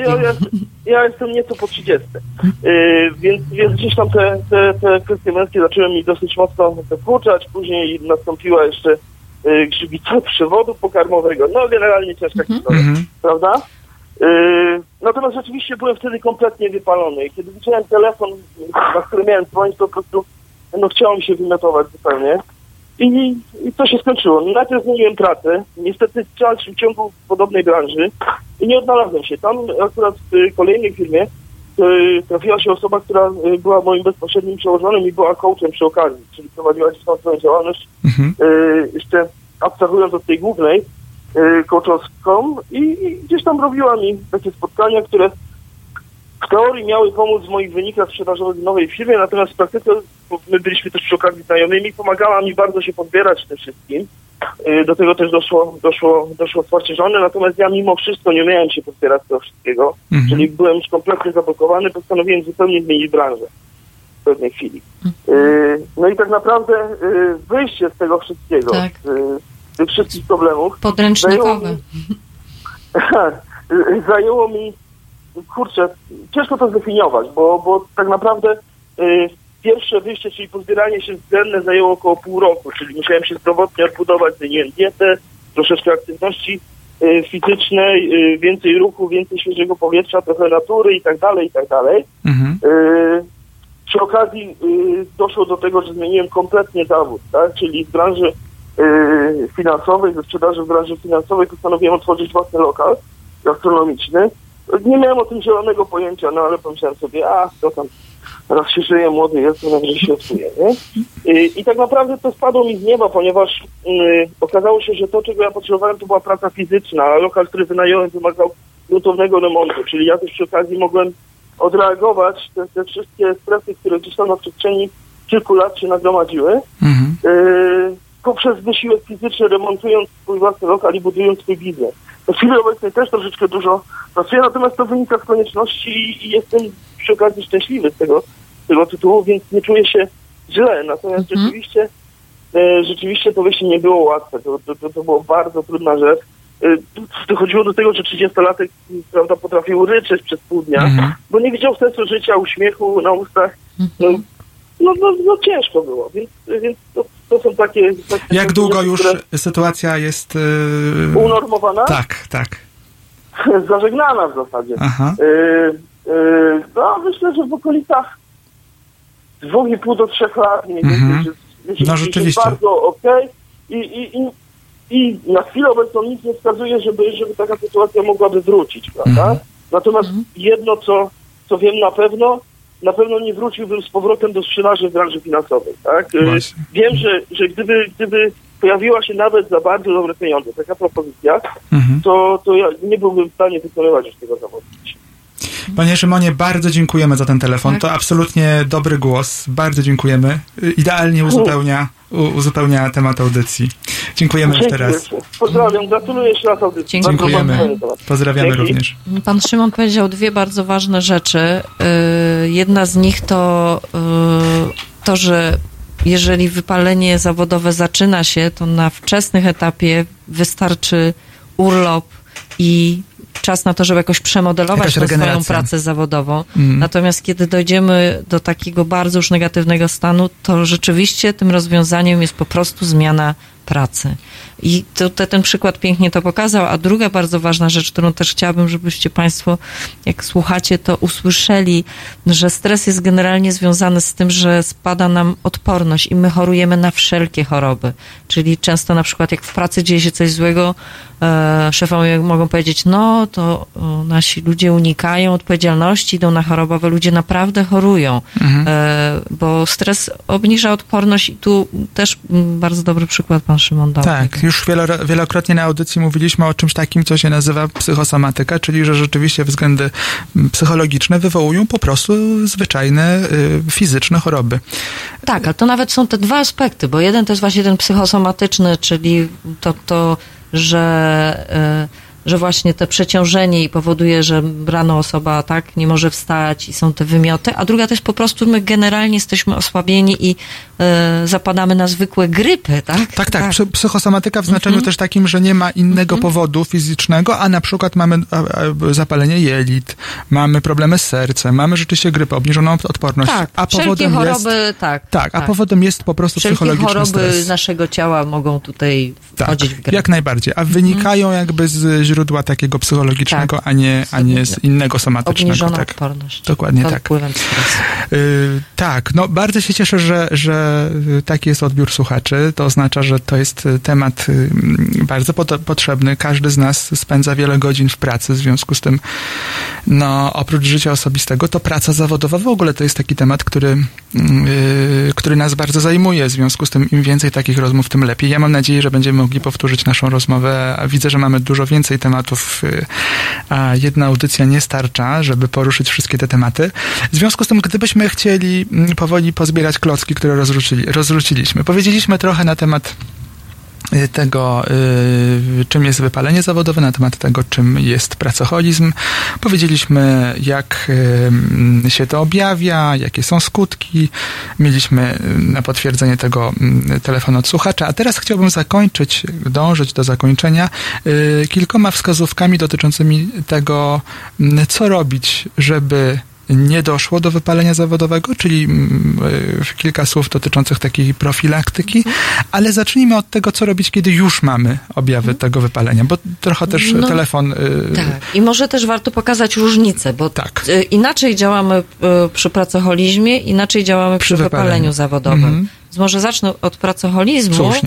ja jestem nieco po 30. Więc gdzieś tam te kwestie męskie zaczęły mi dosyć mocno dokuczać, później nastąpiła jeszcze grzybica przewodu pokarmowego, generalnie ciężka historia, prawda? Natomiast rzeczywiście byłem wtedy kompletnie wypalony i kiedy widziałem telefon, na który miałem dzwonić, to po prostu chciało mi się wymiotować zupełnie i to się skończyło. Najpierw zmieniłem pracę, niestety w dalszym ciągu w podobnej branży i nie odnalazłem się. Tam akurat w kolejnej firmie trafiła się osoba, która była moim bezpośrednim przełożonym i była coachem przy okazji, czyli prowadziła gdzieś tam swoją działalność, jeszcze abstrahując od tej głównej, coachowską i gdzieś tam robiła mi takie spotkania, które w teorii miały pomóc w moich wynikach sprzedażowych w nowej firmie, natomiast w praktyce, bo my byliśmy też przy okazji znajomymi, pomagała mi bardzo się podbierać w tym wszystkim. Do tego też doszło wsparcie żony, natomiast ja mimo wszystko nie umiałem się podbierać z tego wszystkiego, czyli byłem już kompletnie zablokowany, postanowiłem zupełnie zmienić branżę w pewnej chwili. No i tak naprawdę wyjście z tego wszystkiego, z tych wszystkich problemów podręcznikowe zajęło mi, ciężko to zdefiniować, bo tak naprawdę pierwsze wyjście, czyli pozbieranie się względne zajęło około pół roku, czyli musiałem się zdrowotnie odbudować, zmieniłem dietę, troszeczkę aktywności fizycznej, więcej ruchu, więcej świeżego powietrza, trochę natury i tak dalej. Przy okazji doszło do tego, że zmieniłem kompletnie zawód, tak? Czyli z branży finansowej, ze sprzedaży w branży finansowej postanowiłem otworzyć własny lokal gastronomiczny. Nie miałem o tym zielonego pojęcia, ale pomyślałem sobie, to tam raz się żyje, młody jest, to najwyżej się odczuje, nie? I tak naprawdę to spadło mi z nieba, ponieważ okazało się, że to, czego ja potrzebowałem, to była praca fizyczna, a lokal, który wynająłem, wymagał gruntownego remontu, czyli ja też przy okazji mogłem odreagować te wszystkie stresy, które gdzieś tam na przestrzeni kilku lat się nagromadziły, poprzez wysiłek fizyczny, remontując swój własny lokal i budując swój biznes. W chwili obecnej też troszeczkę dużo pracuję, natomiast to wynika z konieczności i jestem przy okazji szczęśliwy z tego tytułu, więc nie czuję się źle. Natomiast rzeczywiście to wyjście nie było łatwe. To było bardzo trudna rzecz. Dochodziło do tego, że 30-latek, prawda, potrafił ryczeć przez pół dnia, bo nie widział sensu życia, uśmiechu na ustach. No ciężko było, więc to są takie jak długo już sytuacja jest unormowana? Tak. zażegnana w zasadzie. No myślę, że w okolicach 2,5 do 3 lat mniej więcej. No rzeczywiście. Bardzo okej. I na chwilę obecną nic nie wskazuje, żeby taka sytuacja mogłaby wrócić, prawda? Natomiast jedno, co wiem na pewno nie wróciłbym z powrotem do sprzedaży w branży finansowej, tak? Wiem, że gdyby pojawiła się nawet za bardzo dobre pieniądze taka propozycja, to ja nie byłbym w stanie wykonywać już tego zawodu. Panie Szymonie, bardzo dziękujemy za ten telefon. To absolutnie dobry głos. Bardzo dziękujemy. Idealnie uzupełnia temat audycji. Dziękujemy jeszcze raz. Pozdrawiam, gratuluję jeszcze raz audycji. Dziękujemy. Pozdrawiamy również. Pan Szymon powiedział 2 bardzo ważne rzeczy. Jedna z nich to, że jeżeli wypalenie zawodowe zaczyna się, to na wczesnym etapie wystarczy urlop i czas na to, żeby jakoś przemodelować swoją pracę zawodową. Natomiast kiedy dojdziemy do takiego bardzo już negatywnego stanu, to rzeczywiście tym rozwiązaniem jest po prostu zmiana pracy. I ten przykład pięknie to pokazał. A druga bardzo ważna rzecz, którą też chciałabym, żebyście Państwo, jak słuchacie, to usłyszeli, że stres jest generalnie związany z tym, że spada nam odporność i my chorujemy na wszelkie choroby. Czyli często na przykład jak w pracy dzieje się coś złego, szefowie mogą powiedzieć, no to nasi ludzie unikają odpowiedzialności, idą na chorobowe, ludzie naprawdę chorują, bo stres obniża odporność i tu też bardzo dobry przykład pan Szymon dał. Tak, już wielokrotnie na audycji mówiliśmy o czymś takim, co się nazywa psychosomatyka, czyli że rzeczywiście względy psychologiczne wywołują po prostu zwyczajne fizyczne choroby. Tak, ale to nawet są te 2 aspekty, bo jeden to jest właśnie ten psychosomatyczny, czyli to że właśnie te przeciążenie i powoduje, że rano osoba tak nie może wstać i są te wymioty, a druga to jest po prostu my generalnie jesteśmy osłabieni i zapadamy na zwykłe grypy, tak? Tak. Psychosomatyka w znaczeniu też takim, że nie ma innego powodu fizycznego, a na przykład mamy zapalenie jelit, mamy problemy z sercem, mamy rzeczywiście grypę, obniżoną odporność. Tak, a wszelkie choroby, a powodem jest po prostu psychologiczny choroby stres. naszego ciała mogą tutaj wchodzić w grę. Jak najbardziej, a wynikają jakby z źródła takiego psychologicznego, a nie z innego somatycznego. Obniżona odporność. Dokładnie tak. Wpływem stresu. Tak, no bardzo się cieszę, że taki jest odbiór słuchaczy. To oznacza, że to jest temat bardzo potrzebny. Każdy z nas spędza wiele godzin w pracy, w związku z tym no oprócz życia osobistego, to praca zawodowa w ogóle to jest taki temat, który nas bardzo zajmuje. W związku z tym im więcej takich rozmów, tym lepiej. Ja mam nadzieję, że będziemy mogli powtórzyć naszą rozmowę. Widzę, że mamy dużo więcej tematów, a jedna audycja nie starcza, żeby poruszyć wszystkie te tematy. W związku z tym, gdybyśmy chcieli powoli pozbierać klocki, które rozrzuciliśmy. Powiedzieliśmy trochę na temat tego, czym jest wypalenie zawodowe, na temat tego, czym jest pracoholizm. Powiedzieliśmy, jak się to objawia, jakie są skutki. Mieliśmy na potwierdzenie tego telefon od słuchacza, a teraz chciałbym dążyć do zakończenia kilkoma wskazówkami dotyczącymi tego, co robić, żeby nie doszło do wypalenia zawodowego, czyli kilka słów dotyczących takiej profilaktyki, ale zacznijmy od tego, co robić, kiedy już mamy objawy tego wypalenia, bo trochę też telefon... Tak, i może też warto pokazać różnicę, bo inaczej działamy przy pracoholizmie, inaczej działamy przy wypaleniu zawodowym. Więc może zacznę od pracoholizmu. Słusznie.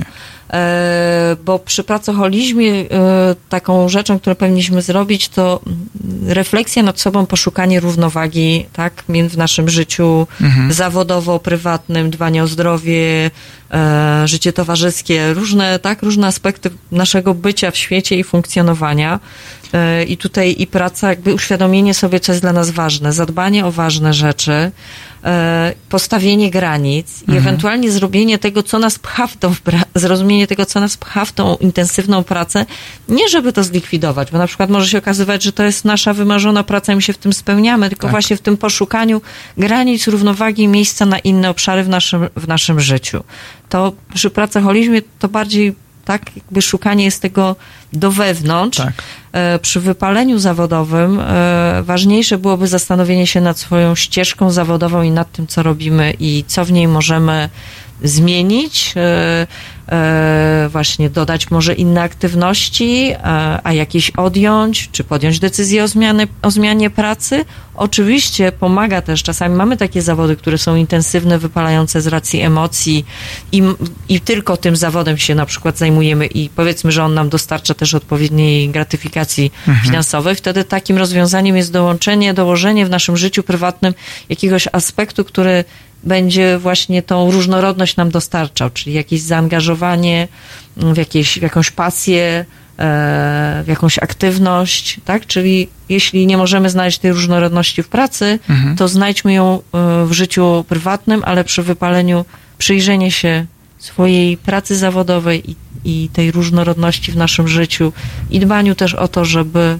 Bo przy pracoholizmie taką rzeczą, którą powinniśmy zrobić, to refleksja nad sobą, poszukanie równowagi, tak, w naszym życiu zawodowo-prywatnym, dbanie o zdrowie, życie towarzyskie, różne aspekty naszego bycia w świecie i funkcjonowania. I tutaj i praca, jakby uświadomienie sobie, co jest dla nas ważne, zadbanie o ważne rzeczy, postawienie granic i ewentualnie zrobienie tego, co nas pcha zrozumienie tego, co nas pcha w tą intensywną pracę, nie żeby to zlikwidować, bo na przykład może się okazywać, że to jest nasza wymarzona praca i my się w tym spełniamy, tylko właśnie w tym poszukaniu granic, równowagi i miejsca na inne obszary w naszym życiu. To przy pracoholizmie to bardziej tak, jakby szukanie jest tego do wewnątrz. Tak. Przy wypaleniu zawodowym ważniejsze byłoby zastanowienie się nad swoją ścieżką zawodową i nad tym, co robimy i co w niej możemy zmienić, właśnie dodać może inne aktywności, a jakieś odjąć, czy podjąć decyzję o zmianie pracy. Oczywiście pomaga też, czasami mamy takie zawody, które są intensywne, wypalające z racji emocji i tylko tym zawodem się na przykład zajmujemy i powiedzmy, że on nam dostarcza też odpowiedniej gratyfikacji finansowej. Wtedy takim rozwiązaniem jest dołożenie w naszym życiu prywatnym jakiegoś aspektu, który będzie właśnie tą różnorodność nam dostarczał, czyli jakieś zaangażowanie w jakąś pasję, w jakąś aktywność, tak? Czyli jeśli nie możemy znaleźć tej różnorodności w pracy, to znajdźmy ją w życiu prywatnym, ale przy wypaleniu przyjrzenie się swojej pracy zawodowej i tej różnorodności w naszym życiu i dbaniu też o to, żeby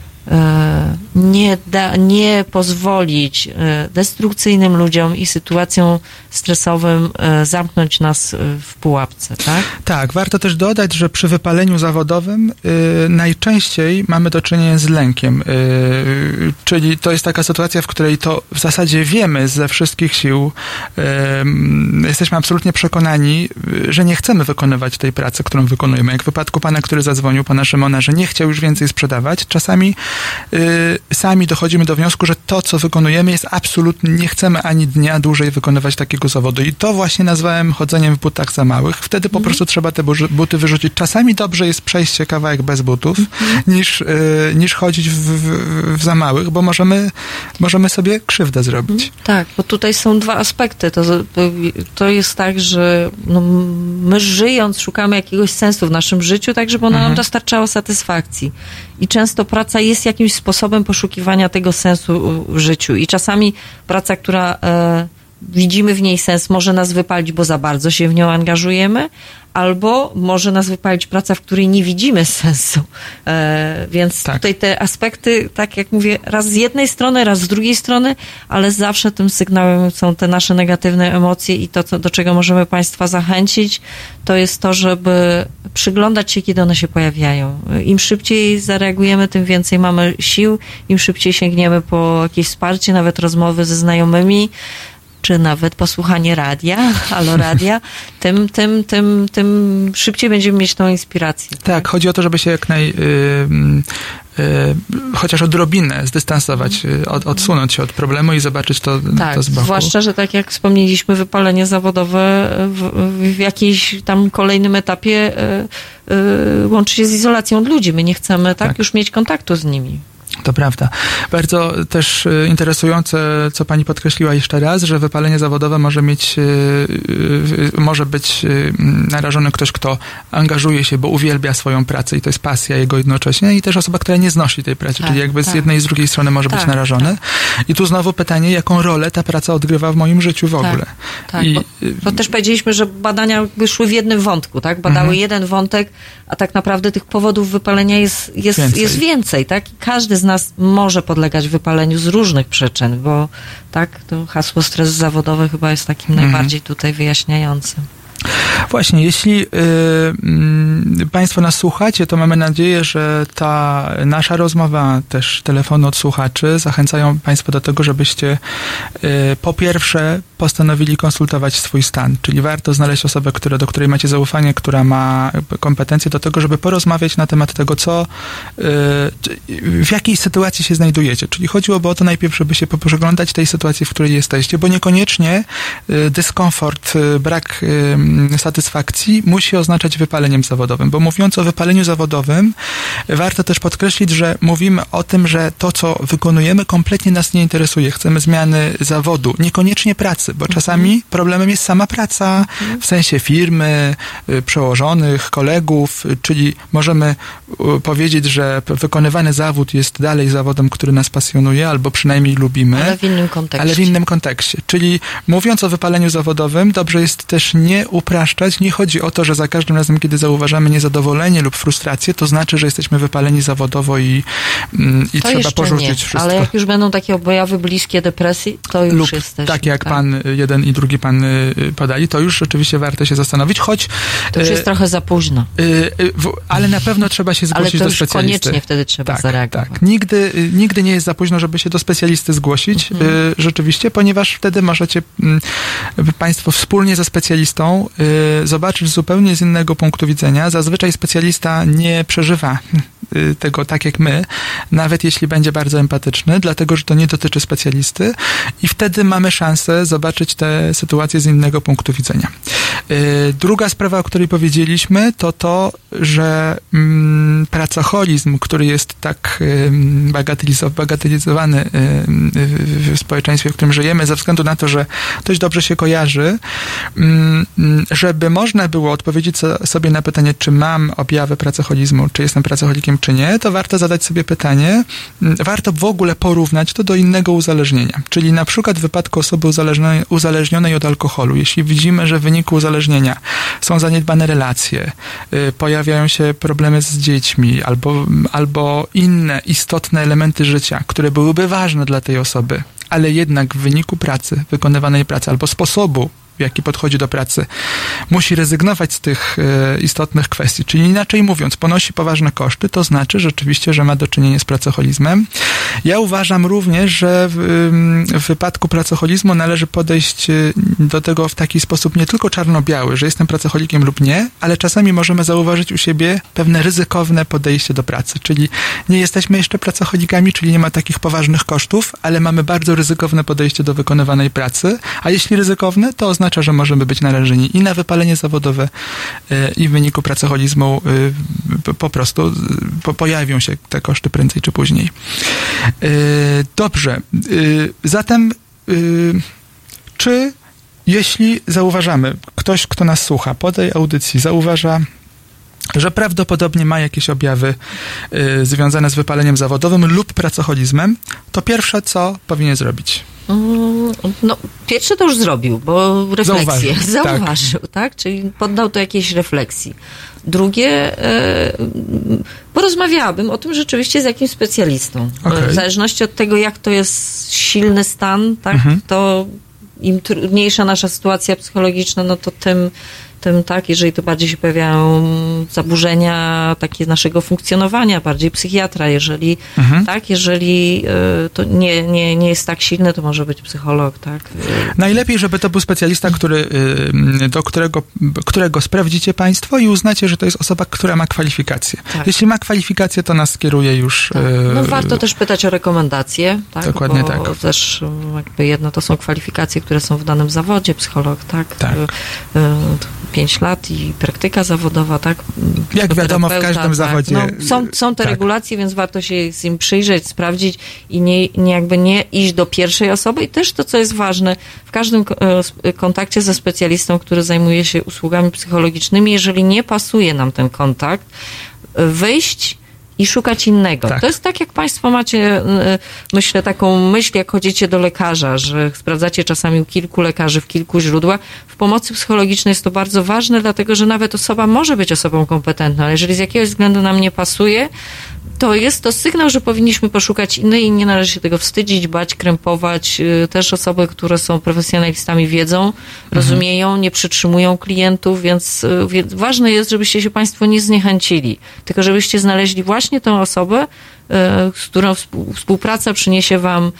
nie pozwolić destrukcyjnym ludziom i sytuacjom stresowym zamknąć nas w pułapce, tak? Tak, warto też dodać, że przy wypaleniu zawodowym najczęściej mamy do czynienia z lękiem, czyli to jest taka sytuacja, w której to w zasadzie wiemy ze wszystkich sił, jesteśmy absolutnie przekonani, że nie chcemy wykonywać tej pracy, którą wykonujemy. Jak w wypadku pana, który zadzwonił, pana Szymona, że nie chciał już więcej sprzedawać, czasami sami dochodzimy do wniosku, że to, co wykonujemy, jest absolutnie, nie chcemy ani dnia dłużej wykonywać takiego zawodu. I to właśnie nazwałem chodzeniem w butach za małych. Wtedy po prostu trzeba te buty wyrzucić. Czasami dobrze jest przejść się kawałek bez butów, niż chodzić w za małych, bo możemy sobie krzywdę zrobić. Tak, bo tutaj są dwa aspekty. To jest tak, że my żyjąc szukamy jakiegoś sensu w naszym życiu, tak żeby ona nam dostarczała satysfakcji. I często praca jest jakimś sposobem poszukiwania tego sensu w życiu. I czasami praca, która widzimy w niej sens, może nas wypalić, bo za bardzo się w nią angażujemy, albo może nas wypalić praca, w której nie widzimy sensu. Więc tutaj te aspekty, tak jak mówię, raz z jednej strony, raz z drugiej strony, ale zawsze tym sygnałem są te nasze negatywne emocje i to, do czego możemy Państwa zachęcić, to jest to, żeby przyglądać się, kiedy one się pojawiają. Im szybciej zareagujemy, tym więcej mamy sił, im szybciej sięgniemy po jakieś wsparcie, nawet rozmowy ze znajomymi, czy nawet posłuchanie radia, radia, tym szybciej będziemy mieć tą inspirację. Tak, chodzi o to, żeby się chociaż odrobinę zdystansować, odsunąć się od problemu i zobaczyć to z boku. Zwłaszcza, że tak jak wspomnieliśmy, wypalenie zawodowe w jakiejś tam kolejnym etapie łączy się z izolacją od ludzi. My nie chcemy już mieć kontaktu z nimi. To prawda. Bardzo też interesujące, co pani podkreśliła jeszcze raz, że wypalenie zawodowe może być narażony ktoś, kto angażuje się, bo uwielbia swoją pracę i to jest pasja jego jednocześnie i też osoba, która nie znosi tej pracy, czyli jakby z jednej i z drugiej strony może być narażony. I tu znowu pytanie, jaką rolę ta praca odgrywa w moim życiu w ogóle. Tak, bo też powiedzieliśmy, że badania szły w jednym wątku, tak? Badały jeden wątek, a tak naprawdę tych powodów wypalenia jest więcej, tak? I każdy z nas może podlegać wypaleniu z różnych przyczyn, bo to hasło stres zawodowy chyba jest takim najbardziej tutaj wyjaśniającym. Właśnie, jeśli Państwo nas słuchacie, to mamy nadzieję, że ta nasza rozmowa, też telefony od słuchaczy zachęcają Państwa do tego, żebyście po pierwsze postanowili konsultować swój stan, czyli warto znaleźć osobę, do której macie zaufanie, która ma kompetencje do tego, żeby porozmawiać na temat tego, w jakiej sytuacji się znajdujecie. Czyli chodziłoby o to najpierw, żeby się poprzyglądać tej sytuacji, w której jesteście, bo niekoniecznie dyskomfort, brak satysfakcji musi oznaczać wypaleniem zawodowym, bo mówiąc o wypaleniu zawodowym, warto też podkreślić, że mówimy o tym, że to, co wykonujemy, kompletnie nas nie interesuje. Chcemy zmiany zawodu, niekoniecznie pracy, bo czasami problemem jest sama praca, w sensie firmy, przełożonych, kolegów, czyli możemy powiedzieć, że wykonywany zawód jest dalej zawodem, który nas pasjonuje, albo przynajmniej lubimy. Ale w innym kontekście. Czyli mówiąc o wypaleniu zawodowym, dobrze jest też nie upraszczać. Nie chodzi o to, że za każdym razem, kiedy zauważamy niezadowolenie lub frustrację, to znaczy, że jesteśmy wypaleni zawodowo i trzeba porzucić wszystko. Ale jak już będą takie objawy bliskie depresji, to już jesteśmy. Tak jak pan jeden i drugi pan podali, to już rzeczywiście warto się zastanowić, choć... To już jest trochę za późno. Ale na pewno trzeba się zgłosić do specjalisty. Ale to już koniecznie wtedy trzeba zareagować. Tak. Nigdy nie jest za późno, żeby się do specjalisty zgłosić, rzeczywiście, ponieważ wtedy możecie Państwo wspólnie ze specjalistą zobaczyć zupełnie z innego punktu widzenia. Zazwyczaj specjalista nie przeżywa tego tak jak my, nawet jeśli będzie bardzo empatyczny, dlatego, że to nie dotyczy specjalisty i wtedy mamy szansę zobaczyć tę sytuację z innego punktu widzenia. Druga sprawa, o której powiedzieliśmy, to, że pracoholizm, który jest tak bagatelizowany w społeczeństwie, w którym żyjemy, ze względu na to, że dość dobrze się kojarzy, żeby można było odpowiedzieć sobie na pytanie, czy mam objawy pracoholizmu, czy jestem pracoholikiem, czy nie, to warto zadać sobie pytanie, warto w ogóle porównać to do innego uzależnienia. Czyli na przykład w wypadku osoby uzależnionej od alkoholu, jeśli widzimy, że w wyniku uzależnienia są zaniedbane relacje, pojawiają się problemy z dziećmi albo inne istotne elementy życia, które byłyby ważne dla tej osoby, ale jednak w wyniku pracy, wykonywanej pracy albo sposobu, w jaki podchodzi do pracy, musi rezygnować z tych istotnych kwestii. Czyli inaczej mówiąc, ponosi poważne koszty, to znaczy rzeczywiście, że ma do czynienia z pracoholizmem. Ja uważam również, że w wypadku pracoholizmu należy podejść do tego w taki sposób nie tylko czarno-biały, że jestem pracoholikiem lub nie, ale czasami możemy zauważyć u siebie pewne ryzykowne podejście do pracy. Czyli nie jesteśmy jeszcze pracoholikami, czyli nie ma takich poważnych kosztów, ale mamy bardzo ryzykowne podejście do wykonywanej pracy, a jeśli ryzykowne, to oznacza, że możemy być narażeni i na wypalenie zawodowe i w wyniku pracoholizmu po prostu pojawią się te koszty prędzej czy później. Dobrze. Zatem czy jeśli zauważamy, ktoś, kto nas słucha po tej audycji, zauważa, że prawdopodobnie ma jakieś objawy związane z wypaleniem zawodowym lub pracoholizmem, to pierwsze, co powinien zrobić? No, pierwsze to już zrobił, bo refleksję zauważył, tak? Czyli poddał to jakiejś refleksji. Drugie, porozmawiałabym o tym rzeczywiście z jakimś specjalistą. W zależności od tego, jak to jest silny stan, tak? To im trudniejsza nasza sytuacja psychologiczna, no to tym tak, jeżeli to bardziej się pojawiają zaburzenia takie naszego funkcjonowania, bardziej psychiatra, jeżeli to nie jest tak silne, to może być psycholog, tak? Najlepiej, żeby to był specjalista, do którego sprawdzicie państwo i uznacie, że to jest osoba, która ma kwalifikacje. Tak. Jeśli ma kwalifikacje, to nas skieruje już... Tak. No warto też pytać o rekomendacje, tak? Dokładnie bo tak. Też jakby jedno to są kwalifikacje, które są w danym zawodzie, psycholog, tak? 5 lat i praktyka zawodowa, tak? Jak wiadomo, w każdym zawodzie. No, są te regulacje, więc warto się z nim przyjrzeć, sprawdzić i nie iść do pierwszej osoby. I też to, co jest ważne, w każdym kontakcie ze specjalistą, który zajmuje się usługami psychologicznymi, jeżeli nie pasuje nam ten kontakt, wyjść i szukać innego. Tak. To jest tak, jak państwo macie, myślę, taką myśl, jak chodzicie do lekarza, że sprawdzacie czasami u kilku lekarzy, w kilku źródłach. W pomocy psychologicznej jest to bardzo ważne, dlatego, że nawet osoba może być osobą kompetentną, ale jeżeli z jakiegoś względu nam nie pasuje, to jest to sygnał, że powinniśmy poszukać innej i nie należy się tego wstydzić, bać, krępować. Też osoby, które są profesjonalistami, wiedzą, rozumieją, nie przytrzymują klientów, więc ważne jest, żebyście się państwo nie zniechęcili, tylko żebyście znaleźli właśnie tę osobę, z którą współpraca przyniesie wam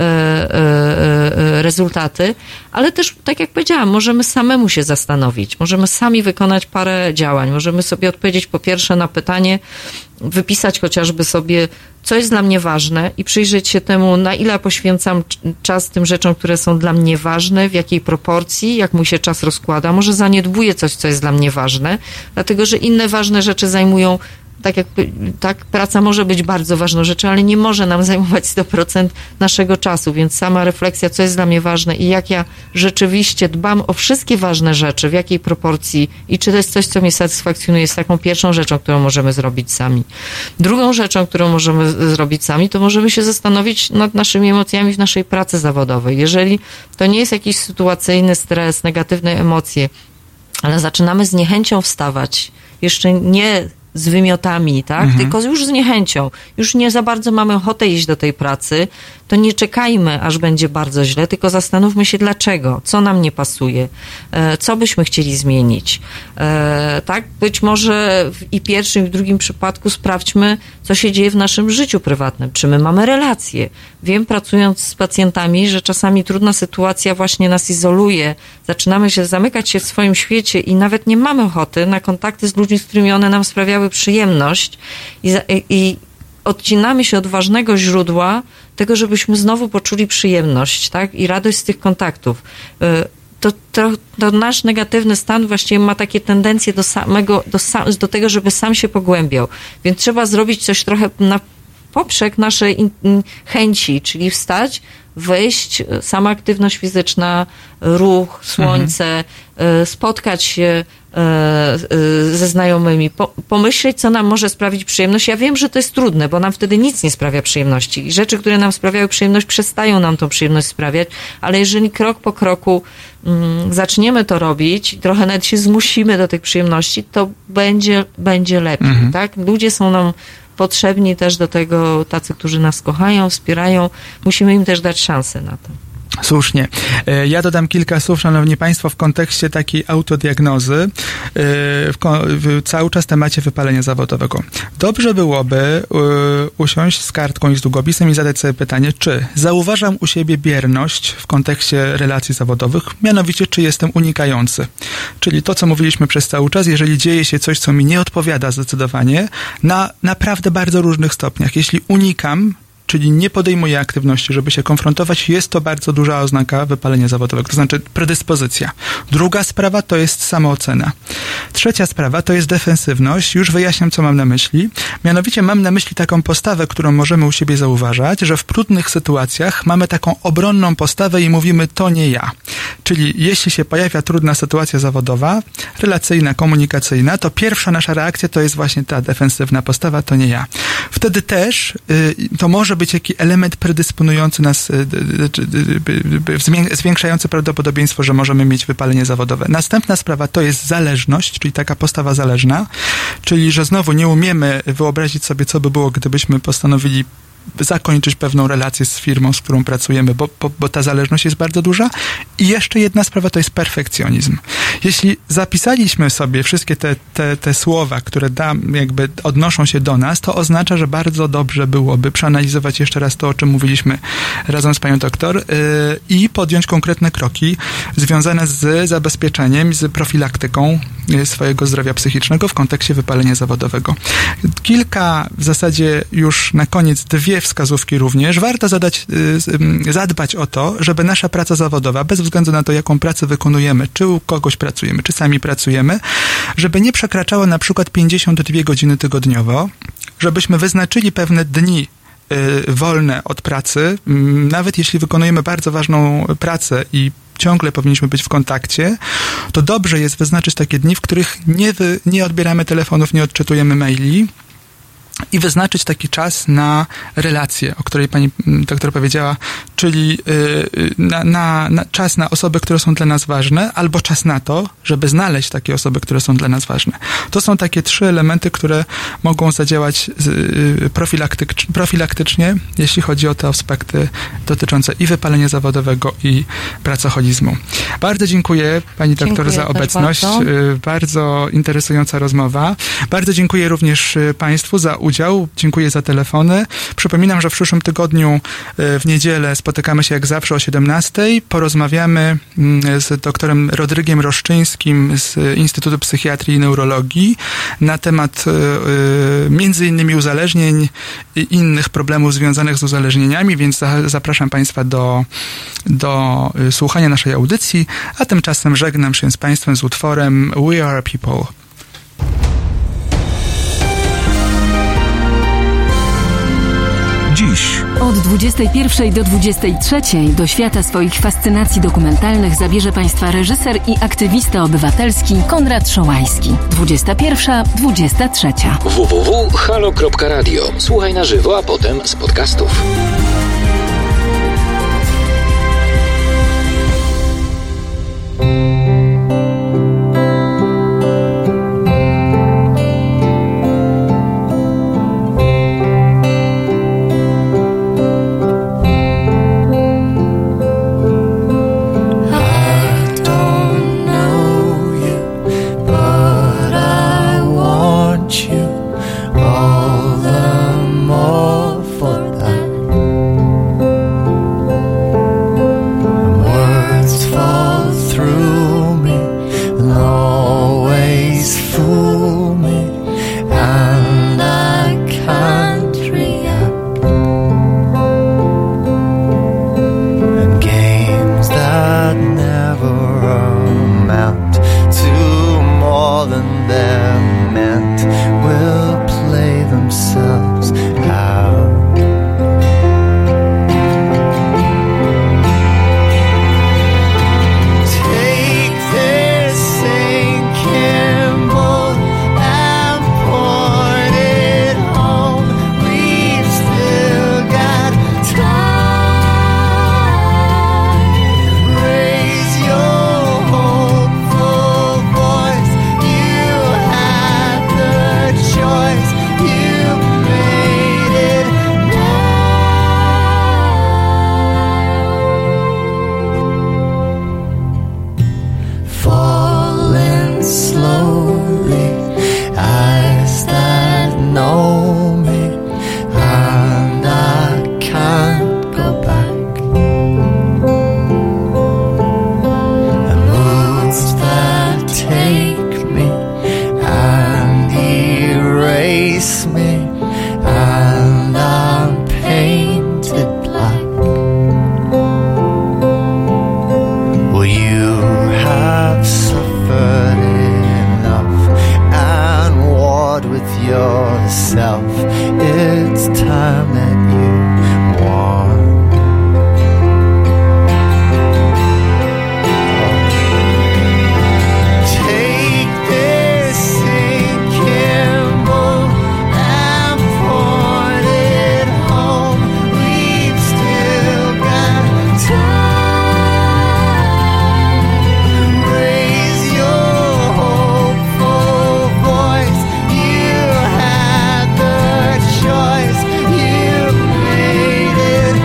rezultaty, ale też, tak jak powiedziałam, możemy samemu się zastanowić, możemy sami wykonać parę działań, możemy sobie odpowiedzieć po pierwsze na pytanie, wypisać chociażby sobie, co jest dla mnie ważne i przyjrzeć się temu, na ile poświęcam czas tym rzeczom, które są dla mnie ważne, w jakiej proporcji, jak mój się czas rozkłada. Może zaniedbuję coś, co jest dla mnie ważne, dlatego, że inne ważne rzeczy zajmują tak, praca może być bardzo ważną rzeczą, ale nie może nam zajmować 100% naszego czasu, więc sama refleksja, co jest dla mnie ważne i jak ja rzeczywiście dbam o wszystkie ważne rzeczy, w jakiej proporcji i czy to jest coś, co mnie satysfakcjonuje, jest taką pierwszą rzeczą, którą możemy zrobić sami. Drugą rzeczą, którą możemy zrobić sami, to możemy się zastanowić nad naszymi emocjami w naszej pracy zawodowej. Jeżeli to nie jest jakiś sytuacyjny stres, negatywne emocje, ale zaczynamy z niechęcią wstawać, jeszcze nie z wymiotami, tak? Tylko już z niechęcią. Już nie za bardzo mamy ochotę iść do tej pracy, to nie czekajmy, aż będzie bardzo źle, tylko zastanówmy się dlaczego, co nam nie pasuje, co byśmy chcieli zmienić. Tak? Być może i pierwszym, i w drugim przypadku sprawdźmy, co się dzieje w naszym życiu prywatnym, czy my mamy relacje. Wiem, pracując z pacjentami, że czasami trudna sytuacja właśnie nas izoluje, zaczynamy się zamykać się w swoim świecie i nawet nie mamy ochoty na kontakty z ludźmi, z którymi one nam sprawiały przyjemność i odcinamy się od ważnego źródła tego, żebyśmy znowu poczuli przyjemność, tak? I radość z tych kontaktów. To nasz negatywny stan właściwie ma takie tendencje do tego, żeby sam się pogłębiał. Więc trzeba zrobić coś trochę na poprzek naszej chęci, czyli wstać, wyjść, sama aktywność fizyczna, ruch, słońce, spotkać się ze znajomymi, pomyśleć, co nam może sprawić przyjemność. Ja wiem, że to jest trudne, bo nam wtedy nic nie sprawia przyjemności. I rzeczy, które nam sprawiają przyjemność, przestają nam tą przyjemność sprawiać, ale jeżeli krok po kroku zaczniemy to robić, trochę nawet się zmusimy do tych przyjemności, to będzie lepiej, tak? Ludzie są nam potrzebni też do tego, tacy, którzy nas kochają, wspierają. Musimy im też dać szansę na to. Słusznie. Ja dodam kilka słów, szanowni państwo, w kontekście takiej autodiagnozy w cały czas temacie wypalenia zawodowego. Dobrze byłoby usiąść z kartką i z długopisem i zadać sobie pytanie, czy zauważam u siebie bierność w kontekście relacji zawodowych, mianowicie, czy jestem unikający. Czyli to, co mówiliśmy przez cały czas, jeżeli dzieje się coś, co mi nie odpowiada zdecydowanie, na naprawdę bardzo różnych stopniach. Jeśli unikam, czyli nie podejmuje aktywności, żeby się konfrontować, jest to bardzo duża oznaka wypalenia zawodowego, to znaczy predyspozycja. Druga sprawa to jest samoocena. Trzecia sprawa to jest defensywność. Już wyjaśniam, co mam na myśli. Mianowicie mam na myśli taką postawę, którą możemy u siebie zauważać, że w trudnych sytuacjach mamy taką obronną postawę i mówimy, to nie ja. Czyli jeśli się pojawia trudna sytuacja zawodowa, relacyjna, komunikacyjna, to pierwsza nasza reakcja to jest właśnie ta defensywna postawa, to nie ja. Wtedy też to może być jakiś element predysponujący nas, zwiększający prawdopodobieństwo, że możemy mieć wypalenie zawodowe. Następna sprawa to jest zależność, czyli taka postawa zależna, czyli że znowu nie umiemy wyobrazić sobie, co by było, gdybyśmy postanowili zakończyć pewną relację z firmą, z którą pracujemy, bo ta zależność jest bardzo duża. I jeszcze jedna sprawa to jest perfekcjonizm. Jeśli zapisaliśmy sobie wszystkie te słowa, które jakby odnoszą się do nas, to oznacza, że bardzo dobrze byłoby przeanalizować jeszcze raz to, o czym mówiliśmy razem z panią doktor i podjąć konkretne kroki związane z zabezpieczeniem, z profilaktyką swojego zdrowia psychicznego w kontekście wypalenia zawodowego. Kilka w zasadzie już na koniec dwie wskazówki również. Warto zadbać o to, żeby nasza praca zawodowa, bez względu na to, jaką pracę wykonujemy, czy u kogoś pracujemy, czy sami pracujemy, żeby nie przekraczała na przykład 52 godziny tygodniowo, żebyśmy wyznaczyli pewne dni wolne od pracy, nawet jeśli wykonujemy bardzo ważną pracę i ciągle powinniśmy być w kontakcie, to dobrze jest wyznaczyć takie dni, w których nie odbieramy telefonów, nie odczytujemy maili, i wyznaczyć taki czas na relacje, o której pani doktor powiedziała, czyli czas na osoby, które są dla nas ważne, albo czas na to, żeby znaleźć takie osoby, które są dla nas ważne. To są takie trzy elementy, które mogą zadziałać profilaktycznie, jeśli chodzi o te aspekty dotyczące i wypalenia zawodowego, i pracoholizmu. Bardzo dziękuję pani doktor za obecność. Bardzo interesująca rozmowa. Bardzo dziękuję również państwu za udział. Dziękuję za telefony. Przypominam, że w przyszłym tygodniu w niedzielę spotykamy się jak zawsze o 17:00. Porozmawiamy z doktorem Rodrygiem Roszczyńskim z Instytutu Psychiatrii i Neurologii na temat między innymi uzależnień i innych problemów związanych z uzależnieniami, więc zapraszam państwa do słuchania naszej audycji, a tymczasem żegnam się z państwem z utworem We Are People. Dziś od 21 do 23 do świata swoich fascynacji dokumentalnych zabierze państwa reżyser i aktywista obywatelski Konrad Szołajski. 21:23. www.halo.radio. Słuchaj na żywo, a potem z podcastów. they're meant will play themselves out. Take this sinking boat and point it home. We've still got time. Raise your hopeful voice. You had the choice. You made it now. Falling slowly, eyes that know me, and I can't go back. The moods that take me and erase me, and I'm painted black. Well, you have suffered enough and warred with yourself. It's time that you won. Take this sinking boat and point it home. We've still got time. Raise your hopeful voice. You had the choice. You made it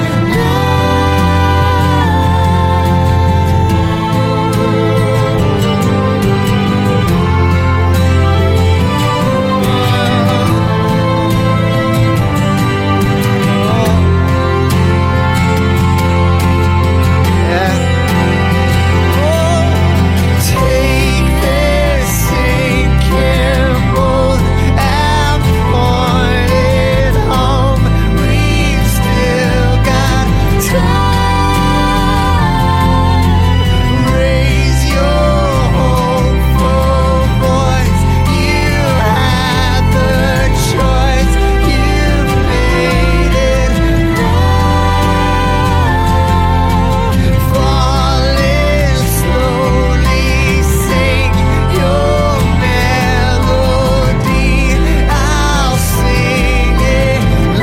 Take this sinking boat and point it home. We've still got time. Raise your hopeful voice. You had the choice. You made it now. Falling slowly, sing your melody. I'll sing it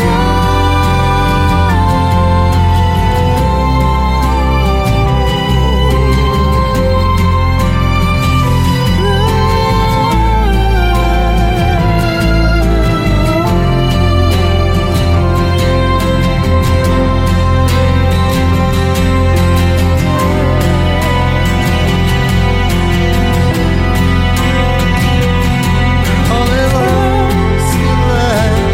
all it was you like.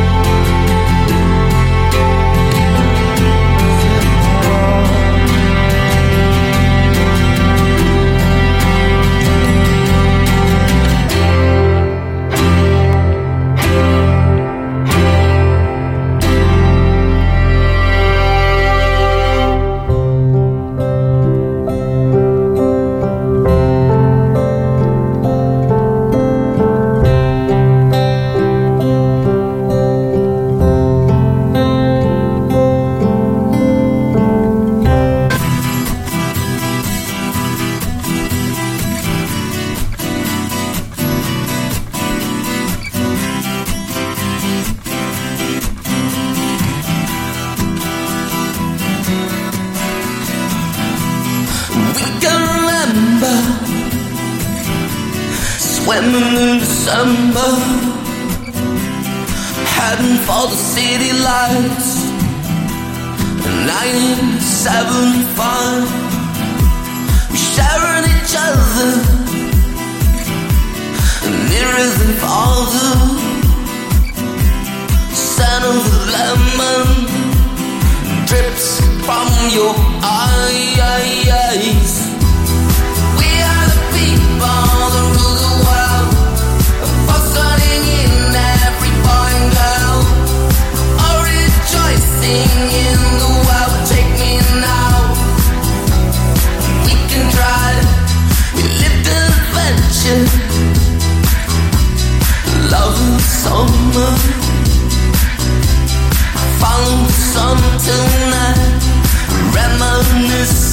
We can remember swimming in December, heading for the city lights. 1975, we sharing each other nearer than farther. Scent of the lemon drips from your eyes. We are the people that rule the world, fostering in every boy and girl, all rejoicing in the world. Take me now, we can try. We lived an adventure summer. Follow the sun tonight, reminisce